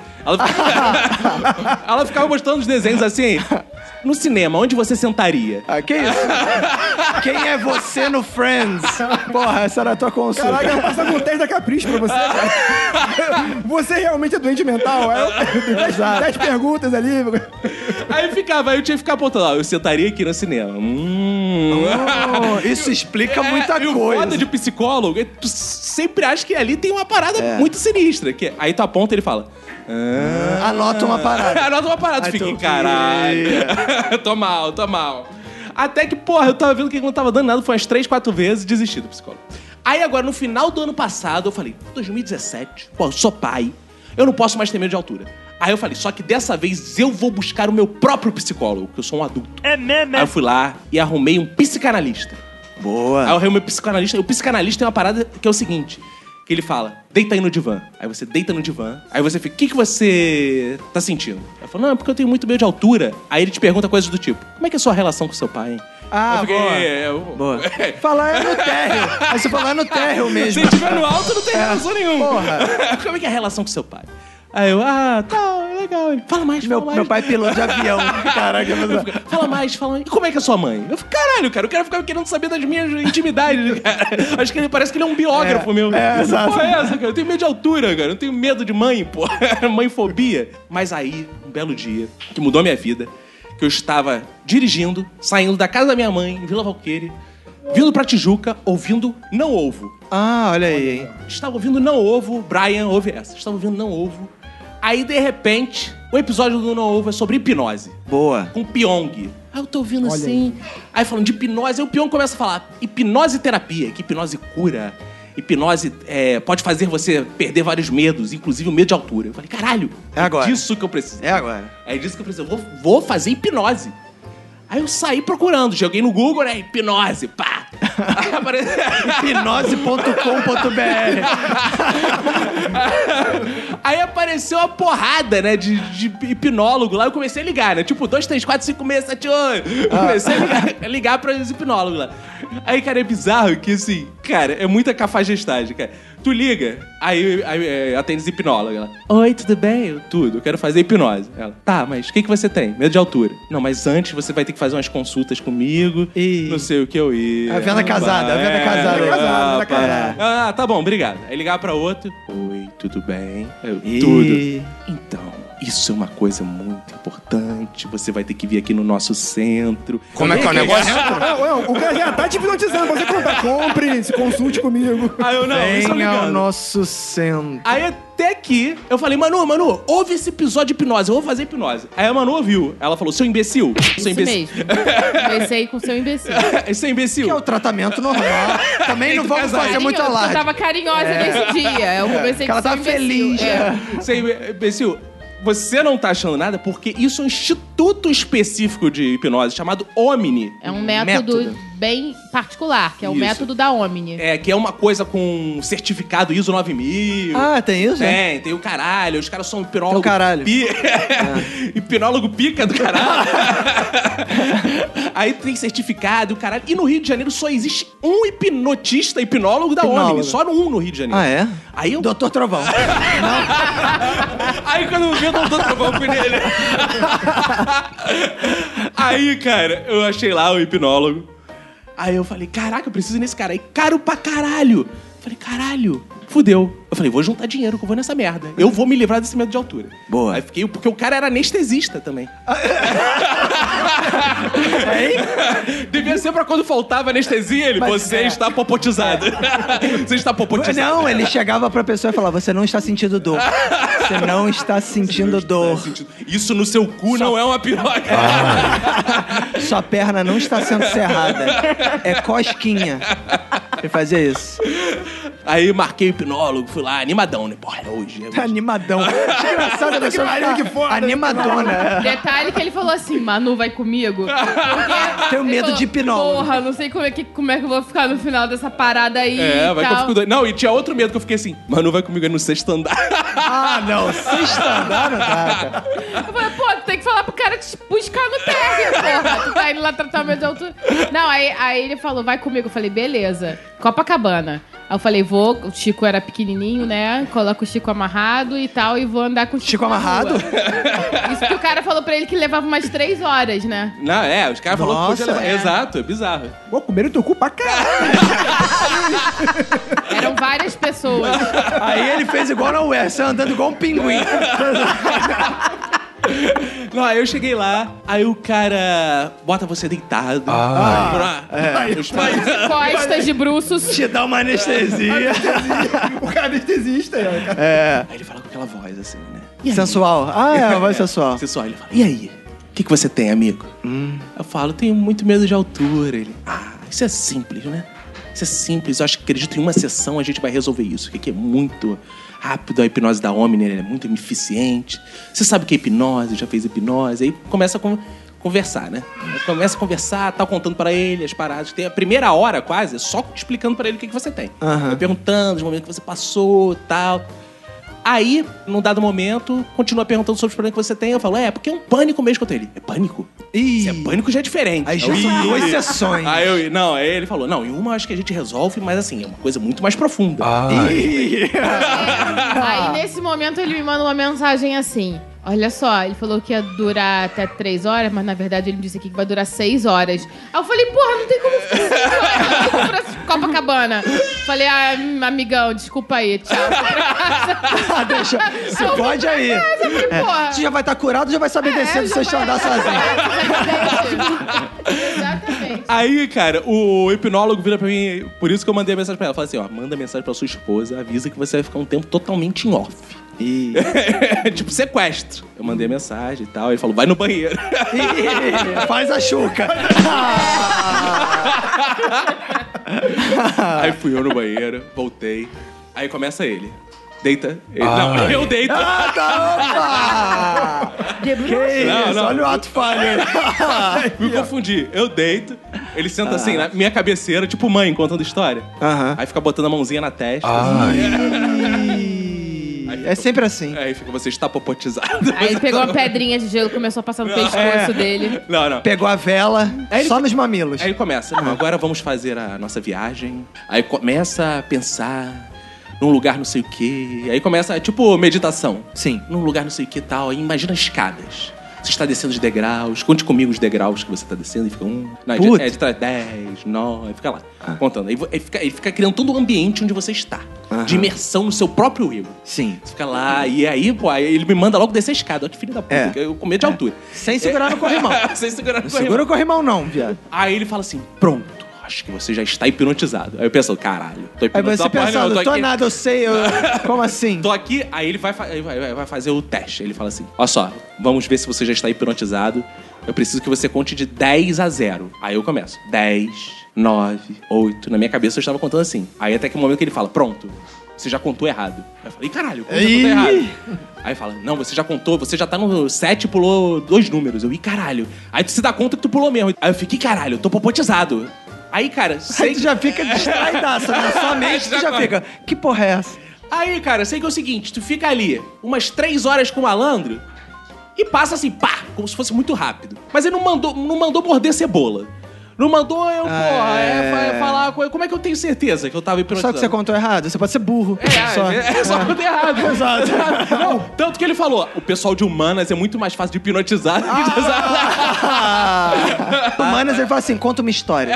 Ela ficava mostrando os desenhos assim... No cinema, onde você sentaria? Que isso? Quem é você no Friends? Porra, essa era a tua consulta. Caraca, eu passava um teste da Capricho pra você, cara. Você realmente é doente mental? 10 perguntas ali. Aí eu tinha que ficar apontando, eu sentaria aqui no cinema. Isso explica muita coisa. E o foda de psicólogo é tu sempre acha que ali tem uma parada muito sinistra. Aí tu aponta e ele fala... Anota uma parada. Anota uma parada. Tu fica, caralho. Tô mal. Até que, eu tava vendo que não tava dando nada. Foi umas 3, 4 vezes e desisti do psicólogo. Aí agora, no final do ano passado, eu falei, 2017, eu sou pai. Eu não posso mais ter medo de altura. Aí eu falei, só que dessa vez eu vou buscar o meu próprio psicólogo, porque eu sou um adulto. É mesmo? Aí eu fui lá e arrumei um psicanalista. Boa. Aí eu arrumei um psicanalista. E o psicanalista tem uma parada que é o seguinte... Que ele fala, deita aí no divã. Aí você deita no divã. Aí você fica, o que você tá sentindo? Aí fala, não, é porque eu tenho muito medo de altura. Aí ele te pergunta coisas do tipo, como é que é a sua relação com seu pai? Boa. Falar é no térreo. Aí você fala, é no térreo mesmo. Se estiver no alto, não tem relação nenhuma. Porra. Como é que é a relação com seu pai? Aí eu, legal. Fala mais. Meu pai é piloto de avião. Caraca, fala mais. E como é que é sua mãe? Eu fico, caralho, cara, eu quero ficar querendo saber das minhas intimidades, cara. Acho que ele parece que ele é um biógrafo meu. Exato. Porra, é essa, cara? Eu tenho medo de altura, cara. Eu não tenho medo de mãe, pô. Mãefobia. Mas aí, um belo dia, que mudou a minha vida, que eu estava dirigindo, saindo da casa da minha mãe, em Vila Valqueire, vindo pra Tijuca, ouvindo Não Ovo. Ah, olha aí, hein? Estava ouvindo Não Ovo, Brian ouve essa. Estava ouvindo Não Ovo. Aí, de repente, o episódio do Não Ovo é sobre hipnose. Boa. Com Pyong. Aí eu tô ouvindo assim. Aí falando de hipnose, aí o Pyong começa a falar hipnose terapia, que hipnose cura. Hipnose pode fazer você perder vários medos, inclusive o medo de altura. Eu falei, caralho, é agora. Disso que eu preciso. É agora. É disso que eu preciso. Eu vou fazer hipnose. Aí eu saí procurando, joguei no Google, né? Hipnose, pá! Hipnose.com.br. Aí apareceu uma porrada, né, de hipnólogo lá. Eu comecei a ligar, né? Tipo, 2, 3, 4, 5, 6, 7, 8. Eu comecei a ligar para os hipnólogos lá. Aí, cara, é bizarro que, assim, cara, é muita cafajestagem, cara. Tu liga, aí atende hipnóloga. Ela, oi, tudo bem? Eu, tudo, eu quero fazer hipnose. Ela, tá, mas o que você tem? Medo de altura. Não, mas antes você vai ter que fazer umas consultas comigo. Não sei o que eu ia. A venda casada, a venda casada. Ah, tá bom, obrigado. Aí ligar pra outro. Oi, tudo bem? Eu, tudo. Então, isso é uma coisa muito importante. Você vai ter que vir aqui no nosso centro. Como é que é o negócio? O cara já tá te hipnotizando. Você compre, se consulte comigo. Aí eu não, Venha ao nosso centro. Aí até que eu falei, Manu, ouve esse episódio de hipnose, eu vou fazer hipnose. Aí a Manu ouviu. Ela falou, seu imbecil. Isso mesmo. Comecei com seu imbecil. Seu imbecil. Que é o tratamento normal. Também não vamos fazer muito alarde. Eu tava carinhosa nesse dia. Eu comecei com ela seu tá feliz. Seu imbecil. Você não tá achando nada porque isso é um instituto específico de hipnose chamado Omni. É um método bem particular, que é o método da Omni. É, que é uma coisa com certificado ISO 9000. Ah, tem isso? Tem o caralho. Os caras são hipnólogo... Tem o caralho. Hipnólogo pica do caralho. Aí tem certificado e o caralho. E no Rio de Janeiro só existe um hipnólogo da Omni. Só um no Rio de Janeiro. Ah, é? Aí eu... Doutor Trovão. Aí quando eu vi o Doutor Trovão, fui nele. Aí, cara, eu achei lá o hipnólogo. Aí eu falei, caraca, eu preciso ir nesse cara. Aí, caro pra caralho. Eu falei, caralho, fudeu. Eu falei, vou juntar dinheiro que eu vou nessa merda. Eu vou me livrar desse medo de altura. Boa. Aí fiquei, porque o cara era anestesista também. Devia ser pra quando faltava anestesia, ele, você está popotizado. Você está popotizado. Não, ele chegava pra pessoa e falava, você não está sentindo dor. Você não está sentindo dor. Isso no seu cu não é uma piroca. Sua perna não está sendo cerrada. É cosquinha. Ele fazia isso. Aí marquei o hipnólogo, fui lá, animadão, né? Porra, é hoje. Animadão. Engraçado a pessoa que foda. animadona. Detalhe que ele falou assim, Manu, vai comigo? Porque Tenho medo de hipnólogo. Porra, não sei como é que eu vou ficar no final dessa parada aí vai que eu fico doido. Não, e tinha outro medo que eu fiquei assim, Manu, vai comigo aí no sexto andar. Ah, não. Sexto andar não dá, cara. Eu falei, pô, tu tem que falar pro cara te buscar no térreo, porra. Tu tá indo lá tratamento de altura. Não, aí ele falou, vai comigo. Eu falei, beleza. Copacabana. Aí eu falei, vou, o Chico era pequenininho, né? Coloco o Chico amarrado e tal, e vou andar com o Chico amarrado? Isso porque o cara falou pra ele que levava umas 3 horas, né? Não, os caras falaram que podia levar. Exato, é bizarro. Pô, comeram teu cu pra caralho. Eram várias pessoas. Aí ele fez igual na UES, andando igual um pinguim. Não, aí eu cheguei lá, aí o cara bota você deitado. Costas de bruços. Te dá uma anestesia. O cara anestesista. Aí ele fala com aquela voz assim, né? Sensual. A voz sensual. Sensual. Ele fala, e aí? O que você tem, amigo? Eu falo, tenho muito medo de altura. Ele, isso é simples, né? Isso é simples. Eu acredito em uma sessão a gente vai resolver isso. Que é muito rápido. A hipnose da Omni é muito eficiente. Você sabe o que é hipnose? Já fez hipnose? Aí começa a conversar, né? Começa a conversar, tá contando pra ele as paradas. Tem a primeira hora, quase, só explicando pra ele o que você tem. Vai perguntando os momentos que você passou e tal. Aí, num dado momento, continua perguntando sobre os problemas que você tem. Eu falo, porque é um pânico mesmo que eu tenho. Ele, é pânico? Se é pânico, já é diferente. Aí já são 2 sessões. Aí ele falou, não, em uma acho que a gente resolve, mas assim, é uma coisa muito mais profunda. Aí, nesse momento, ele me manda uma mensagem assim. Olha só, ele falou que ia durar até 3 horas, mas na verdade ele me disse aqui que vai durar 6 horas. Aí eu falei, porra, não tem como ficar 6 horas, eu vou pra Copacabana. Falei, amigão, desculpa aí, tchau. Deixa, você pode aí. Você já vai estar curado, já vai saber descer do sexto andar sozinho. Exatamente. Aí, cara, o hipnólogo vira pra mim, por isso que eu mandei a mensagem pra ela. Fala assim, ó, manda mensagem pra sua esposa, avisa que você vai ficar um tempo totalmente em off. Tipo, sequestro. Eu mandei a mensagem e tal, ele falou, vai no banheiro. Faz a chuca. Aí fui eu no banheiro, voltei. Aí começa ele. Deita. Ele, não, eu deito. Que isso? Não. Olha o ato falho. Me confundi. Eu deito, ele senta assim na minha cabeceira, tipo mãe contando história. Aí fica botando a mãozinha na testa. É sempre assim. Aí fica, você está popotizado. Aí ele pegou uma pedrinha de gelo e começou a passar no pescoço dele. Não. Pegou a vela só nos mamilos. Aí ele começa, não, agora vamos fazer a nossa viagem. Aí começa a pensar num lugar não sei o quê. Aí começa, tipo, meditação. Sim. Num lugar não sei o que e tal. Aí imagina escadas. Você está descendo os degraus. Conte comigo os degraus que você está descendo. E fica Não, de trás 10, 9. Fica lá, contando. Aí fica criando todo o ambiente onde você está. De imersão no seu próprio eu. Sim. Você fica lá. E aí, pô, aí ele me manda logo descer a escada. Olha que filho da puta. Eu com medo de altura. Sem segurar no corrimão. Sem segurar no corrimão. Segura o corrimão não, viado. Aí ele fala assim, pronto. Acho que você já está hipnotizado. Aí eu penso, caralho, tô Aí hipnotizado. você pensando, não, tô nada, eu sei. Como assim? Tô aqui, aí ele vai fazer o teste. Ele fala assim, ó só, vamos ver se você já está hipnotizado. Eu preciso que você conte de 10 a 0. Aí eu começo. 10, 9, 8. Na minha cabeça eu estava contando assim. Aí até que o momento que ele fala, pronto, você já contou errado. Aí eu falei, caralho, como eu contei errado? Aí fala, não, você já contou, você já tá no 7 e pulou 2 números. Eu, caralho. Aí tu se dá conta que tu pulou mesmo. Aí eu fiquei, caralho, eu tô popotizado. Aí, cara, Aí tu já fica distraidaça na sua mente, tu já fica, que porra é essa? Aí, cara, sei que é o seguinte, tu fica ali umas 3 horas com o malandro e passa assim, pá, como se fosse muito rápido. Mas ele não mandou morder cebola. Não mandou eu, falar... Como é que eu tenho certeza que eu tava hipnotizado? Só que você contou errado, você pode ser burro. Só contei errado. Exato. Não, tanto que ele falou, o pessoal de humanas é muito mais fácil de hipnotizar do que de Humanas, ele fala assim, conta uma história.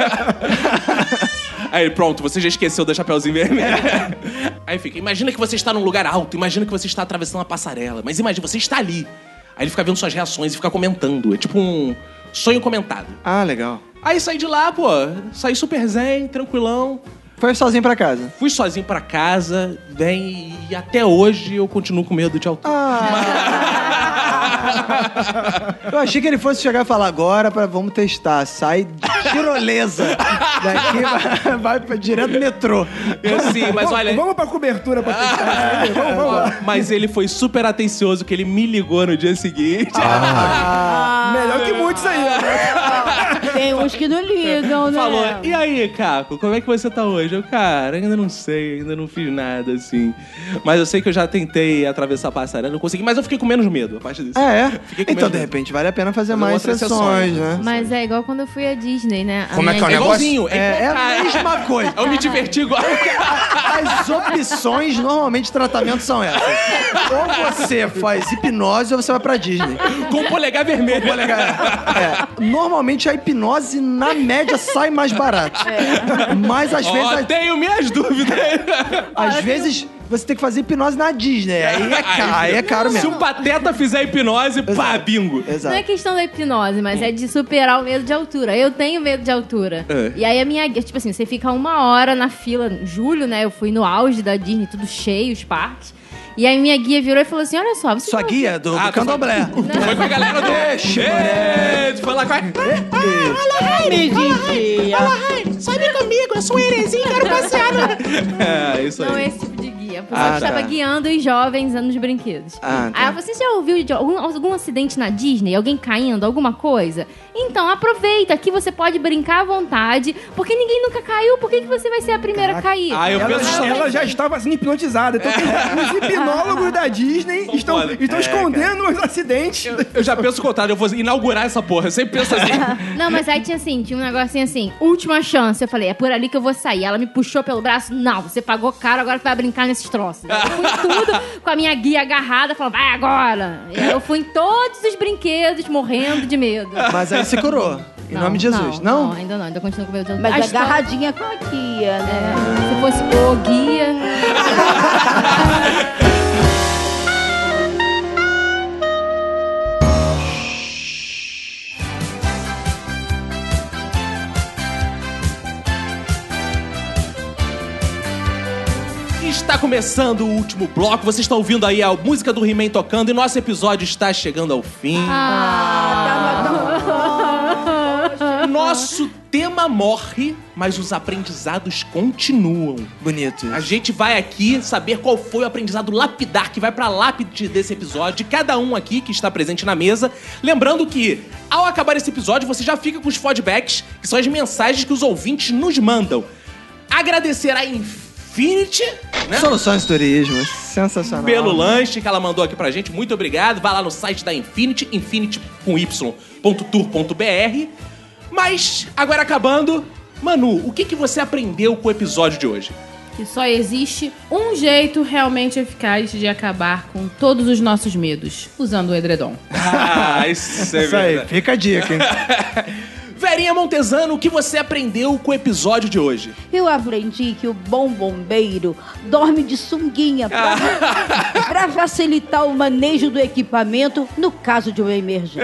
Aí, pronto, você já esqueceu do Chapeuzinho Vermelho. Aí fica, imagina que você está num lugar alto, imagina que você está atravessando uma passarela, mas imagina, você está ali. Aí ele fica vendo suas reações e fica comentando. É tipo um sonho comentado. Ah, legal. Aí saí de lá, pô, saí super zen, tranquilão. Foi sozinho pra casa? Fui sozinho pra casa, e até hoje eu continuo com medo de altura. Eu achei que ele fosse chegar e falar agora, vamos testar. Sai de tirolesa. Daqui vai direto no metrô. Sim, mas olha... Vamos pra cobertura pra testar. Vamos lá. Mas ele foi super atencioso, que ele me ligou no dia seguinte. Melhor que muitos aí, né? Tem uns que não ligam, né? Falou, e aí, Caco, como é que você tá hoje? Eu, cara, ainda não sei, ainda não fiz nada, assim. Mas eu sei que eu já tentei atravessar a passarela, não consegui, mas eu fiquei com menos medo a partir disso. Então, de repente, vale a pena fazer mais sessões, né? Mas é igual quando eu fui à Disney, né? Como é que é o É negócio? igualzinho. É a mesma coisa. Eu me diverti igual. As opções, normalmente, de tratamento são essas. Ou você faz hipnose ou você vai pra Disney. Com o polegar vermelho. Normalmente, a hipnose, na média, sai mais barato. Mas, às vezes... Tenho minhas dúvidas. Às vezes, você tem que fazer hipnose na Disney. Aí é caro mesmo. Se um pateta fizer hipnose, pá, bingo. Exato. Não é questão da hipnose, mas é de superar o medo de altura. Eu tenho medo de altura. E aí a minha guia, tipo assim, você fica 1 hora na fila, em julho, né? Eu fui no auge da Disney, tudo cheio, os parques. E aí minha guia virou e falou assim, olha só... Você Sua guia do Candomblé. Foi com a galera do... Tu foi lá com a... Sobe comigo, eu sou um heresia e quero passear. Isso aí. Não esse tipo de guia. A pessoa que estava guiando os jovens nos brinquedos. Aí você já ouviu de algum acidente na Disney? Alguém caindo, alguma coisa? Então aproveita que você pode brincar à vontade, porque ninguém nunca caiu. Por que você vai ser a primeira a cair? Ela já estava sendo hipnotizada. Então, os hipnólogos da Disney estão escondendo os acidentes. Eu já penso o contrário, eu vou inaugurar essa porra. Eu sempre penso assim. Não, mas aí tinha um negocinho assim, última chance. Eu falei, é por ali que eu vou sair. Ela me puxou pelo braço. Não, você pagou caro, agora tu vai brincar nesses troços. Eu fui em tudo com a minha guia agarrada, falando, vai agora. E aí eu fui em todos os brinquedos, morrendo de medo. Mas aí se curou. Em nome de Jesus. Não? Ainda não. Ainda continuo com medo de Mas altura. agarradinha com a guia, né? Se fosse o guia... Está começando o último bloco, vocês estão ouvindo aí a música do He-Man tocando e nosso episódio está chegando ao fim. Nosso tema morre, mas os aprendizados continuam. Bonito. A gente vai aqui saber qual foi o aprendizado lapidar que vai pra lápide desse episódio, de cada um aqui que está presente na mesa. Lembrando que, ao acabar esse episódio, você já fica com os feedbacks, que são as mensagens que os ouvintes nos mandam. Agradecer a Infinity, né? Soluções de turismo, sensacional. Pelo lanche que ela mandou aqui pra gente, muito obrigado. Vai lá no site da Infinity, infinity.tour.br. Mas, agora acabando, Manu, o que você aprendeu com o episódio de hoje? Que só existe um jeito realmente eficaz de acabar com todos os nossos medos, usando o edredom. Isso é Isso aí, verdade. fica a dica, hein? Verinha Montesano, o que você aprendeu com o episódio de hoje? Eu aprendi que o bom bombeiro dorme de sunguinha pra facilitar o manejo do equipamento no caso de uma emergência.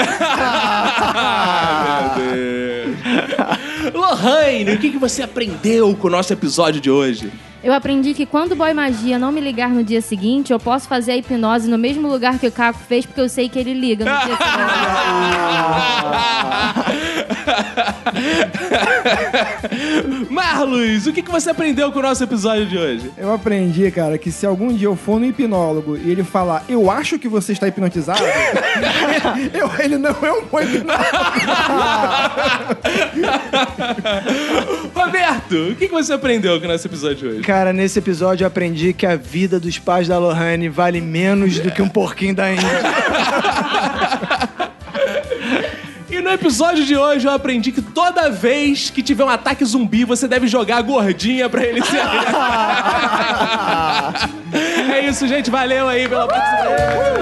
Meu Deus. Lohane, o que você aprendeu com o nosso episódio de hoje? Eu aprendi que quando o Boy Magia não me ligar no dia seguinte, eu posso fazer a hipnose no mesmo lugar que o Caco fez, porque eu sei que ele liga no dia seguinte. Marlos, o que você aprendeu com o nosso episódio de hoje? Eu aprendi, cara, que se algum dia eu for no hipnólogo e ele falar, eu acho que você está hipnotizado, ele não é um bom hipnólogo. Roberto, o que você aprendeu com o nosso episódio de hoje? Cara, nesse episódio eu aprendi que a vida dos pais da Lohane vale menos do que um porquinho da Índia. E no episódio de hoje eu aprendi que toda vez que tiver um ataque zumbi, você deve jogar a gordinha pra ele ser. É isso, gente. Valeu aí pela participação.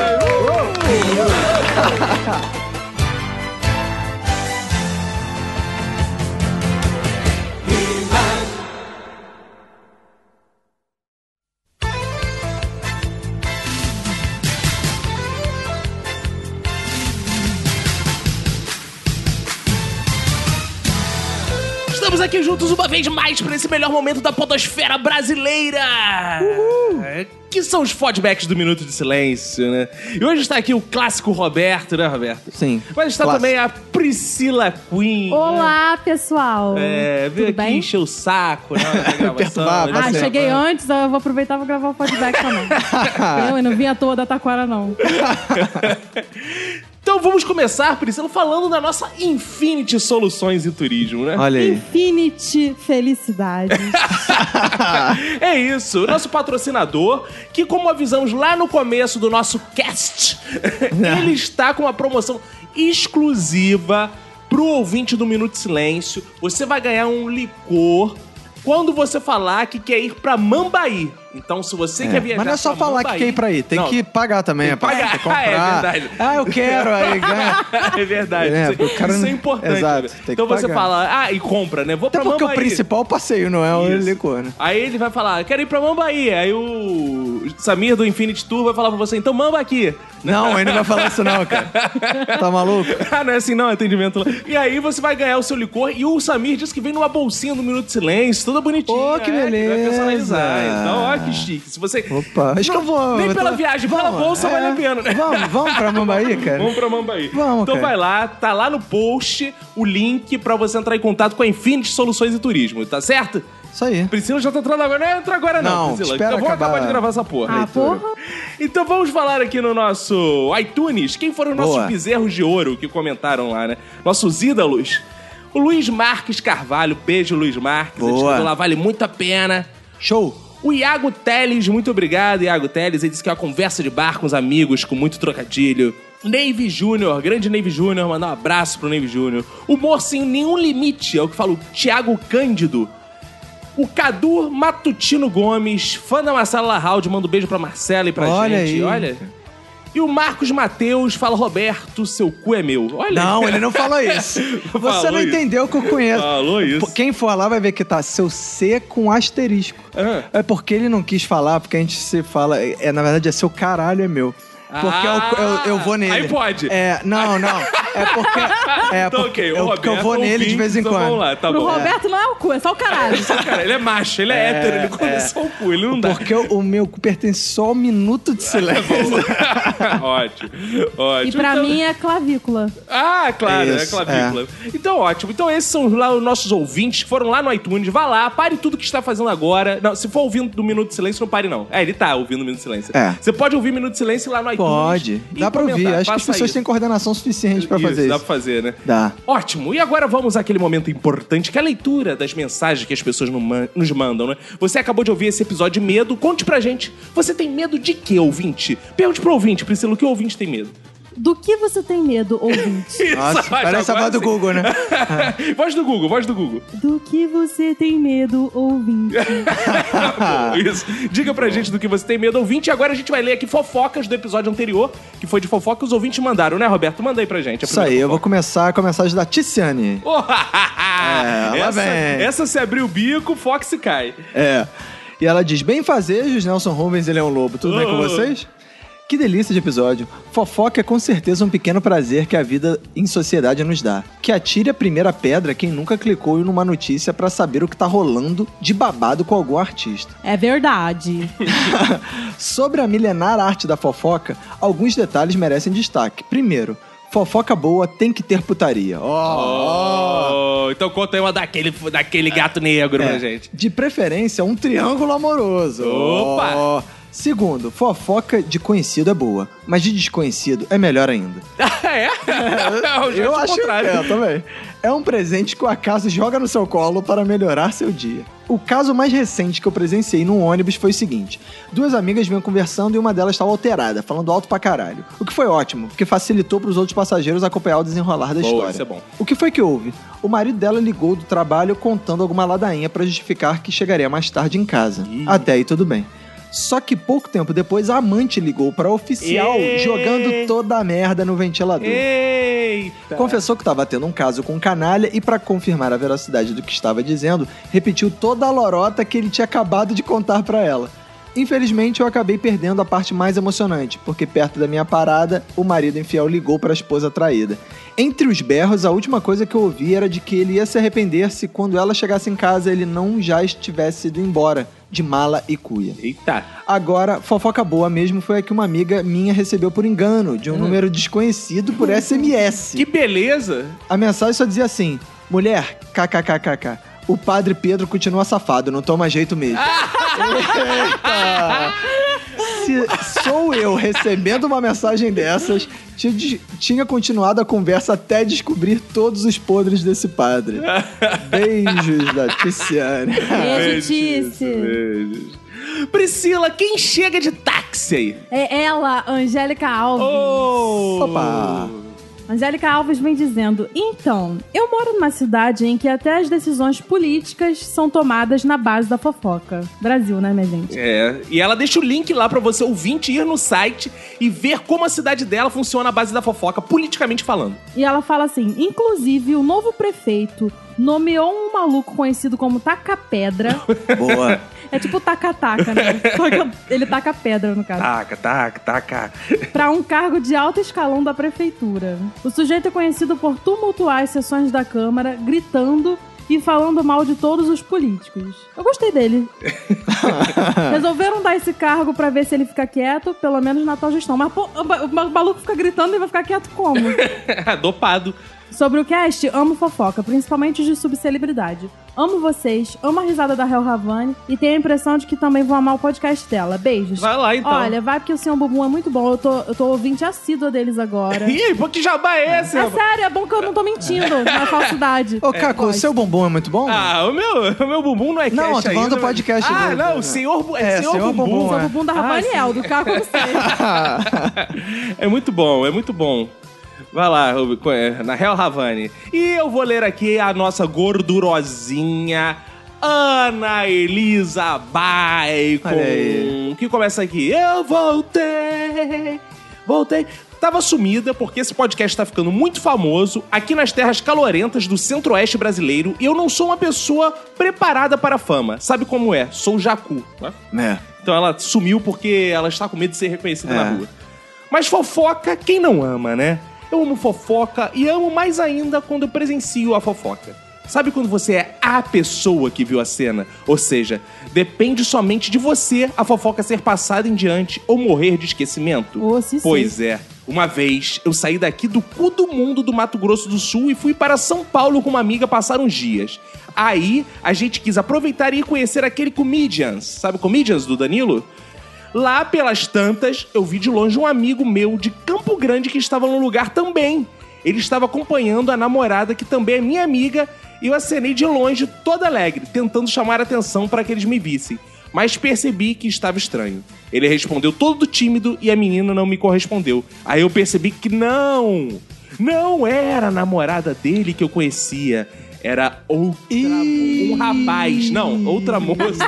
Estamos aqui juntos uma vez mais para esse melhor momento da podosfera brasileira. Que são os feedbacks do Minuto de Silêncio, né? E hoje está aqui o clássico Roberto, né, Roberto? Sim. Mas está clássico. também a Priscila Queen. Olá, pessoal. Veio Tudo aqui bem? encher o saco, né? Na gravação. Perturbar, né? Ah, cheguei antes, eu vou aproveitar e vou gravar o feedback também. Eu não vim à toa da Taquara, não. Então vamos começar, Priscila, falando da nossa Infinity Soluções em Turismo, né? Olha aí. Infinity Felicidade. É isso, o nosso patrocinador, que como avisamos lá no começo do nosso cast, ele está com uma promoção exclusiva pro ouvinte do Minuto de Silêncio. Você vai ganhar um licor quando você falar que quer ir pra Mambaí. Então, se você quer viajar mas não é só pra falar Mambaí, que quer ir pra ir, tem que pagar também. tem que pagar. Tem que comprar. É verdade. Eu quero, aí ganha. É verdade. O cara isso é não- importante. Exato, né? tem que Então você pagar. fala, e compra, né? Vou Até pra porque Mambaí. o principal é o passeio, não é o Isso. licor, né? Aí ele vai falar, quero ir pra Mambaí. Aí o Samir do Infinity Tour vai falar pra você, então mamba aqui. Não, ele não vai falar isso não, cara. Tá maluco? Não é assim não, é atendimento lá. E aí você vai ganhar o seu licor e o Samir disse que vem numa bolsinha do Minuto de Silêncio, toda bonitinha. Ô, que beleza. Vai personalizar. Então, ó que chique. Se você... Opa, acho que eu vou... Nem eu pela tô- viagem, pela Vamos, bolsa vale a pena, né? Vamos pra Mambaí, cara? Vamos pra Mambaí. Vamos, então cara. vai lá, tá lá no post o link pra você entrar em contato com a Infinity Soluções e Turismo, tá certo? Isso aí. Priscila já tá entrando agora, não entra agora não, Não, Priscila. espera Eu vou acabar acabar de gravar essa porra. Ah, porra. Então vamos falar aqui no nosso iTunes, quem foram os nossos Boa. bezerros de ouro que comentaram lá, né? Nossos ídolos. O Luiz Marques Carvalho, beijo Luiz Marques, ele Boa. escreveu lá, vale muito a pena. Show. O Iago Teles, muito obrigado, Iago Teles. Ele disse que é uma conversa de bar com os amigos, com muito trocadilho. Navy Júnior, grande Navy Júnior, mandar um abraço pro Navy Júnior. Humor sem nenhum limite, é o que fala o Thiago Cândido. O Cadu Matutino Gomes, fã da Marcela Larralde, manda um beijo pra Marcela e pra Olha gente. aí. Olha. E o Marcos Mateus fala, Roberto, seu cu é meu. Olha. Não, ele não falou isso. Você Falou não isso. entendeu o que eu conheço. Falou isso. Quem for lá vai ver que tá seu C com asterisco. Ah. É porque ele não quis falar, porque a gente se fala... na verdade, é seu caralho é meu. Porque eu vou nele. Aí pode. Não. Então, ok, é porque eu vou nele de vez em então quando. Vamos lá, tá Pro bom. Roberto não é o cu, é só o caralho. Cara, ele é macho, ele é hétero, ele come só o cu, ele não dá. Porque o meu cu pertence só ao minuto de silêncio. Ótimo. E pra Então- mim é clavícula. Ah, claro, Isso, é clavícula. Então, ótimo. Então, esses são lá os nossos ouvintes que foram lá no iTunes. Vá lá, pare tudo que está fazendo agora. Não, se for ouvindo do Minuto de Silêncio, não pare, não. Ele tá ouvindo o Minuto de Silêncio. É. Você pode ouvir Minuto de Silêncio lá no iTunes. Pode. e Dá pra ouvir. comentar. Acho que as Faça pessoas isso. têm coordenação suficiente pra fazer Dá isso. pra fazer, né? Dá. Ótimo. E agora vamos àquele momento importante, que é a leitura das mensagens que as pessoas nos mandam, né? Você acabou de ouvir esse episódio de medo. Conte pra gente. Você tem medo de quê, ouvinte? Pergunte pro ouvinte, Priscila, o que o ouvinte tem medo? Do que você tem medo, ouvinte? Nossa, parece a voz do Google, né? Voz do Google, voz do Google. Do que você tem medo, ouvinte? Bom, isso. Diga pra gente do que você tem medo, ouvinte. E agora a gente vai ler aqui fofocas do episódio anterior, que foi de fofoca que os ouvintes mandaram, né, Roberto? Manda aí pra gente. Isso aí, eu vou começar com a mensagem da Tiziane. essa, vem. essa se abrir o bico, Fox cai. E ela diz: bem-fazejos, Nelson Rubens e Leão Lobo. Tudo bem com vocês? Que delícia de episódio. Fofoca é com certeza um pequeno prazer que a vida em sociedade nos dá. Que atire a primeira pedra quem nunca clicou numa notícia pra saber o que tá rolando de babado com algum artista. É verdade. Sobre a milenar arte da fofoca, alguns detalhes merecem destaque. Primeiro, fofoca boa tem que ter putaria. Então conta aí uma daquele gato negro pra gente. De preferência, um triângulo amoroso. Opa! Segundo, fofoca de conhecido é boa, mas de desconhecido é melhor ainda. Eu acho contrário. Também. É um presente que o acaso joga no seu colo para melhorar seu dia. O caso mais recente que eu presenciei num ônibus foi o seguinte: duas amigas vinham conversando e uma delas estava alterada, falando alto pra caralho. O que foi ótimo, porque facilitou pros outros passageiros acompanhar o desenrolar da história. Isso é bom. O que foi que houve? O marido dela ligou do trabalho contando alguma ladainha pra justificar que chegaria mais tarde em casa. Até aí tudo bem. Só que pouco tempo depois, a amante ligou pra oficial, jogando toda a merda no ventilador. Eita! Confessou que estava tendo um caso com um canalha e, pra confirmar a veracidade do que estava dizendo, repetiu toda a lorota que ele tinha acabado de contar pra ela. Infelizmente, eu acabei perdendo a parte mais emocionante, porque perto da minha parada, o marido infiel ligou pra esposa traída. Entre os berros, a última coisa que eu ouvi era de que ele ia se arrepender se quando ela chegasse em casa ele não já estivesse ido embora, de mala e cuia. Eita! Agora, fofoca boa mesmo foi a que uma amiga minha recebeu por engano, de um número desconhecido por SMS. Que beleza! A mensagem só dizia assim: mulher, kkkk. O padre Pedro continua safado, não toma jeito mesmo. Eita! Se sou eu recebendo uma mensagem dessas, tinha continuado a conversa até descobrir todos os podres desse padre. Beijos da Tiziane. Beijo, Tice. Beijos. Priscila, quem chega de táxi aí? É ela, Angélica Alves. Opa! Angélica Alves vem dizendo: então, eu moro numa cidade em que até as decisões políticas são tomadas na base da fofoca. Brasil, né, minha gente? E ela deixa o link lá pra você ouvinte ir no site e ver como a cidade dela funciona à base da fofoca, politicamente falando. E ela fala assim: inclusive, o novo prefeito nomeou um maluco conhecido como Taca Pedra. Boa. É tipo taca-taca, né? Só que ele taca pedra, no caso. Taca. Pra um cargo de alto escalão da prefeitura. O sujeito é conhecido por tumultuar as sessões da Câmara, gritando e falando mal de todos os políticos. Eu gostei dele. Resolveram dar esse cargo pra ver se ele fica quieto, pelo menos na tal gestão. Mas, pô, o maluco fica gritando e vai ficar quieto como? Dopado. Sobre o cast, amo fofoca, principalmente de subcelebridade. Amo vocês, amo a risada da Hel Havani e tenho a impressão de que também vão amar o podcast dela. Beijos. Vai lá, então. Olha, vai porque o Senhor Bumbum é muito bom. Eu tô ouvinte assídua deles agora. Ih, pô, que jabá é esse? É sério, é bom que eu não tô mentindo. Não é falsidade. Ô, Caco, o seu bumbum é muito bom? Ah, o meu bumbum não é Não, cast tô falando ainda, do podcast Ah, dele. não, o senhor Senhor Bumbum. O bumbum da Ravaniel, do Caco eu não sei. É muito bom, é muito bom. Vai lá, na Hel Havani. E eu vou ler aqui a nossa gordurosinha Ana Elisa Bacon, que começa aqui: eu voltei. Tava sumida porque esse podcast tá ficando muito famoso aqui nas terras calorentas do centro-oeste brasileiro e eu não sou uma pessoa preparada para a fama. Sabe como é? Sou jacu, né? Então ela sumiu porque ela está com medo de ser reconhecida na rua. Mas fofoca, quem não ama, né? Eu amo fofoca e amo mais ainda quando eu presencio a fofoca. Sabe quando você é a pessoa que viu a cena? Ou seja, depende somente de você a fofoca ser passada em diante ou morrer de esquecimento? Pois é. Uma vez, eu saí daqui do cu do mundo do Mato Grosso do Sul e fui para São Paulo com uma amiga passar uns dias. Aí, a gente quis aproveitar e ir conhecer aquele Comedians. Sabe o Comedians do Danilo? Lá pelas tantas, eu vi de longe um amigo meu de Campo Grande que estava no lugar também. Ele estava acompanhando a namorada, que também é minha amiga, e eu acenei de longe, todo alegre, tentando chamar a atenção para que eles me vissem. Mas percebi que estava estranho. Ele respondeu todo tímido e a menina não me correspondeu. Aí eu percebi que não era a namorada dele que eu conhecia. Era um rapaz. Não, outra moça.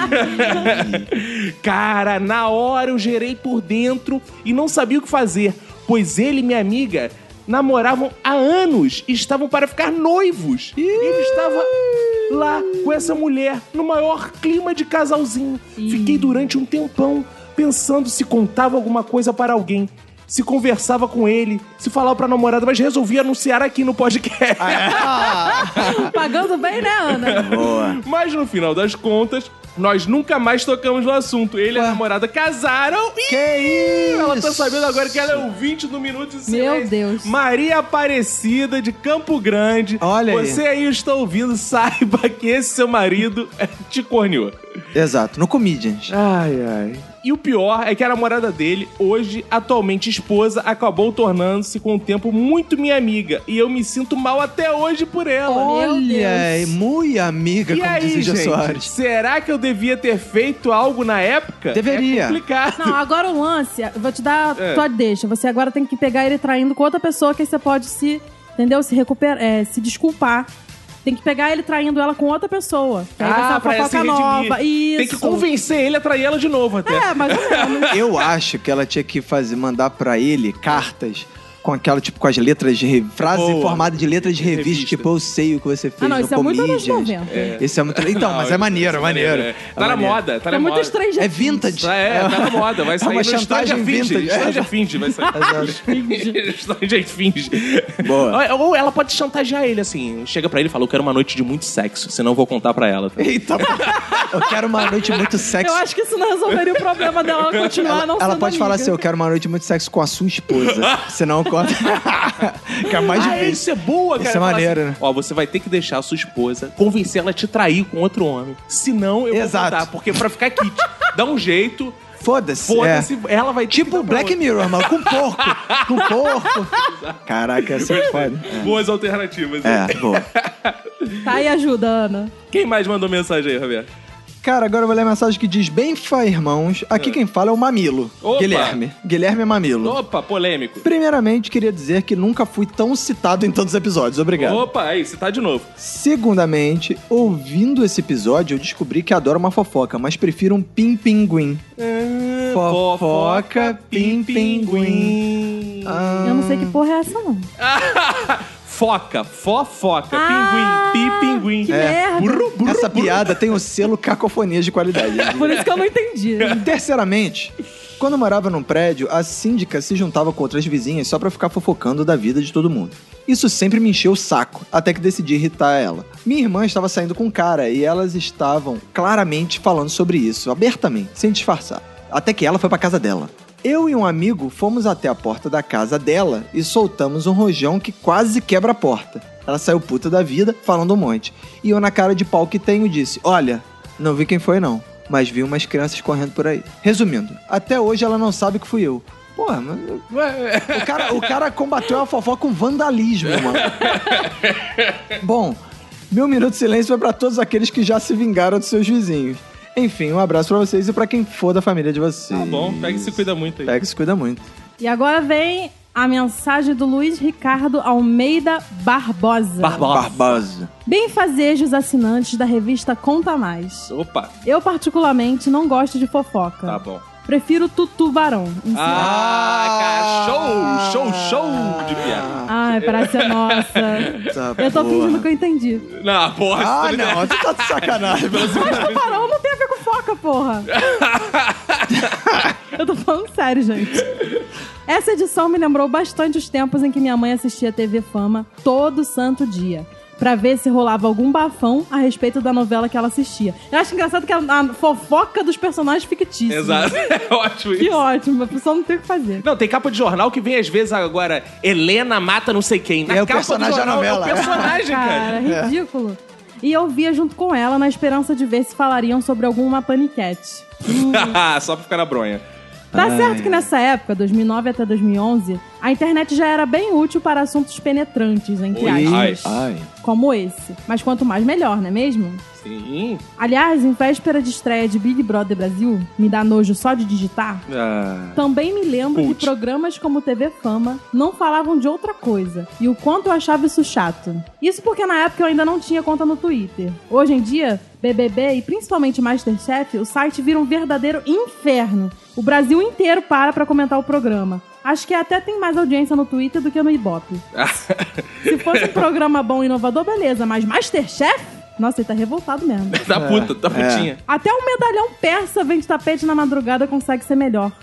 Cara, na hora eu gerei por dentro e não sabia o que fazer, pois ele e minha amiga namoravam há anos e estavam para ficar noivos. Ele estava lá com essa mulher no maior clima de casalzinho. Fiquei durante um tempão pensando se contava alguma coisa para alguém, se conversava com ele, se falava pra namorada, mas resolvi anunciar aqui no podcast. Pagando bem, né, Ana? Boa. Mas no final das contas, nós nunca mais tocamos no assunto. Ele e a namorada casaram e... Que isso? Ela tá sabendo agora que ela é ouvinte do Minuto de Silêncio. Meu Deus. Maria Aparecida, de Campo Grande. Olha aí. Você aí está ouvindo, saiba que esse seu marido te corneou. Exato, no Comedians. Ai. E o pior é que a namorada dele, hoje, atualmente esposa, acabou tornando-se com o tempo muito minha amiga. E eu me sinto mal até hoje por ela. Olha, muito amiga, E como aí, diz o Jô gente, Soares. será que eu devia ter feito algo na época? Deveria. É complicado. Não, agora o lance, eu vou te dar tua deixa. Você agora tem que pegar ele traindo com outra pessoa, que aí você pode entendeu? Se recuperar, se desculpar. Tem que pegar ele traindo ela com outra pessoa. Que aí vai ser uma pra ela se fofoca redimir. nova. Isso. Tem que convencer ele a trair ela de novo até. É, mais ou menos. Eu acho que ela tinha que mandar pra ele cartas com aquela, tipo, com as letras de frase Boa. formada de letras de revista, tipo, eu sei o que você fez não, no isso é muito anos Comedians. 90. Esse é muito... Então, mas é maneiro, é maneiro. Tá na moda, tá na É moda. muito Stranger É vintage. Tá na moda, vai sair uma no chantagem Stranger Things. vintage. Stranger Things vai sair. Stranger Things. Boa. Ou ela pode chantagear ele, assim. Chega pra ele e fala, eu quero uma noite de muito sexo, senão eu vou contar pra ela. Eita, eu quero uma noite muito sexy. Eu acho que isso não resolveria o problema dela continuar não Ela sendo pode falar amiga. assim, eu quero uma noite muito sexy com a sua esposa. Senão conta. Que é mais difícil. Isso é boa, cara. Isso é Fala maneiro, assim, né? Ó, você vai ter que deixar a sua esposa, convencer ela a te trair com outro homem. Senão eu Exato. vou contar, porque pra ficar kit, dá um jeito... Foda-se. Ela vai ter Tipo que dar pra Black outra. Mirror, mano. Com porco. Com porco. Caraca, essa é foda. Boas alternativas. É, boa. Tá aí, ajuda, Ana. Quem mais mandou mensagem aí, Roberto? Cara, agora eu vou ler a mensagem que diz: Benfa, irmãos. Aqui quem fala é o Mamilo. Opa. Guilherme Mamilo. Opa, polêmico. Primeiramente, queria dizer que nunca fui tão citado em tantos episódios. Obrigado. Opa, aí, você tá de novo. Segundamente, ouvindo esse episódio, eu descobri que adoro uma fofoca, mas prefiro um pim-pinguim. Fofoca, pim-pinguim. Eu não sei que porra é essa, não. Fofoca, Ah, pinguim. que merda. Essa piada tem o selo cacofonias de qualidade. Por isso que eu não entendi. Terceiramente, quando eu morava num prédio, a síndica se juntava com outras vizinhas só pra ficar fofocando da vida de todo mundo. Isso sempre me encheu o saco, até que decidi irritar ela. Minha irmã estava saindo com um cara e elas estavam claramente falando sobre isso, abertamente, sem disfarçar. Até que ela foi pra casa dela. Eu e um amigo fomos até a porta da casa dela e soltamos um rojão que quase quebra a porta. Ela saiu puta da vida, falando um monte. E eu, na cara de pau que tenho, disse: olha, não vi quem foi não, mas vi umas crianças correndo por aí. Resumindo, até hoje ela não sabe que fui eu. Porra, mas... O cara combateu a fofoca com vandalismo, mano. Bom, meu minuto de silêncio vai pra todos aqueles que já se vingaram dos seus vizinhos. Enfim, um abraço pra vocês e pra quem for da família de vocês. Tá bom, pega e se cuida muito aí. Pega e se cuida muito. E agora vem a mensagem do Luiz Ricardo Almeida Barbosa. Barbosa. Bem-fazejos assinantes da revista Conta Mais. Opa, Eu, particularmente, não gosto de fofoca. tá bom. Prefiro Tutu Barão. Ah, cara, show de piada. Ai, parece a nossa. Tá, Eu tô porra. fingindo que eu entendi. Não, porra. Ah, isso não, tu tá de sacanagem. Mas Tubarão não tem a ver com foca, porra. Eu tô falando sério, gente. Essa edição me lembrou bastante os tempos em que minha mãe assistia TV Fama todo santo dia, pra ver se rolava algum bafão a respeito da novela que ela assistia. Eu acho engraçado que a fofoca dos personagens fictícios. Exato. É ótimo isso. Que ótimo, a pessoa não tem o que fazer. Não, tem capa de jornal que vem às vezes agora, Helena mata não sei quem. Na É o capa personagem do jornal, da novela. É o personagem, cara. Ridículo. E eu via junto com ela na esperança de ver se falariam sobre alguma paniquete. Só pra ficar na bronha. Tá certo que nessa época, 2009 até 2011, a internet já era bem útil para assuntos penetrantes, entre aspas. Como esse. Mas quanto mais melhor, não é mesmo? Sim. Aliás, em véspera de estreia de Big Brother Brasil, me dá nojo só de digitar, também me lembro que programas como TV Fama não falavam de outra coisa. E o quanto eu achava isso chato. Isso porque na época eu ainda não tinha conta no Twitter. Hoje em dia, BBB e principalmente Masterchef, o site vira um verdadeiro inferno. O Brasil inteiro pra comentar o programa. Acho que até tem mais audiência no Twitter do que no Ibope. Se fosse um programa bom e inovador, beleza. Mas Masterchef? Nossa, ele tá revoltado mesmo. Tá puta, tá putinha. Até um medalhão persa vem de tapete na madrugada consegue ser melhor.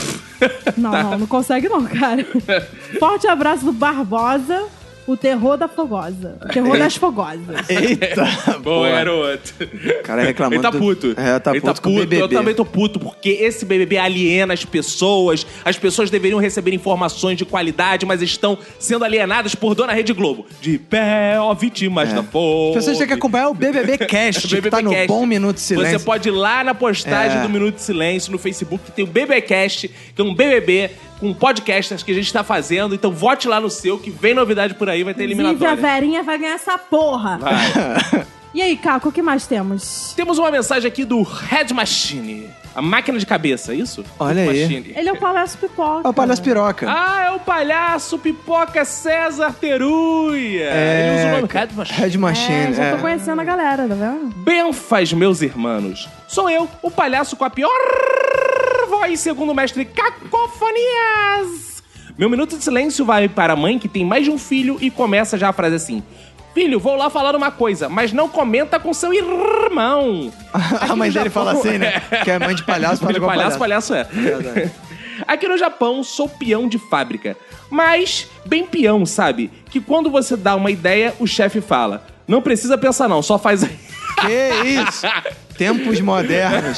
Não consegue não, cara. Forte abraço do Barbosa, o terror da fogosa. O terror das fogosas. Eita! Boa, garoto. O cara reclamando. Ele tá puto. Ele tá puto com o BBB. Eu também tô puto, porque esse BBB aliena as pessoas. As pessoas deveriam receber informações de qualidade, mas estão sendo alienadas por Dona Rede Globo. De pé, ó, vítimas da fome. As pessoas têm que acompanhar o BBB Cast, que tá no Bom Minuto de Silêncio. Você pode ir lá na postagem do Minuto de Silêncio, no Facebook, que tem o BBB Cast, que é um BBB com podcasters que a gente tá fazendo. Então vote lá no seu, que vem novidade por aí, vai ter eliminatória. A Verinha vai ganhar essa porra. Vai. E aí, Caco, o que mais temos? Temos uma mensagem aqui do Red Machine. A máquina de cabeça, é isso? Olha aí. Machine. Ele é o Palhaço Pipoca. É o Palhaço Piroca. Ah, é o Palhaço Pipoca César Teruia. Ele usa o nome Red Machine. Red Machine, já tô conhecendo a galera, tá vendo? Benfas, meus irmãos. Sou eu, o palhaço com a pior voz, segundo o mestre Cacofonias. Meu minuto de silêncio vai para a mãe que tem mais de um filho e começa já a frase assim: filho, vou lá falar uma coisa, mas não comenta com seu irmão. A mãe dele fala assim, né? Que é mãe de palhaço, fala igual palhaço é. Aqui no Japão, sou peão de fábrica. Mas, bem peão, sabe? Que quando você dá uma ideia, o chefe fala: não precisa pensar não, só faz aí. Que isso? Tempos modernos.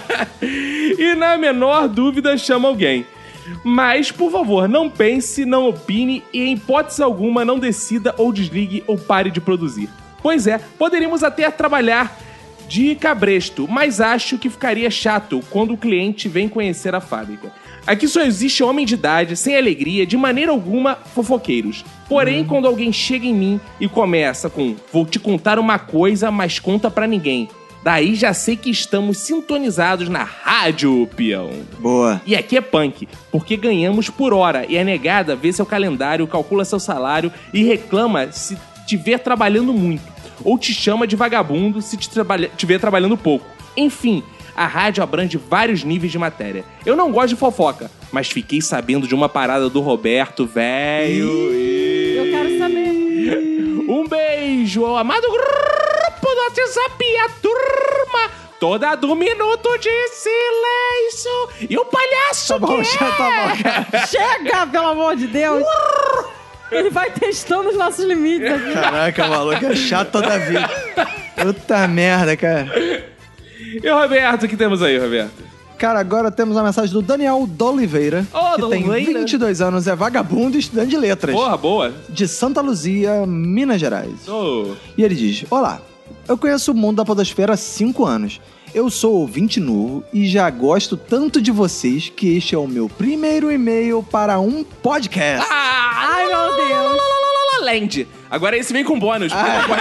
E na menor dúvida, chama alguém. Mas, por favor, não pense, não opine e, em hipótese alguma, não decida ou desligue ou pare de produzir. Pois é, poderíamos até trabalhar de cabresto, mas acho que ficaria chato quando o cliente vem conhecer a fábrica. Aqui só existe homem de idade, sem alegria, de maneira alguma, fofoqueiros. Porém, quando alguém chega em mim e começa com: vou te contar uma coisa, mas conta pra ninguém. Daí já sei que estamos sintonizados na rádio, peão. Boa. E aqui é punk, porque ganhamos por hora e a negada vê seu calendário, calcula seu salário e reclama se tiver trabalhando muito. Ou te chama de vagabundo se tiver trabalhando pouco. Enfim, a rádio abrange vários níveis de matéria. Eu não gosto de fofoca, mas fiquei sabendo de uma parada do Roberto, velho. Eu quero saber. Um beijo ao amado grupo do WhatsApp e a turma toda do Minuto de Silêncio. E o palhaço tá bom, que tá bom, cara. Chega, pelo amor de Deus. Ele vai testando os nossos limites aqui. Caraca, maluco, é chato toda a vida. Puta merda, cara. E o Roberto, o que temos aí, Roberto? Cara, agora temos a mensagem do Daniel D'Oliveira, que tem 22 anos, é vagabundo e estudante de letras. Porra, boa. De Santa Luzia, Minas Gerais. E ele diz: olá, eu conheço o mundo da podosfera há 5 anos. Eu sou ouvinte novo e já gosto tanto de vocês que este é o meu primeiro e-mail para um podcast. Ai, meu Deus. Land. Agora esse vem com bônus.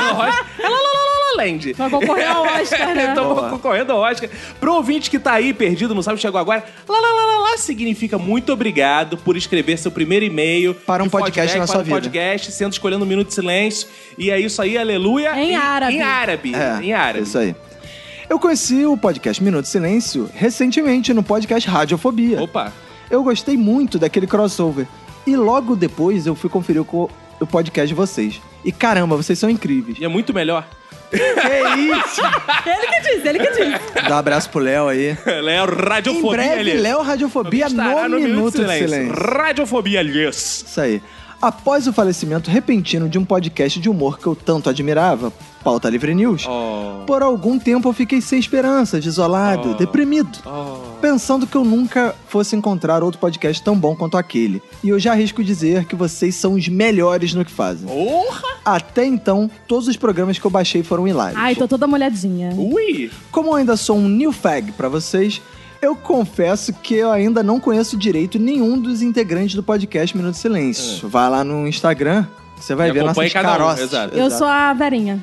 Land. Vai concorrer ao Oscar, né? Estamos concorrendo ao Oscar. Pro ouvinte que tá aí perdido, não sabe, chegou agora, lá significa muito obrigado por escrever seu primeiro e-mail para um podcast na sua vida. Podcast, sendo escolhendo um Minuto de Silêncio. E é isso aí, aleluia. Em árabe. Em árabe. Em árabe. Isso aí. Eu conheci o podcast Minuto de Silêncio recentemente no podcast Radiofobia. Opa. Eu gostei muito daquele crossover. E logo depois eu fui conferir o podcast de vocês. E caramba, vocês são incríveis. E é muito melhor. Que isso? Ele que disse. Dá um abraço pro Léo aí. Léo, Radiofobia. Em breve, Léo Radiofobia Estará no Minuto de Silêncio. Radiofobia, yes. Isso aí. Após o falecimento repentino de um podcast de humor que eu tanto admirava, Pauta Livre News, por algum tempo eu fiquei sem esperança, desolado, deprimido, pensando que eu nunca fosse encontrar outro podcast tão bom quanto aquele. E eu já arrisco dizer que vocês são os melhores no que fazem. Até então, todos os programas que eu baixei foram hilários. Ai, tô toda molhadinha. Ui! Como eu ainda sou um new fag pra vocês, eu confesso que eu ainda não conheço direito nenhum dos integrantes do podcast Minuto de Silêncio. Vai lá no Instagram, você vai ver nossas caroças. Exato. Eu sou a Verinha.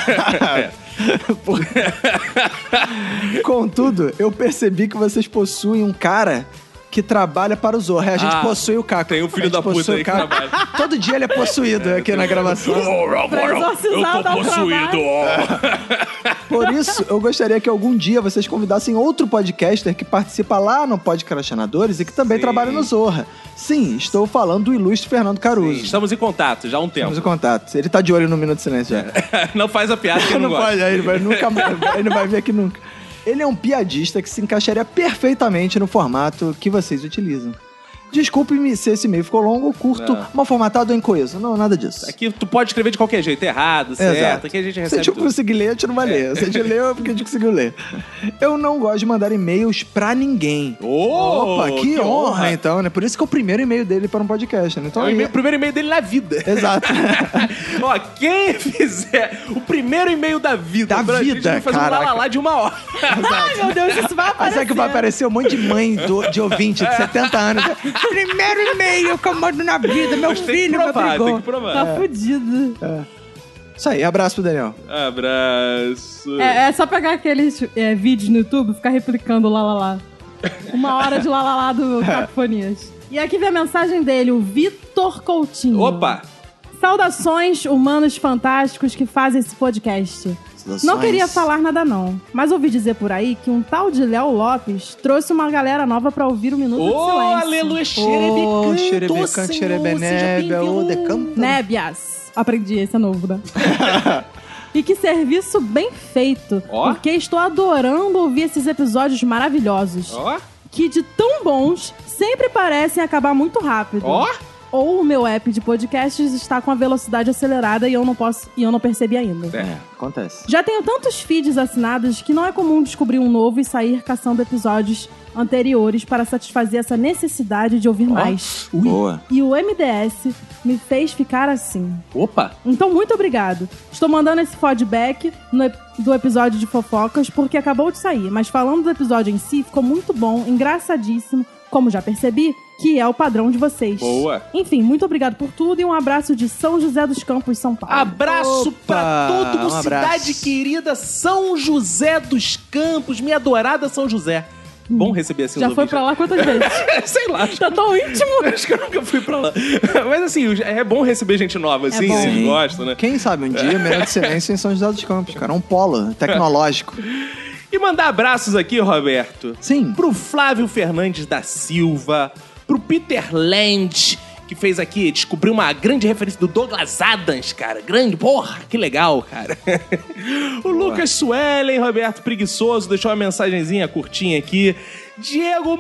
Contudo, eu percebi que vocês possuem um cara que trabalha para o Zorra. A gente possui o Caco. Tem um filho da puta aí que trabalha. Todo dia ele é possuído aqui na gravação. Pra exorcizar o trabalho. Por isso, eu gostaria que algum dia vocês convidassem outro podcaster que participa lá no Podcastinadores e que também trabalha no Zorra. Sim, estou falando do ilustre Fernando Caruso. Sim, estamos em contato já há um tempo. Estamos em contato. Ele tá de olho no Minuto de Silêncio já. Não faz a piada que ele não gosta. Pode, ele não vai vir aqui nunca. Ele é um piadista que se encaixaria perfeitamente no formato que vocês utilizam. Desculpe-me se esse e-mail ficou longo, curto, mal formatado ou incoeso. Não, nada disso. Aqui tu pode escrever de qualquer jeito, errado, certo. Exato. Aqui a gente Se a recebe gente tudo. conseguir ler, a gente não vai ler. Se a gente leu, é porque a gente conseguiu ler. Eu não gosto de mandar e-mails pra ninguém. Opa, que honra, então, né? Por isso que é o primeiro e-mail dele para um podcast, né? Então, É o primeiro e-mail dele na vida. Exato. Ó, quem fizer o primeiro e-mail da vida, Da pra vida, gente vai fazer caraca. um lalá de 1 hora. Ai, meu Deus, isso vai Mas aparecer. sabe que vai aparecer um monte de mãe de ouvinte de 70 anos. Primeiro e-mail que eu mando na vida, meu Mas tem que filho me provar, obrigou. tem que provar. Tá fudido. Isso aí, abraço pro Daniel. Abraço. É só pegar aqueles vídeos no YouTube e ficar replicando lá. 1 hora de lá do Cacofonias. E aqui vem a mensagem dele, o Vitor Coutinho. Opa! Saudações, humanos fantásticos que fazem esse podcast. Não queria falar nada não, mas ouvi dizer por aí que um tal de Léo Lopes trouxe uma galera nova pra ouvir o Minuto de Silêncio. Aleluia, xerebecante, xerebenébia, ô decanto. Nébias. Aprendi, esse é novo, né? E que serviço bem feito, porque estou adorando ouvir esses episódios maravilhosos. Que de tão bons, sempre parecem acabar muito rápido. Ou o meu app de podcasts está com a velocidade acelerada e eu não percebi ainda. Acontece. Já tenho tantos feeds assinados que não é comum descobrir um novo e sair caçando episódios anteriores para satisfazer essa necessidade de ouvir mais. Boa. E o MDS me fez ficar assim. Opa! Então, muito obrigado. Estou mandando esse feedback do episódio de fofocas porque acabou de sair, mas falando do episódio em si, ficou muito bom, engraçadíssimo, como já percebi, que é o padrão de vocês. Boa. Enfim, muito obrigado por tudo e um abraço de São José dos Campos, São Paulo. Abraço pra todo mundo, um cidade abraço. querida São José dos Campos, minha adorada São José. Bom receber assim os Já foi ouvintes. pra lá quantas vezes? Sei lá. Tá tão íntimo. Acho que eu nunca fui pra lá. Mas assim, é bom receber gente nova, assim, bom. vocês gostam, né? Quem sabe um dia, Minuto de Silêncio em São José dos Campos, cara. Um polo tecnológico. E mandar abraços aqui, Roberto. Sim. Pro Flávio Fernandes da Silva, pro Peter Land, que fez aqui, descobriu uma grande referência do Douglas Adams, cara. Grande, porra, que legal, cara. O Lucas Suelen, Roberto Preguiçoso, deixou uma mensagenzinha curtinha aqui. Diego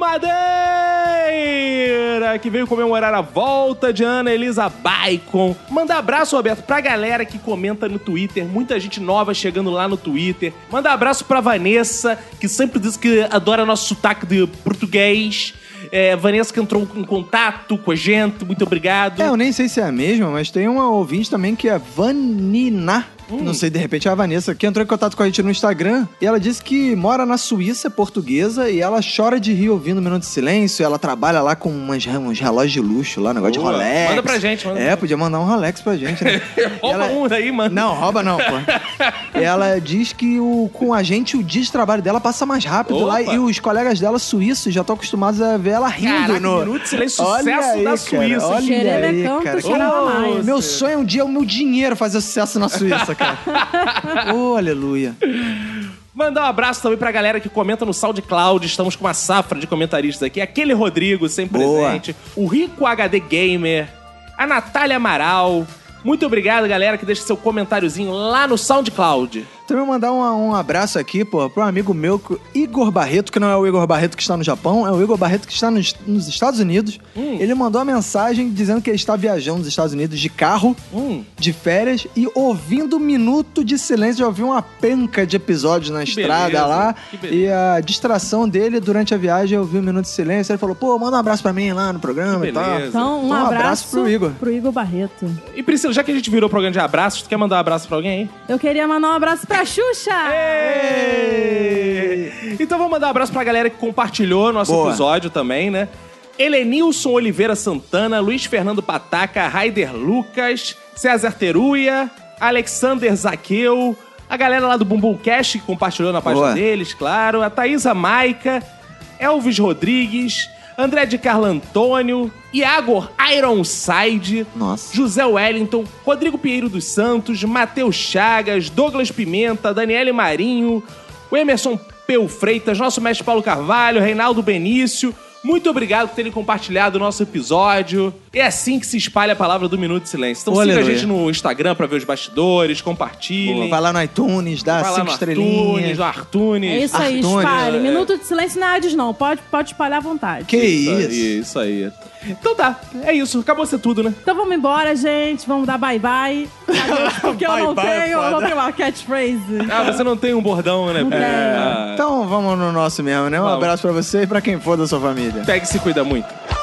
Madeira, que veio comemorar a volta de Ana Elisa Bacon. Mandar abraço, Roberto, pra galera que comenta no Twitter. Muita gente nova chegando lá no Twitter. Mandar abraço pra Vanessa, que sempre diz que adora nosso sotaque de português. Vanessa que entrou em contato com a gente, muito obrigado. Eu nem sei se é a mesma, mas tem uma ouvinte também que é Vanina. Não sei, de repente é a Vanessa, que entrou em contato com a gente no Instagram. E ela disse que mora na Suíça, é portuguesa, e ela chora de rir ouvindo o Minuto de Silêncio. Ela trabalha lá com uns relógios de luxo lá, negócio de Rolex. Manda pra gente, Podia mandar um Rolex pra gente, né? Rouba um daí, mano. Não, rouba não, pô. Ela diz que com a gente o dia de trabalho dela passa mais rápido lá, e os colegas dela suíços já estão acostumados a ver ela rindo. Caraca, Minuto de Silêncio, sucesso da Suíça. Olha aí, Xerebecão, cara. cheirava mais. Meu sonho é um dia o meu dinheiro fazer sucesso na Suíça, cara. Oh, aleluia. Mandar um abraço também pra galera que comenta no SoundCloud. Estamos com uma safra de comentaristas aqui. Aquele Rodrigo, sempre Boa. presente. O Rico HD Gamer. A Natália Amaral. Muito obrigado, galera, que deixa seu comentáriozinho lá no SoundCloud. Também mandar um abraço aqui, pô, pro amigo meu, Igor Barreto, que não é o Igor Barreto que está no Japão, é o Igor Barreto que está nos Estados Unidos. Ele mandou uma mensagem dizendo que ele está viajando nos Estados Unidos de carro, de férias, e ouvindo Minuto de Silêncio. Já ouviu uma penca de episódios na estrada lá. E a distração dele durante a viagem é ouvir um Minuto de Silêncio. Ele falou, pô, manda um abraço pra mim lá no programa e tal. Então, um abraço pro Igor. Pro Igor Barreto. E Priscila, já que a gente virou programa de abraços, tu quer mandar um abraço pra alguém aí? Eu queria mandar um abraço pra Xuxa! Então vamos mandar um abraço pra galera que compartilhou nosso episódio também, né? Helenilson Oliveira Santana, Luiz Fernando Pataca, Raider Lucas, César Teruia, Alexander Zaqueu, a galera lá do Bumbumcast que compartilhou na página deles, claro, a Thaisa Maica, Elvis Rodrigues, André de Carlo Antônio, Iagor Ironside, José Wellington, Rodrigo Pinheiro dos Santos, Matheus Chagas, Douglas Pimenta, Daniele Marinho, o Emerson Peu Freitas, nosso mestre Paulo Carvalho, Reinaldo Benício. Muito obrigado por terem compartilhado o nosso episódio. É assim que se espalha a palavra do Minuto de Silêncio. Então siga a gente no Instagram pra ver os bastidores, compartilhem. Vai lá no iTunes, dá 5 estrelinhas. No Artunes. É isso aí, espalhe. Minuto de Silêncio na Hades não, pode espalhar à vontade. Que isso? Isso aí. Então tá, é isso. Acabou ser tudo, né? Então vamos embora, gente. Vamos dar bye-bye. Porque eu não tenho uma catchphrase. Ah, você não tem um bordão, né? Então vamos no nosso mesmo, né? Um abraço pra você e pra quem for da sua família. Pega e se cuida muito.